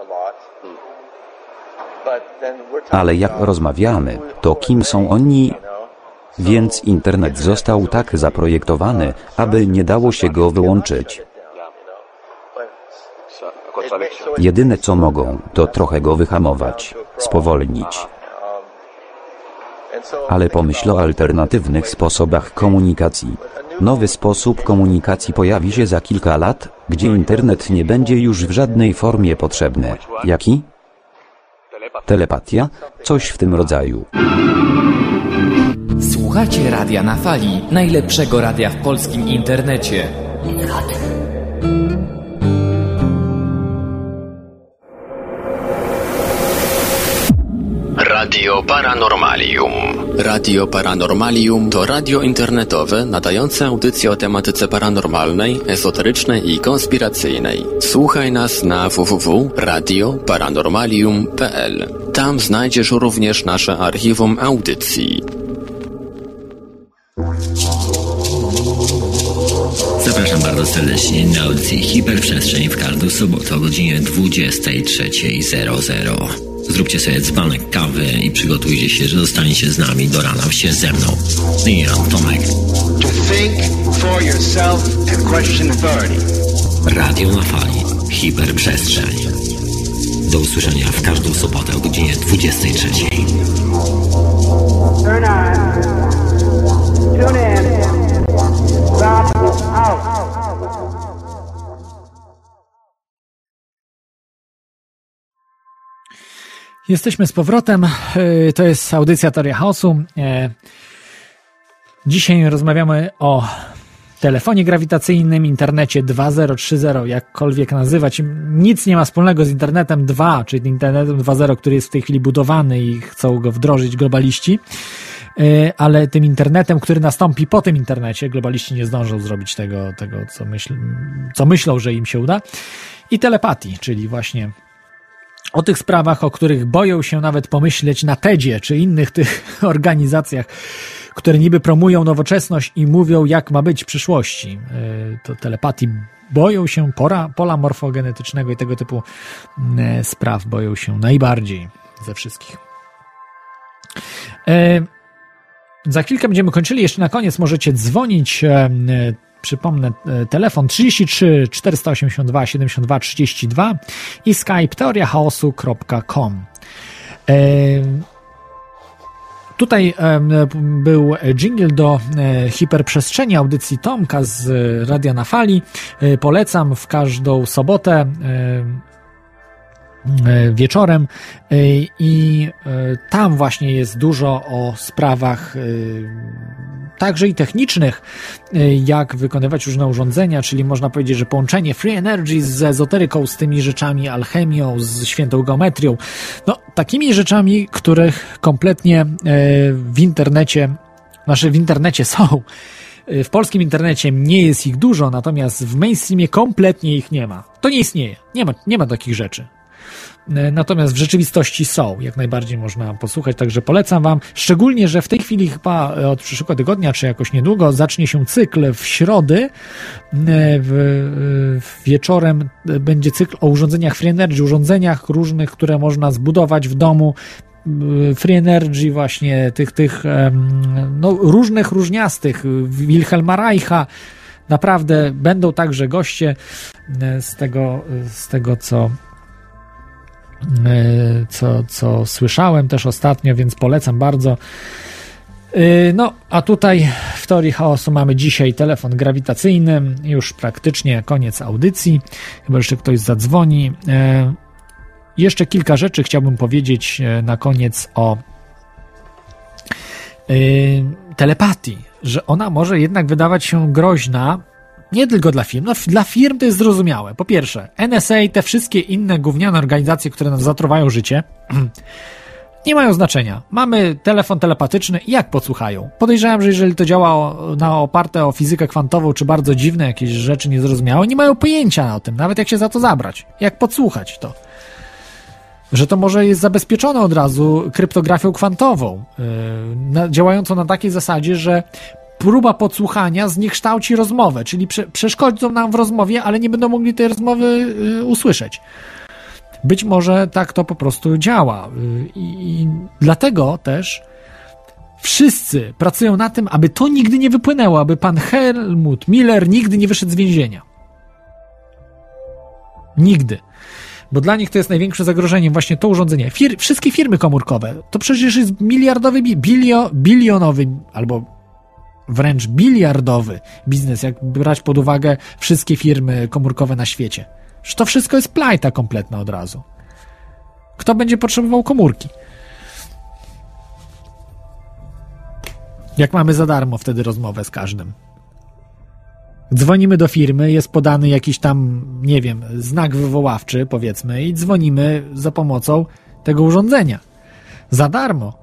Ale jak rozmawiamy, to kim są oni? Więc internet został tak zaprojektowany, aby nie dało się go wyłączyć. Jedyne co mogą, to trochę go wyhamować, spowolnić. Ale pomyśl o alternatywnych sposobach komunikacji. Nowy sposób komunikacji pojawi się za kilka lat, gdzie internet nie będzie już w żadnej formie potrzebny. Jaki? Telepatia? Coś w tym rodzaju. Słuchacie Radia na Fali, najlepszego radia w polskim internecie. Radio Paranormalium. Radio Paranormalium to radio internetowe nadające audycje o tematyce paranormalnej, ezoterycznej i konspiracyjnej. Słuchaj nas na www.radioparanormalium.pl. Tam znajdziesz również nasze archiwum audycji. Zapraszam bardzo serdecznie na audycję Hiperprzestrzeń w każdą sobotę o godzinie 23:00. Zróbcie sobie dzbanek kawy i przygotujcie się, że zostaniecie z nami do rana się ze mną. I ja, Tomek. To think for yourself and question authority. Radio na fali. Hiperprzestrzeń. Do usłyszenia w każdą sobotę o godzinie 23:00. Turn on. Tune in. Stop out. Jesteśmy z powrotem. To jest audycja Teoria Chaosu. Dzisiaj rozmawiamy o telefonie grawitacyjnym, internecie 2.0, 3.0, jakkolwiek nazywać. Nic nie ma wspólnego z internetem 2, czyli internetem 2.0, który jest w tej chwili budowany i chcą go wdrożyć globaliści, ale tym internetem, który nastąpi po tym internecie, globaliści nie zdążą zrobić tego co myślą, że im się uda. I telepatii, czyli właśnie o tych sprawach, o których boją się nawet pomyśleć na TED-zie, czy innych tych organizacjach, które niby promują nowoczesność i mówią, jak ma być w przyszłości. To telepatii boją się, pola morfogenetycznego i tego typu spraw boją się najbardziej ze wszystkich. Za chwilkę będziemy kończyli. Jeszcze na koniec możecie dzwonić. Przypomnę, telefon 33 482 72 32 i Skype teoriachaosu.com. Tutaj był dżingiel do hiperprzestrzeni audycji Tomka z Radia na Fali. Polecam w każdą sobotę wieczorem i tam właśnie jest dużo o sprawach także i technicznych, jak wykonywać różne urządzenia, czyli można powiedzieć, że połączenie free energy z ezoteryką, z tymi rzeczami, alchemią, z świętą geometrią, no takimi rzeczami, których kompletnie w internecie są. W polskim internecie nie jest ich dużo, natomiast w mainstreamie kompletnie ich nie ma. To nie istnieje. Nie ma takich rzeczy. Natomiast w rzeczywistości są. Jak najbardziej można posłuchać, także polecam wam. Szczególnie, że w tej chwili chyba od przyszłego tygodnia, czy jakoś niedługo zacznie się cykl w środę. Wieczorem będzie cykl o urządzeniach free energy, urządzeniach różnych, które można zbudować w domu. Free energy właśnie tych różnych, różniastych, Wilhelma Reicha. Naprawdę będą także goście z tego co słyszałem też ostatnio, więc polecam bardzo. No, a tutaj w Teorii Chaosu mamy dzisiaj telefon grawitacyjny, już praktycznie koniec audycji, chyba jeszcze ktoś zadzwoni. Jeszcze kilka rzeczy chciałbym powiedzieć na koniec o telepatii, że ona może jednak wydawać się groźna nie tylko dla firm. No, dla firm to jest zrozumiałe. Po pierwsze, NSA i te wszystkie inne gówniane organizacje, które nam zatruwają życie, nie mają znaczenia. Mamy telefon telepatyczny i jak podsłuchają? Podejrzewam, że jeżeli to działa oparte o fizykę kwantową, czy bardzo dziwne jakieś rzeczy niezrozumiałe, nie mają pojęcia o tym, nawet jak się za to zabrać. Jak podsłuchać to? Że to może jest zabezpieczone od razu kryptografią kwantową, działającą na takiej zasadzie, że próba podsłuchania zniekształci rozmowę, czyli przeszkodzą nam w rozmowie, ale nie będą mogli tej rozmowy usłyszeć. Być może tak to po prostu działa. I dlatego też wszyscy pracują na tym, aby to nigdy nie wypłynęło, aby pan Helmut Miller nigdy nie wyszedł z więzienia. Nigdy. Bo dla nich to jest największym zagrożeniem właśnie to urządzenie. Wszystkie firmy komórkowe, to przecież jest miliardowy, bilionowy albo wręcz biliardowy biznes, jak brać pod uwagę wszystkie firmy komórkowe na świecie. Że to wszystko jest plajta kompletna od razu. Kto będzie potrzebował komórki? Jak mamy za darmo wtedy rozmowę z każdym. Dzwonimy do firmy, jest podany jakiś tam, nie wiem, znak wywoławczy, powiedzmy, i dzwonimy za pomocą tego urządzenia. Za darmo.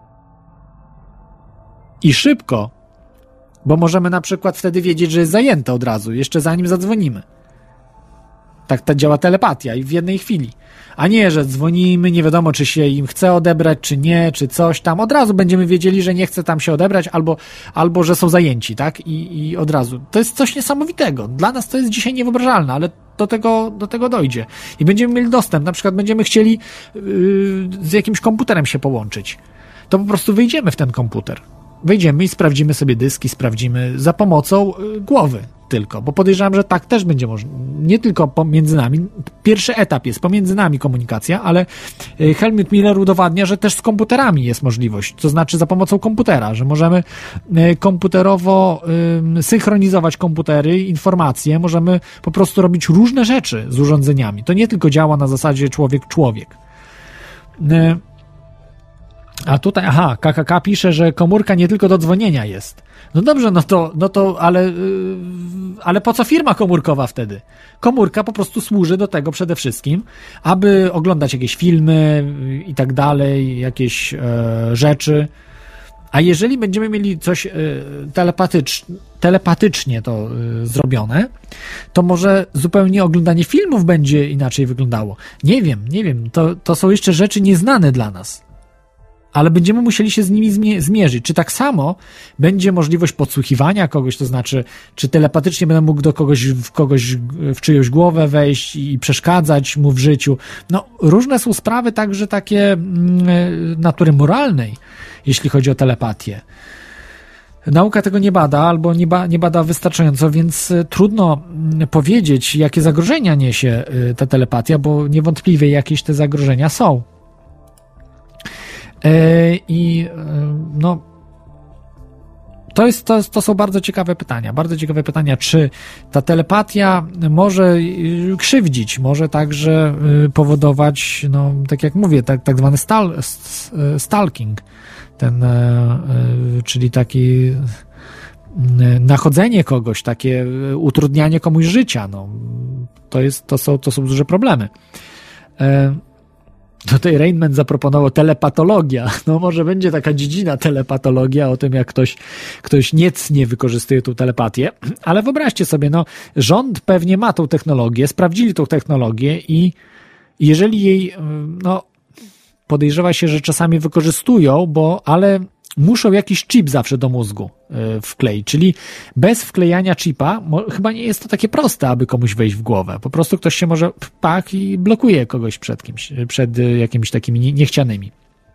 I szybko. Bo możemy na przykład wtedy wiedzieć, że jest zajęte od razu, jeszcze zanim zadzwonimy. Tak działa telepatia i w jednej chwili. A nie, że dzwonimy, nie wiadomo, czy się im chce odebrać, czy nie, czy coś tam. Od razu będziemy wiedzieli, że nie chce tam się odebrać, albo że są zajęci, tak? I od razu. To jest coś niesamowitego. Dla nas to jest dzisiaj niewyobrażalne, ale do tego dojdzie. I będziemy mieli dostęp. Na przykład będziemy chcieli z jakimś komputerem się połączyć. To po prostu wyjdziemy w ten komputer. Wejdziemy i sprawdzimy sobie dyski, sprawdzimy za pomocą głowy tylko, bo podejrzewam, że tak też będzie można. Nie tylko pomiędzy nami. Pierwszy etap jest pomiędzy nami komunikacja, ale Helmut Miller udowadnia, że też z komputerami jest możliwość, to znaczy za pomocą komputera, że możemy komputerowo synchronizować komputery, informacje, możemy po prostu robić różne rzeczy z urządzeniami. To nie tylko działa na zasadzie człowiek-człowiek. A tutaj, KKK pisze, że komórka nie tylko do dzwonienia jest. No dobrze, ale po co firma komórkowa wtedy? Komórka po prostu służy do tego przede wszystkim, aby oglądać jakieś filmy i tak dalej, jakieś rzeczy. A jeżeli będziemy mieli coś telepatycznie to zrobione, to może zupełnie oglądanie filmów będzie inaczej wyglądało. Nie wiem. To są jeszcze rzeczy nieznane dla nas. Ale będziemy musieli się z nimi zmierzyć. Czy tak samo będzie możliwość podsłuchiwania kogoś, to znaczy, czy telepatycznie będę mógł do kogoś w czyjąś głowę wejść i przeszkadzać mu w życiu. No, różne są sprawy także takie natury moralnej, jeśli chodzi o telepatię. Nauka tego nie bada, albo nie bada wystarczająco, więc trudno powiedzieć, jakie zagrożenia niesie ta telepatia, bo niewątpliwie jakieś te zagrożenia są. To są bardzo ciekawe pytania, czy ta telepatia może krzywdzić, może także powodować, tak jak mówię, tak zwany stalking, czyli taki nachodzenie kogoś, takie utrudnianie komuś życia, to są duże problemy. Tutaj Rainman zaproponował telepatologia. Może będzie taka dziedzina telepatologia o tym, jak ktoś niecnie wykorzystuje tą telepatię, ale wyobraźcie sobie, rząd pewnie ma tą technologię, sprawdzili tą technologię i jeżeli jej, podejrzewa się, że czasami wykorzystują, ale muszą jakiś chip zawsze do mózgu wkleić, czyli bez wklejania chipa chyba nie jest to takie proste, aby komuś wejść w głowę. Po prostu ktoś się może i blokuje kogoś przed jakimiś takimi niechcianymi.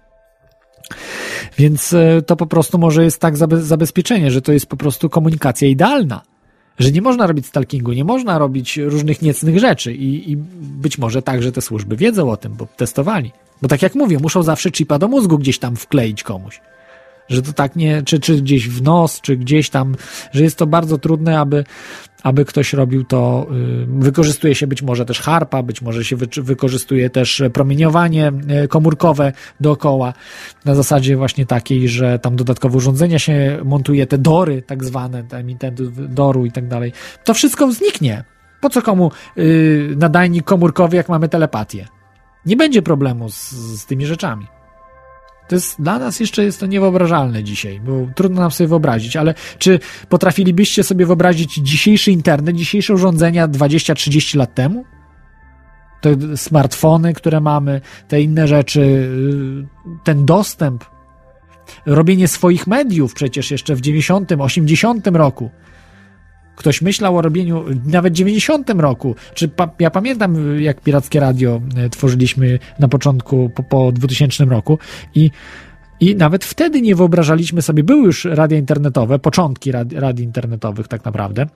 Więc to po prostu może jest tak zabezpieczenie, że to jest po prostu komunikacja idealna, że nie można robić stalkingu, nie można robić różnych niecnych rzeczy i być może także te służby wiedzą o tym, bo testowali. Bo tak jak mówię, muszą zawsze chipa do mózgu gdzieś tam wkleić komuś. Że to tak nie, czy gdzieś w nos, czy gdzieś tam, że jest to bardzo trudne, aby ktoś robił to, wykorzystuje się być może też harpa, być może się wykorzystuje też promieniowanie komórkowe dookoła, na zasadzie właśnie takiej, że tam dodatkowe urządzenia się montuje, te dory tak zwane, te emitenty doru i tak dalej. To wszystko zniknie. Po co komu nadajnik komórkowy, jak mamy telepatię? Nie będzie problemu z tymi rzeczami. To jest dla nas jeszcze jest to niewyobrażalne dzisiaj, bo trudno nam sobie wyobrazić, ale czy potrafilibyście sobie wyobrazić dzisiejszy internet, dzisiejsze urządzenia 20-30 lat temu? Te smartfony, które mamy, te inne rzeczy, ten dostęp, robienie swoich mediów przecież jeszcze w 90, 80 roku. Ktoś myślał o robieniu nawet w 90 roku. Ja pamiętam, jak Pirackie Radio tworzyliśmy na początku, po 2000 roku i nawet wtedy nie wyobrażaliśmy sobie, były już radia internetowe, początki radii internetowych tak naprawdę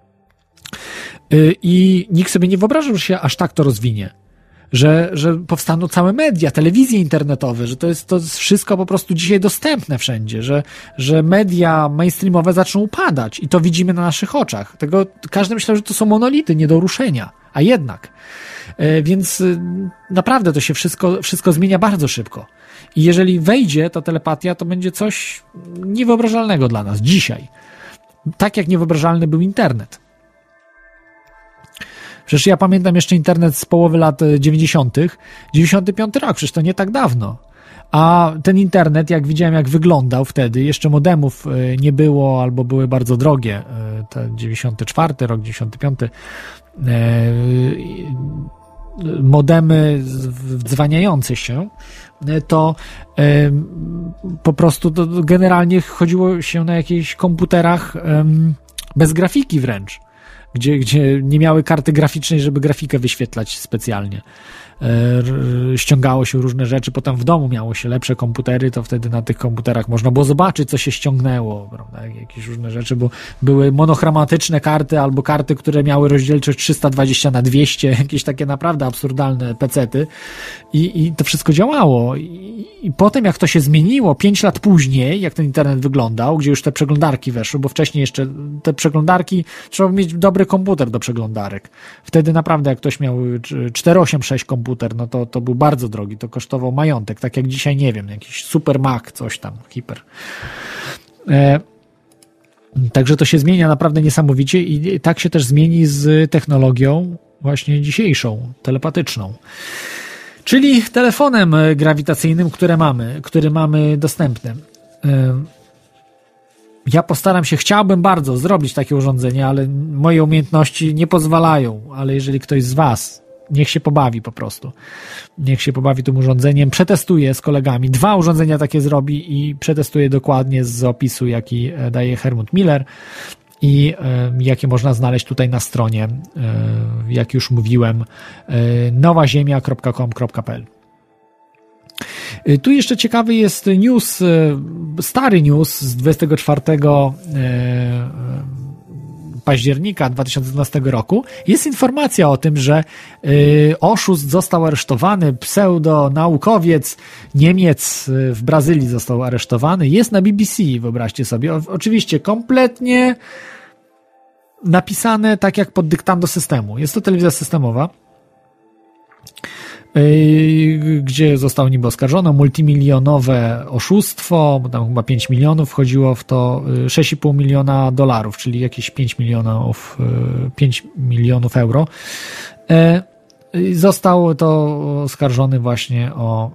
i nikt sobie nie wyobrażał, że się aż tak to rozwinie. Że powstaną całe media, telewizje internetowe, że to jest wszystko po prostu dzisiaj dostępne wszędzie, że media mainstreamowe zaczną upadać i to widzimy na naszych oczach. Każdy myślał, że to są monolity, nie do ruszenia, a jednak. Więc naprawdę to się wszystko zmienia bardzo szybko. I jeżeli wejdzie ta telepatia, to będzie coś niewyobrażalnego dla nas dzisiaj. Tak jak niewyobrażalny był internet. Przecież ja pamiętam jeszcze internet z połowy lat 90. 95 rok, przecież to nie tak dawno. A ten internet, jak widziałem, jak wyglądał wtedy, jeszcze modemów nie było, albo były bardzo drogie. Ten 94 rok, 95. Modemy wdzwaniające się, to po prostu to generalnie chodziło się na jakichś komputerach bez grafiki wręcz. Gdzie nie miały karty graficznej, żeby grafikę wyświetlać specjalnie. Ściągało się różne rzeczy, potem w domu miało się lepsze komputery, to wtedy na tych komputerach można było zobaczyć, co się ściągnęło, prawda? Jakieś różne rzeczy, bo były monochromatyczne karty albo karty, które miały rozdzielczość 320x200, jakieś takie naprawdę absurdalne pecety i to wszystko działało. I potem jak to się zmieniło, 5 lat później, jak ten internet wyglądał, gdzie już te przeglądarki weszły, bo wcześniej jeszcze te przeglądarki, trzeba mieć dobry komputer do przeglądarek. Wtedy naprawdę jak ktoś miał 486 komputer, komputer, no to był bardzo drogi, to kosztował majątek, tak jak dzisiaj, nie wiem, jakiś Super Mac, coś tam, hiper. Także to się zmienia naprawdę niesamowicie i tak się też zmieni z technologią właśnie dzisiejszą, telepatyczną. Czyli telefonem grawitacyjnym, który mamy dostępny. Ja postaram się, chciałbym bardzo zrobić takie urządzenie, ale moje umiejętności nie pozwalają, ale jeżeli ktoś z was, niech się pobawi po prostu. Niech się pobawi tym urządzeniem, przetestuje z kolegami. 2 urządzenia takie zrobi i przetestuje dokładnie z opisu, jaki daje Helmut Miller i jakie można znaleźć tutaj na stronie, jak już mówiłem, nowaziemia.com.pl. Tu jeszcze ciekawy jest news, stary news z 24 października 2012 roku. Jest informacja o tym, że oszust został aresztowany, pseudonaukowiec Niemiec w Brazylii został aresztowany. Jest na BBC, wyobraźcie sobie. Oczywiście kompletnie napisane tak jak pod dyktando systemu. Jest to telewizja systemowa, gdzie został niby oskarżony o multimilionowe oszustwo, bo tam chyba 5 milionów wchodziło w to, 6,5 miliona dolarów, czyli jakieś 5 milionów euro. Został to oskarżony właśnie o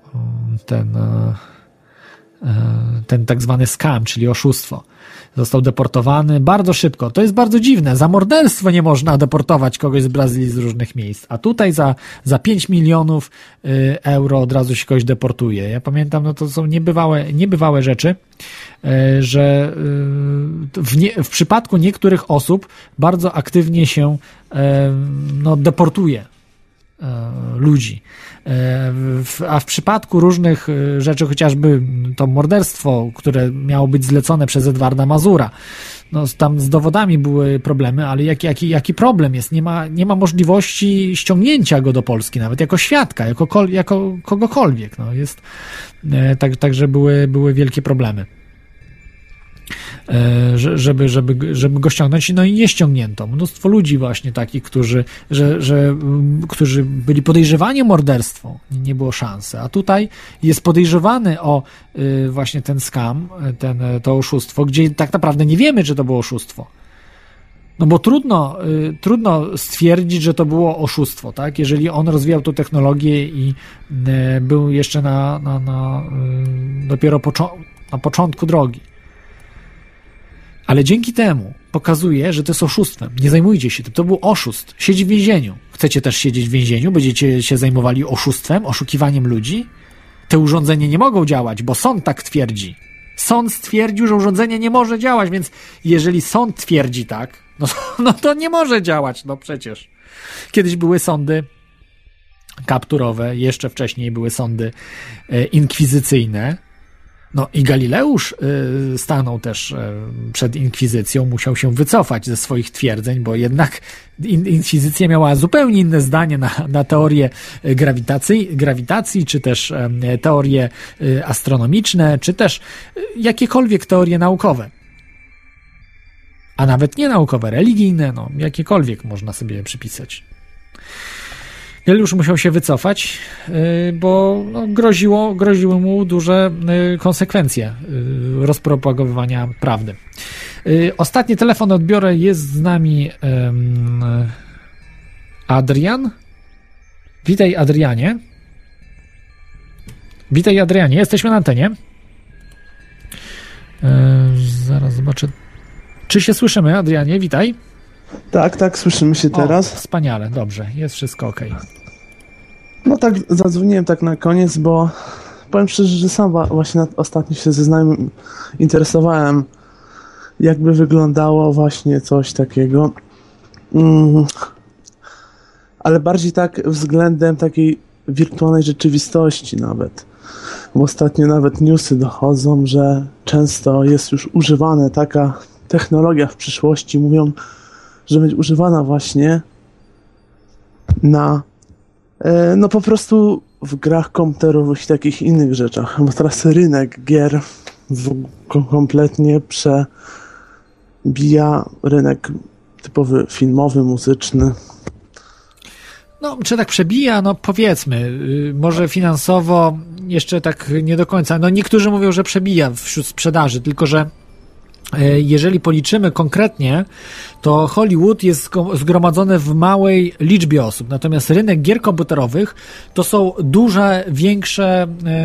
ten tak zwany scam, czyli oszustwo. Został deportowany bardzo szybko. To jest bardzo dziwne. Za morderstwo nie można deportować kogoś z Brazylii z różnych miejsc, a tutaj za 5 milionów euro od razu się kogoś deportuje. Ja pamiętam, no to są niebywałe rzeczy, że w przypadku niektórych osób bardzo aktywnie się deportuje ludzi. A w przypadku różnych rzeczy, chociażby to morderstwo, które miało być zlecone przez Edwarda Mazura, no tam z dowodami były problemy, ale jaki problem jest? Nie ma możliwości ściągnięcia go do Polski, nawet jako świadka, jako kogokolwiek. No jest, także były wielkie problemy, żeby go ściągnąć, no i nie ściągnięto. Mnóstwo ludzi właśnie takich, którzy byli podejrzewani o morderstwo, nie było szansy, a tutaj jest podejrzewany o właśnie ten scam, to oszustwo, gdzie tak naprawdę nie wiemy, czy to było oszustwo. No bo trudno stwierdzić, że to było oszustwo, tak? Jeżeli on rozwijał tą technologię i był jeszcze dopiero na początku drogi. Ale dzięki temu pokazuje, że to jest oszustwem. Nie zajmujcie się tym. To był oszust. Siedzi w więzieniu. Chcecie też siedzieć w więzieniu? Będziecie się zajmowali oszustwem, oszukiwaniem ludzi? Te urządzenia nie mogą działać, bo sąd tak twierdzi. Sąd stwierdził, że urządzenie nie może działać, więc jeżeli sąd twierdzi tak, no to nie może działać. No przecież. Kiedyś były sądy kapturowe, jeszcze wcześniej były sądy inkwizycyjne. No i Galileusz stanął też przed inkwizycją, musiał się wycofać ze swoich twierdzeń, bo jednak inkwizycja miała zupełnie inne zdanie na teorie grawitacji, czy też teorie astronomiczne, czy też jakiekolwiek teorie naukowe. A nawet nie naukowe, religijne, no jakiekolwiek można sobie przypisać. Galileusz musiał się wycofać, bo groziły mu duże konsekwencje rozpropagowywania prawdy. Ostatni telefon odbiorę, jest z nami Adrian. Witaj, Adrianie. Witaj, Adrianie, jesteśmy na antenie. Zaraz zobaczę. Czy się słyszymy, Adrianie? Witaj. Tak, słyszymy się teraz. Wspaniale, dobrze, jest wszystko okej. No tak, zadzwoniłem tak na koniec, bo powiem szczerze, że sam właśnie ostatnio się ze znajomym interesowałem, jakby wyglądało właśnie coś takiego. Ale bardziej tak względem takiej wirtualnej rzeczywistości nawet. Bo ostatnio nawet newsy dochodzą, że często jest już używana taka technologia w przyszłości, mówią, że będzie używana właśnie na no po prostu w grach komputerowych i takich innych rzeczach. Bo teraz rynek gier kompletnie przebija rynek typowy filmowy, muzyczny. No, czy tak przebija? No powiedzmy, może finansowo jeszcze tak nie do końca. No niektórzy mówią, że przebija wśród sprzedaży, tylko że jeżeli policzymy konkretnie, to Hollywood jest zgromadzone w małej liczbie osób, natomiast rynek gier komputerowych to są duże, większe,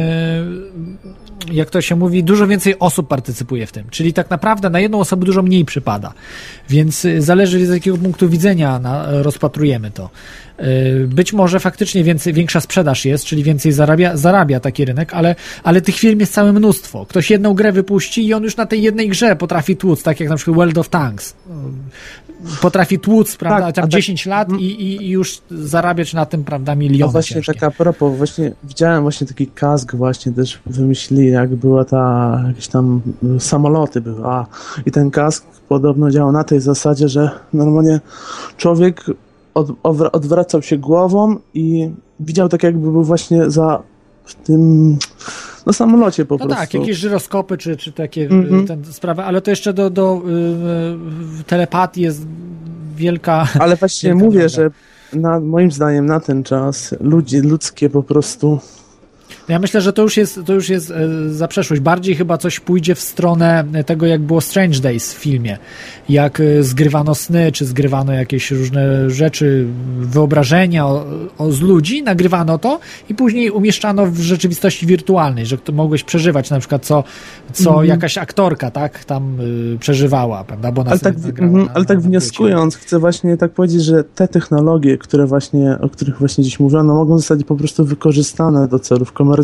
jak to się mówi, dużo więcej osób partycypuje w tym, czyli tak naprawdę na jedną osobę dużo mniej przypada, więc zależy z jakiego punktu widzenia rozpatrujemy to. Być może faktycznie większa sprzedaż jest, czyli więcej zarabia taki rynek, ale tych firm jest całe mnóstwo. Ktoś jedną grę wypuści i on już na tej jednej grze potrafi tłuc, tak jak na przykład World of Tanks. Potrafi tłuc, prawda, tam 10 lat i już zarabiać na tym, prawda, miliony. A właśnie ciężkie. Tak a propos, właśnie widziałem właśnie taki kask właśnie też wymyślili, jak była jakieś tam samoloty były, i ten kask podobno działał na tej zasadzie, że normalnie człowiek odwracał się głową i widział tak jakby był właśnie w tym samolocie po prostu. Tak, jakieś żyroskopy czy takie sprawy, ale to jeszcze do telepatii jest wielka. Ale właśnie mówię, że moim zdaniem na ten czas ludzkie po prostu. Ja myślę, że to już jest za przeszłość. Bardziej chyba coś pójdzie w stronę tego, jak było Strange Days w filmie. Jak zgrywano sny, czy zgrywano jakieś różne rzeczy, wyobrażenia z ludzi, nagrywano to i później umieszczano w rzeczywistości wirtualnej, że mogłeś przeżywać na przykład co jakaś aktorka, tak, tam przeżywała, prawda? Bo ale tak wnioskując, chcę właśnie tak powiedzieć, że te technologie, o których właśnie dziś mówiono, mogą zostać po prostu wykorzystane do celów komercyjnych.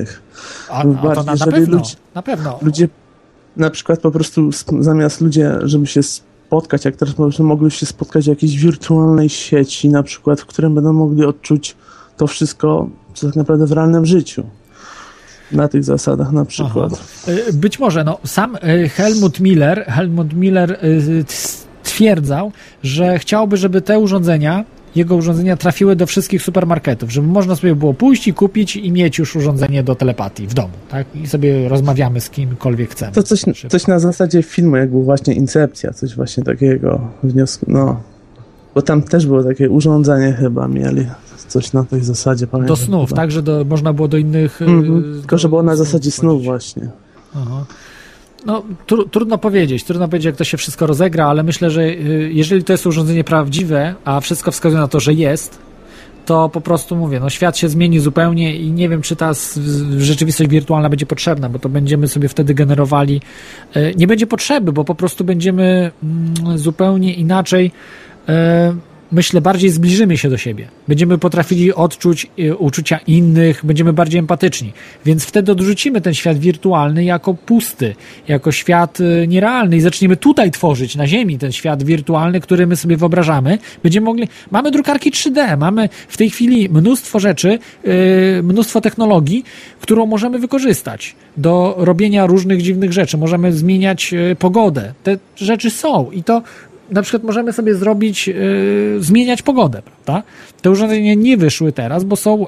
To na pewno. Ludzie na przykład po prostu zamiast żeby się spotkać, jak teraz mogli się spotkać w jakiejś wirtualnej sieci, na przykład, w którym będą mogli odczuć to wszystko, co tak naprawdę w realnym życiu. Na tych zasadach na przykład. Być może, sam Helmut Miller twierdzał, że chciałby, żeby te jego urządzenia trafiły do wszystkich supermarketów, żeby można sobie było pójść i kupić i mieć już urządzenie do telepatii w domu, tak? I sobie rozmawiamy z kimkolwiek chcemy. To coś na zasadzie filmu, jak był właśnie Incepcja, coś właśnie takiego wniosku, bo tam też było takie urządzenie chyba mieli, coś na tej zasadzie, pamiętam. Do snów, tak? Że można było do innych... tylko, że było na zasadzie snów właśnie. Aha. Trudno powiedzieć, jak to się wszystko rozegra, ale myślę, że jeżeli to jest urządzenie prawdziwe, a wszystko wskazuje na to, że jest, to po prostu mówię, świat się zmieni zupełnie i nie wiem, czy ta rzeczywistość wirtualna będzie potrzebna, bo to będziemy sobie wtedy generowali, nie będzie potrzeby, bo po prostu będziemy zupełnie inaczej, myślę, bardziej zbliżymy się do siebie. Będziemy potrafili odczuć uczucia innych, będziemy bardziej empatyczni. Więc wtedy odrzucimy ten świat wirtualny jako pusty, jako świat nierealny i zaczniemy tutaj tworzyć na Ziemi ten świat wirtualny, który my sobie wyobrażamy. Będziemy mogli... Mamy drukarki 3D, mamy w tej chwili mnóstwo rzeczy, mnóstwo technologii, którą możemy wykorzystać do robienia różnych dziwnych rzeczy. Możemy zmieniać pogodę. Te rzeczy są i to na przykład możemy sobie zrobić, zmieniać pogodę, prawda? Te urządzenia nie wyszły teraz, bo są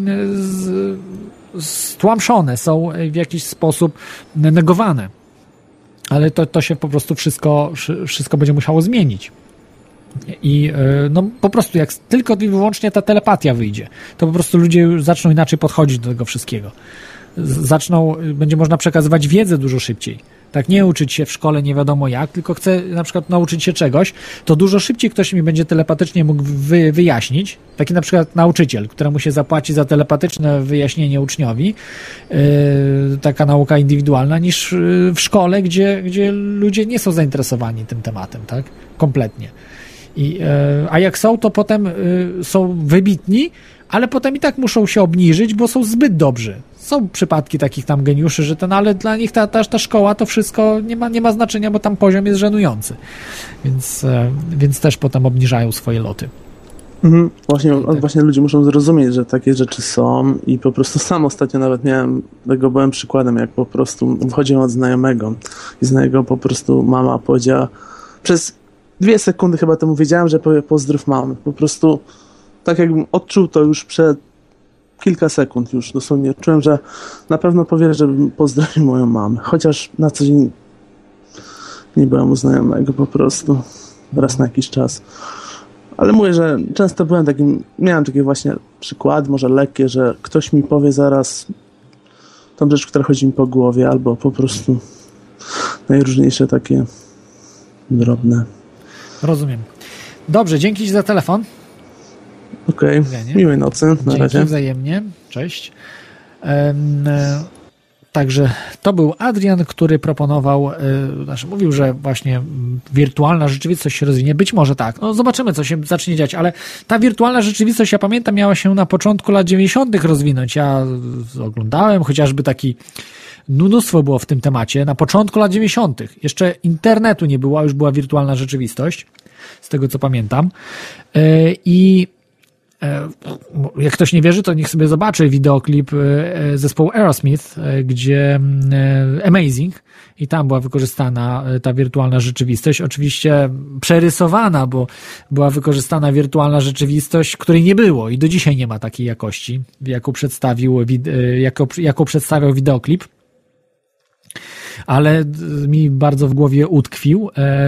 stłamszone, są w jakiś sposób negowane. Ale to się po prostu wszystko będzie musiało zmienić. I po prostu jak tylko i wyłącznie ta telepatia wyjdzie, to po prostu ludzie już zaczną inaczej podchodzić do tego wszystkiego. Będzie można przekazywać wiedzę dużo szybciej. Tak, nie uczyć się w szkole nie wiadomo jak, tylko chcę na przykład nauczyć się czegoś, to dużo szybciej ktoś mi będzie telepatycznie mógł wyjaśnić, taki na przykład nauczyciel, któremu się zapłaci za telepatyczne wyjaśnienie uczniowi, taka nauka indywidualna, niż w szkole, gdzie ludzie nie są zainteresowani tym tematem, tak, kompletnie. A jak są, to potem są wybitni, ale potem i tak muszą się obniżyć, bo są zbyt dobrzy. Są przypadki takich tam geniuszy, że ale dla nich ta szkoła to wszystko nie ma znaczenia, bo tam poziom jest żenujący. Więc też potem obniżają swoje loty. Właśnie ludzie muszą zrozumieć, że takie rzeczy są i po prostu sam ostatnio nawet byłem przykładem, jak po prostu wychodziłem od znajomego i znajomego po prostu mama powiedziała, przez 2 sekundy chyba temu wiedziałem, że powie pozdrów mamy. Po prostu tak jakbym odczuł to już przed kilka sekund już dosłownie. Czułem, że na pewno powie, żebym pozdrowił moją mamę. Chociaż na co dzień nie byłem u znajomego po prostu. Raz na jakiś czas. Ale mówię, że często miałem takie właśnie przykłady, może lekkie, że ktoś mi powie zaraz tą rzecz, która chodzi mi po głowie, albo po prostu najróżniejsze takie drobne. Rozumiem. Dobrze, dzięki Ci za telefon. Okej, miłej nocy. Na razie. Dzięki wzajemnie. Cześć. Także to był Adrian, który proponował, mówił, że właśnie wirtualna rzeczywistość się rozwinie. Być może tak. No zobaczymy, co się zacznie dziać, ale ta wirtualna rzeczywistość, ja pamiętam, miała się na początku lat 90. rozwinąć. Ja oglądałem, chociażby taki mnóstwo było w tym temacie. Na początku lat 90. Jeszcze internetu nie było, a już była wirtualna rzeczywistość, z tego co pamiętam. I jak ktoś nie wierzy, to niech sobie zobaczy wideoklip zespołu Aerosmith, gdzie Amazing, i tam była wykorzystana ta wirtualna rzeczywistość, oczywiście przerysowana, bo była wykorzystana wirtualna rzeczywistość, której nie było i do dzisiaj nie ma takiej jakości, jaką przedstawiał wideoklip. Ale mi bardzo w głowie utkwił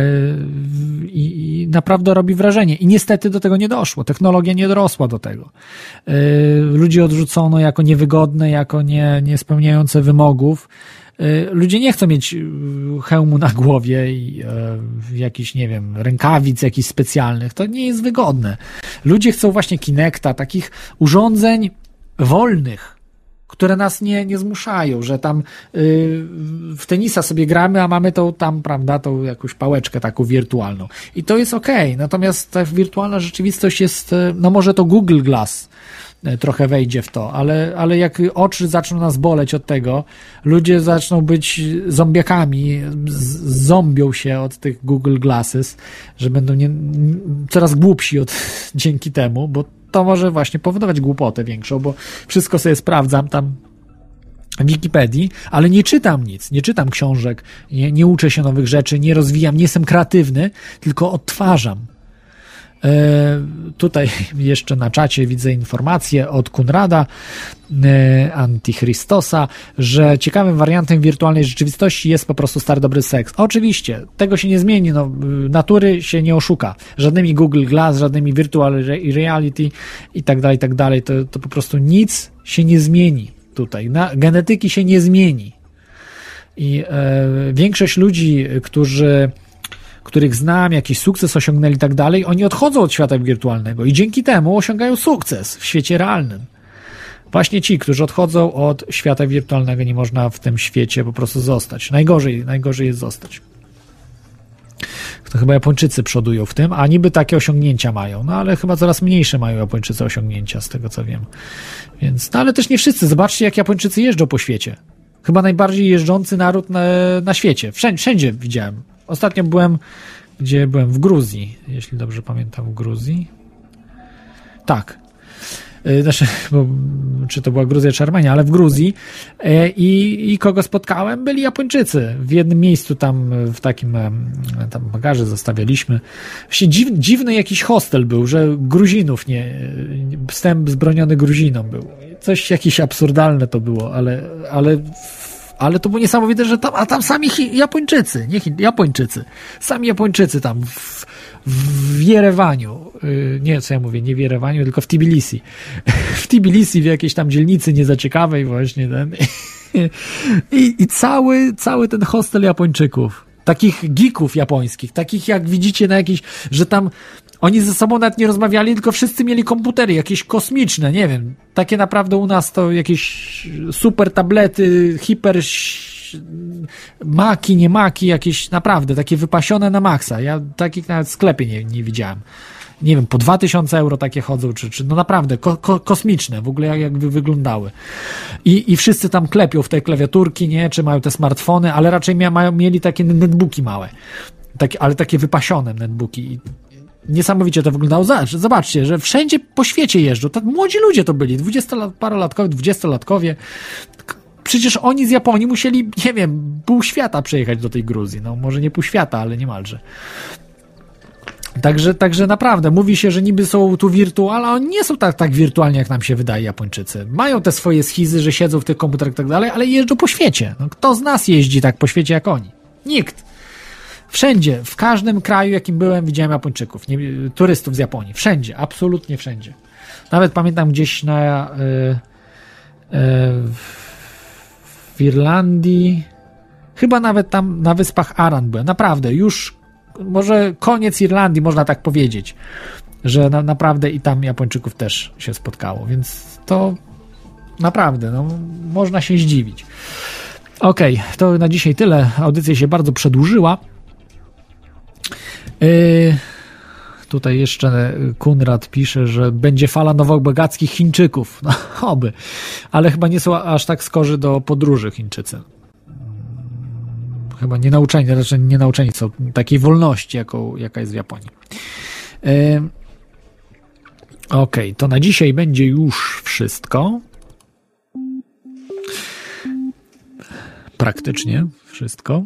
i naprawdę robi wrażenie. I niestety do tego nie doszło. Technologia nie dorosła do tego. Ludzie odrzucono jako niewygodne, jako nie spełniające wymogów. Ludzie nie chcą mieć hełmu na głowie i jakichś, nie wiem, rękawic jakichś specjalnych. To nie jest wygodne. Ludzie chcą właśnie Kinecta, takich urządzeń wolnych, które nas nie zmuszają, że tam w tenisa sobie gramy, a mamy tą tam, prawda, tą jakąś pałeczkę taką wirtualną. I to jest okej. Natomiast ta wirtualna rzeczywistość jest, no może to Google Glass trochę wejdzie w to, ale jak oczy zaczną nas boleć od tego, ludzie zaczną być zombiakami, zombią się od tych Google Glasses, że będą coraz głupsi dzięki temu, bo to może właśnie powodować głupotę większą, bo wszystko sobie sprawdzam tam w Wikipedii, ale nie czytam nic, nie czytam książek, nie uczę się nowych rzeczy, nie rozwijam, nie jestem kreatywny, tylko odtwarzam. Tutaj jeszcze na czacie widzę informację od Kunrada Antichristosa, że ciekawym wariantem wirtualnej rzeczywistości jest po prostu stary dobry seks. Oczywiście, tego się nie zmieni, no, natury się nie oszuka. Żadnymi Google Glass, żadnymi virtual reality i tak dalej, to po prostu nic się nie zmieni tutaj. Genetyki się nie zmieni. I większość ludzi, których znam, jakiś sukces osiągnęli i tak dalej, oni odchodzą od świata wirtualnego i dzięki temu osiągają sukces w świecie realnym. Właśnie ci, którzy odchodzą od świata wirtualnego, nie można w tym świecie po prostu zostać. Najgorzej jest zostać. To chyba Japończycy przodują w tym, a niby takie osiągnięcia mają, no ale chyba coraz mniejsze mają Japończycy osiągnięcia, z tego co wiem. Więc, no ale też nie wszyscy. Zobaczcie, jak Japończycy jeżdżą po świecie. Chyba najbardziej jeżdżący naród na świecie. Wszędzie widziałem. Ostatnio byłem w Gruzji, jeśli dobrze pamiętam, w Gruzji. Tak. Znaczy, czy to była Gruzja czy Armenia, ale w Gruzji i kogo spotkałem, byli Japończycy. W jednym miejscu tam w takim tam bagaże zostawialiśmy. Właśnie dziwny jakiś hostel był, że Gruzinów wstęp zbroniony Gruzinom był. Coś jakieś absurdalne to było, ale to było niesamowite, że tam sami Japończycy, sami Japończycy tam w Jerewaniu, nie co ja mówię, nie w Jerewaniu, tylko w Tbilisi. W Tbilisi, w jakiejś tam dzielnicy niezaciekawej właśnie i cały ten hostel Japończyków, takich geeków japońskich, takich jak widzicie na jakiejś, że tam oni ze sobą nawet nie rozmawiali, tylko wszyscy mieli komputery, jakieś kosmiczne, nie wiem, takie naprawdę u nas to jakieś super tablety, maki, nie maki, jakieś naprawdę takie wypasione na maksa. Ja takich nawet w sklepie nie widziałem. Nie wiem, po 2000 euro takie chodzą, czy no naprawdę kosmiczne, w ogóle jakby wyglądały. I wszyscy tam klepią w te klawiaturki, nie, czy mają te smartfony, ale raczej mieli takie netbooki małe, ale takie wypasione netbooki. Niesamowicie to wyglądało. Zobaczcie, że wszędzie po świecie jeżdżą. Młodzi ludzie to byli, 20-parolatkowie, 20-latkowie. Przecież oni z Japonii musieli, nie wiem, pół świata przejechać do tej Gruzji. No może nie pół świata, ale niemalże. Także naprawdę, mówi się, że niby są tu wirtualni, a oni nie są tak wirtualni, jak nam się wydaje, Japończycy. Mają te swoje schizy, że siedzą w tych komputerach i tak dalej, ale jeżdżą po świecie. No, kto z nas jeździ tak po świecie jak oni? Nikt. Wszędzie, w każdym kraju, jakim byłem, widziałem Japończyków, turystów z Japonii. Wszędzie, absolutnie wszędzie. Nawet pamiętam gdzieś w Irlandii, chyba nawet tam na wyspach Aran byłem. Naprawdę, już może koniec Irlandii, można tak powiedzieć, że naprawdę i tam Japończyków też się spotkało, więc to naprawdę, no, można się zdziwić. Okej, to na dzisiaj tyle. Audycja się bardzo przedłużyła. Tutaj jeszcze Kunrad pisze, że będzie fala nowobogackich Chińczyków. No, oby. Ale chyba nie są aż tak skorzy do podróży Chińczycy. Chyba nie nauczeni są takiej wolności, jaka jest w Japonii. Okej, to na dzisiaj będzie już wszystko. Praktycznie wszystko.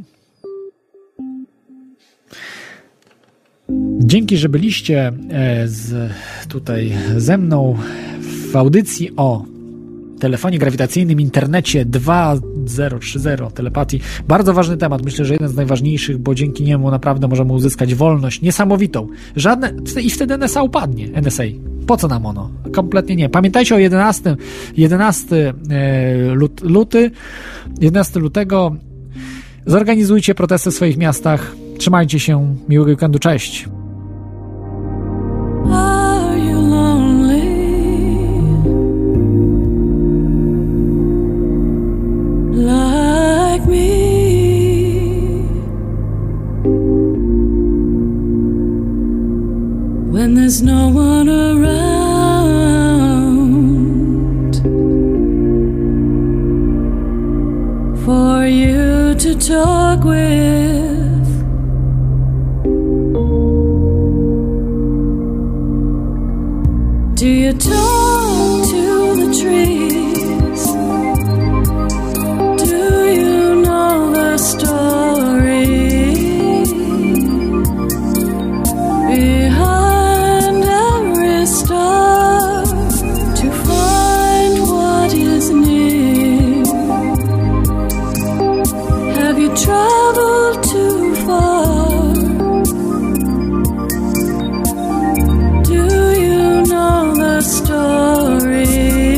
Dzięki, że byliście tutaj ze mną w audycji o telefonie grawitacyjnym, internecie 2.0.3.0, telepatii. Bardzo ważny temat, myślę, że jeden z najważniejszych, bo dzięki niemu naprawdę możemy uzyskać wolność niesamowitą. I wtedy NSA upadnie. NSA. Po co nam ono? Kompletnie nie. Pamiętajcie o 11 lutego. Zorganizujcie protesty w swoich miastach. Trzymajcie się. Miłego weekendu. Cześć. Are you lonely? Like me? When there's no one around for you to talk with. Do you talk to the trees? Do you know the story behind every star to find what is near? Have you traveled too far? Story.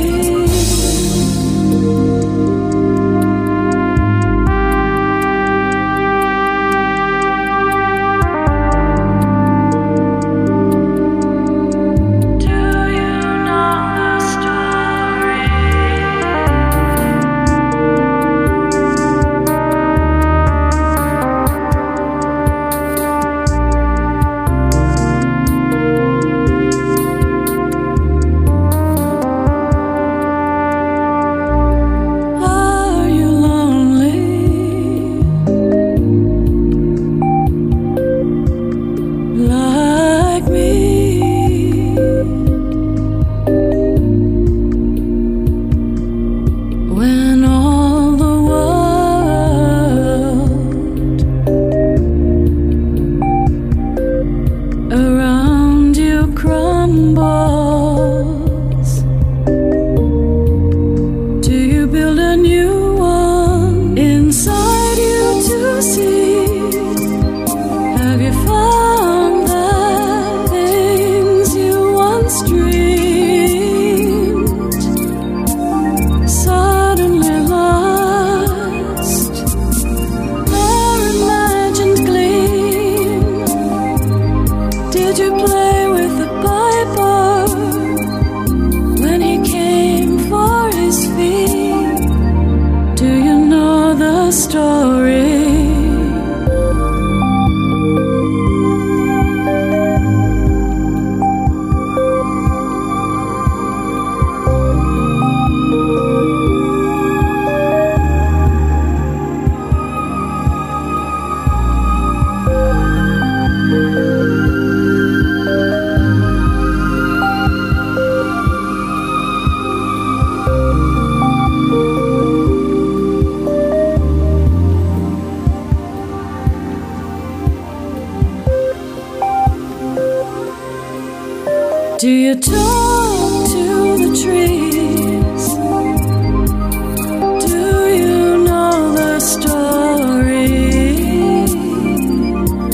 Do you talk to the trees? Do you know the story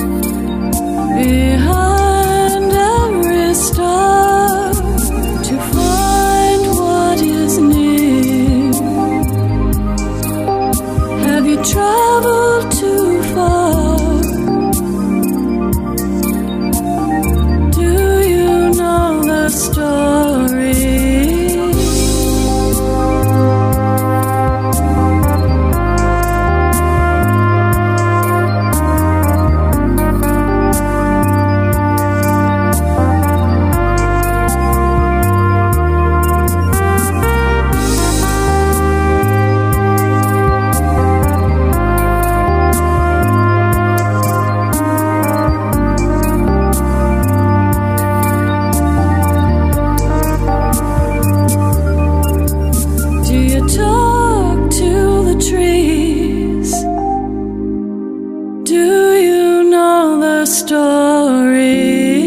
story.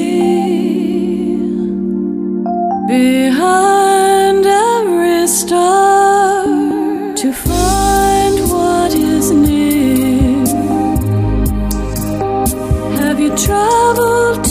Behind every star, to find what is near. Have you traveled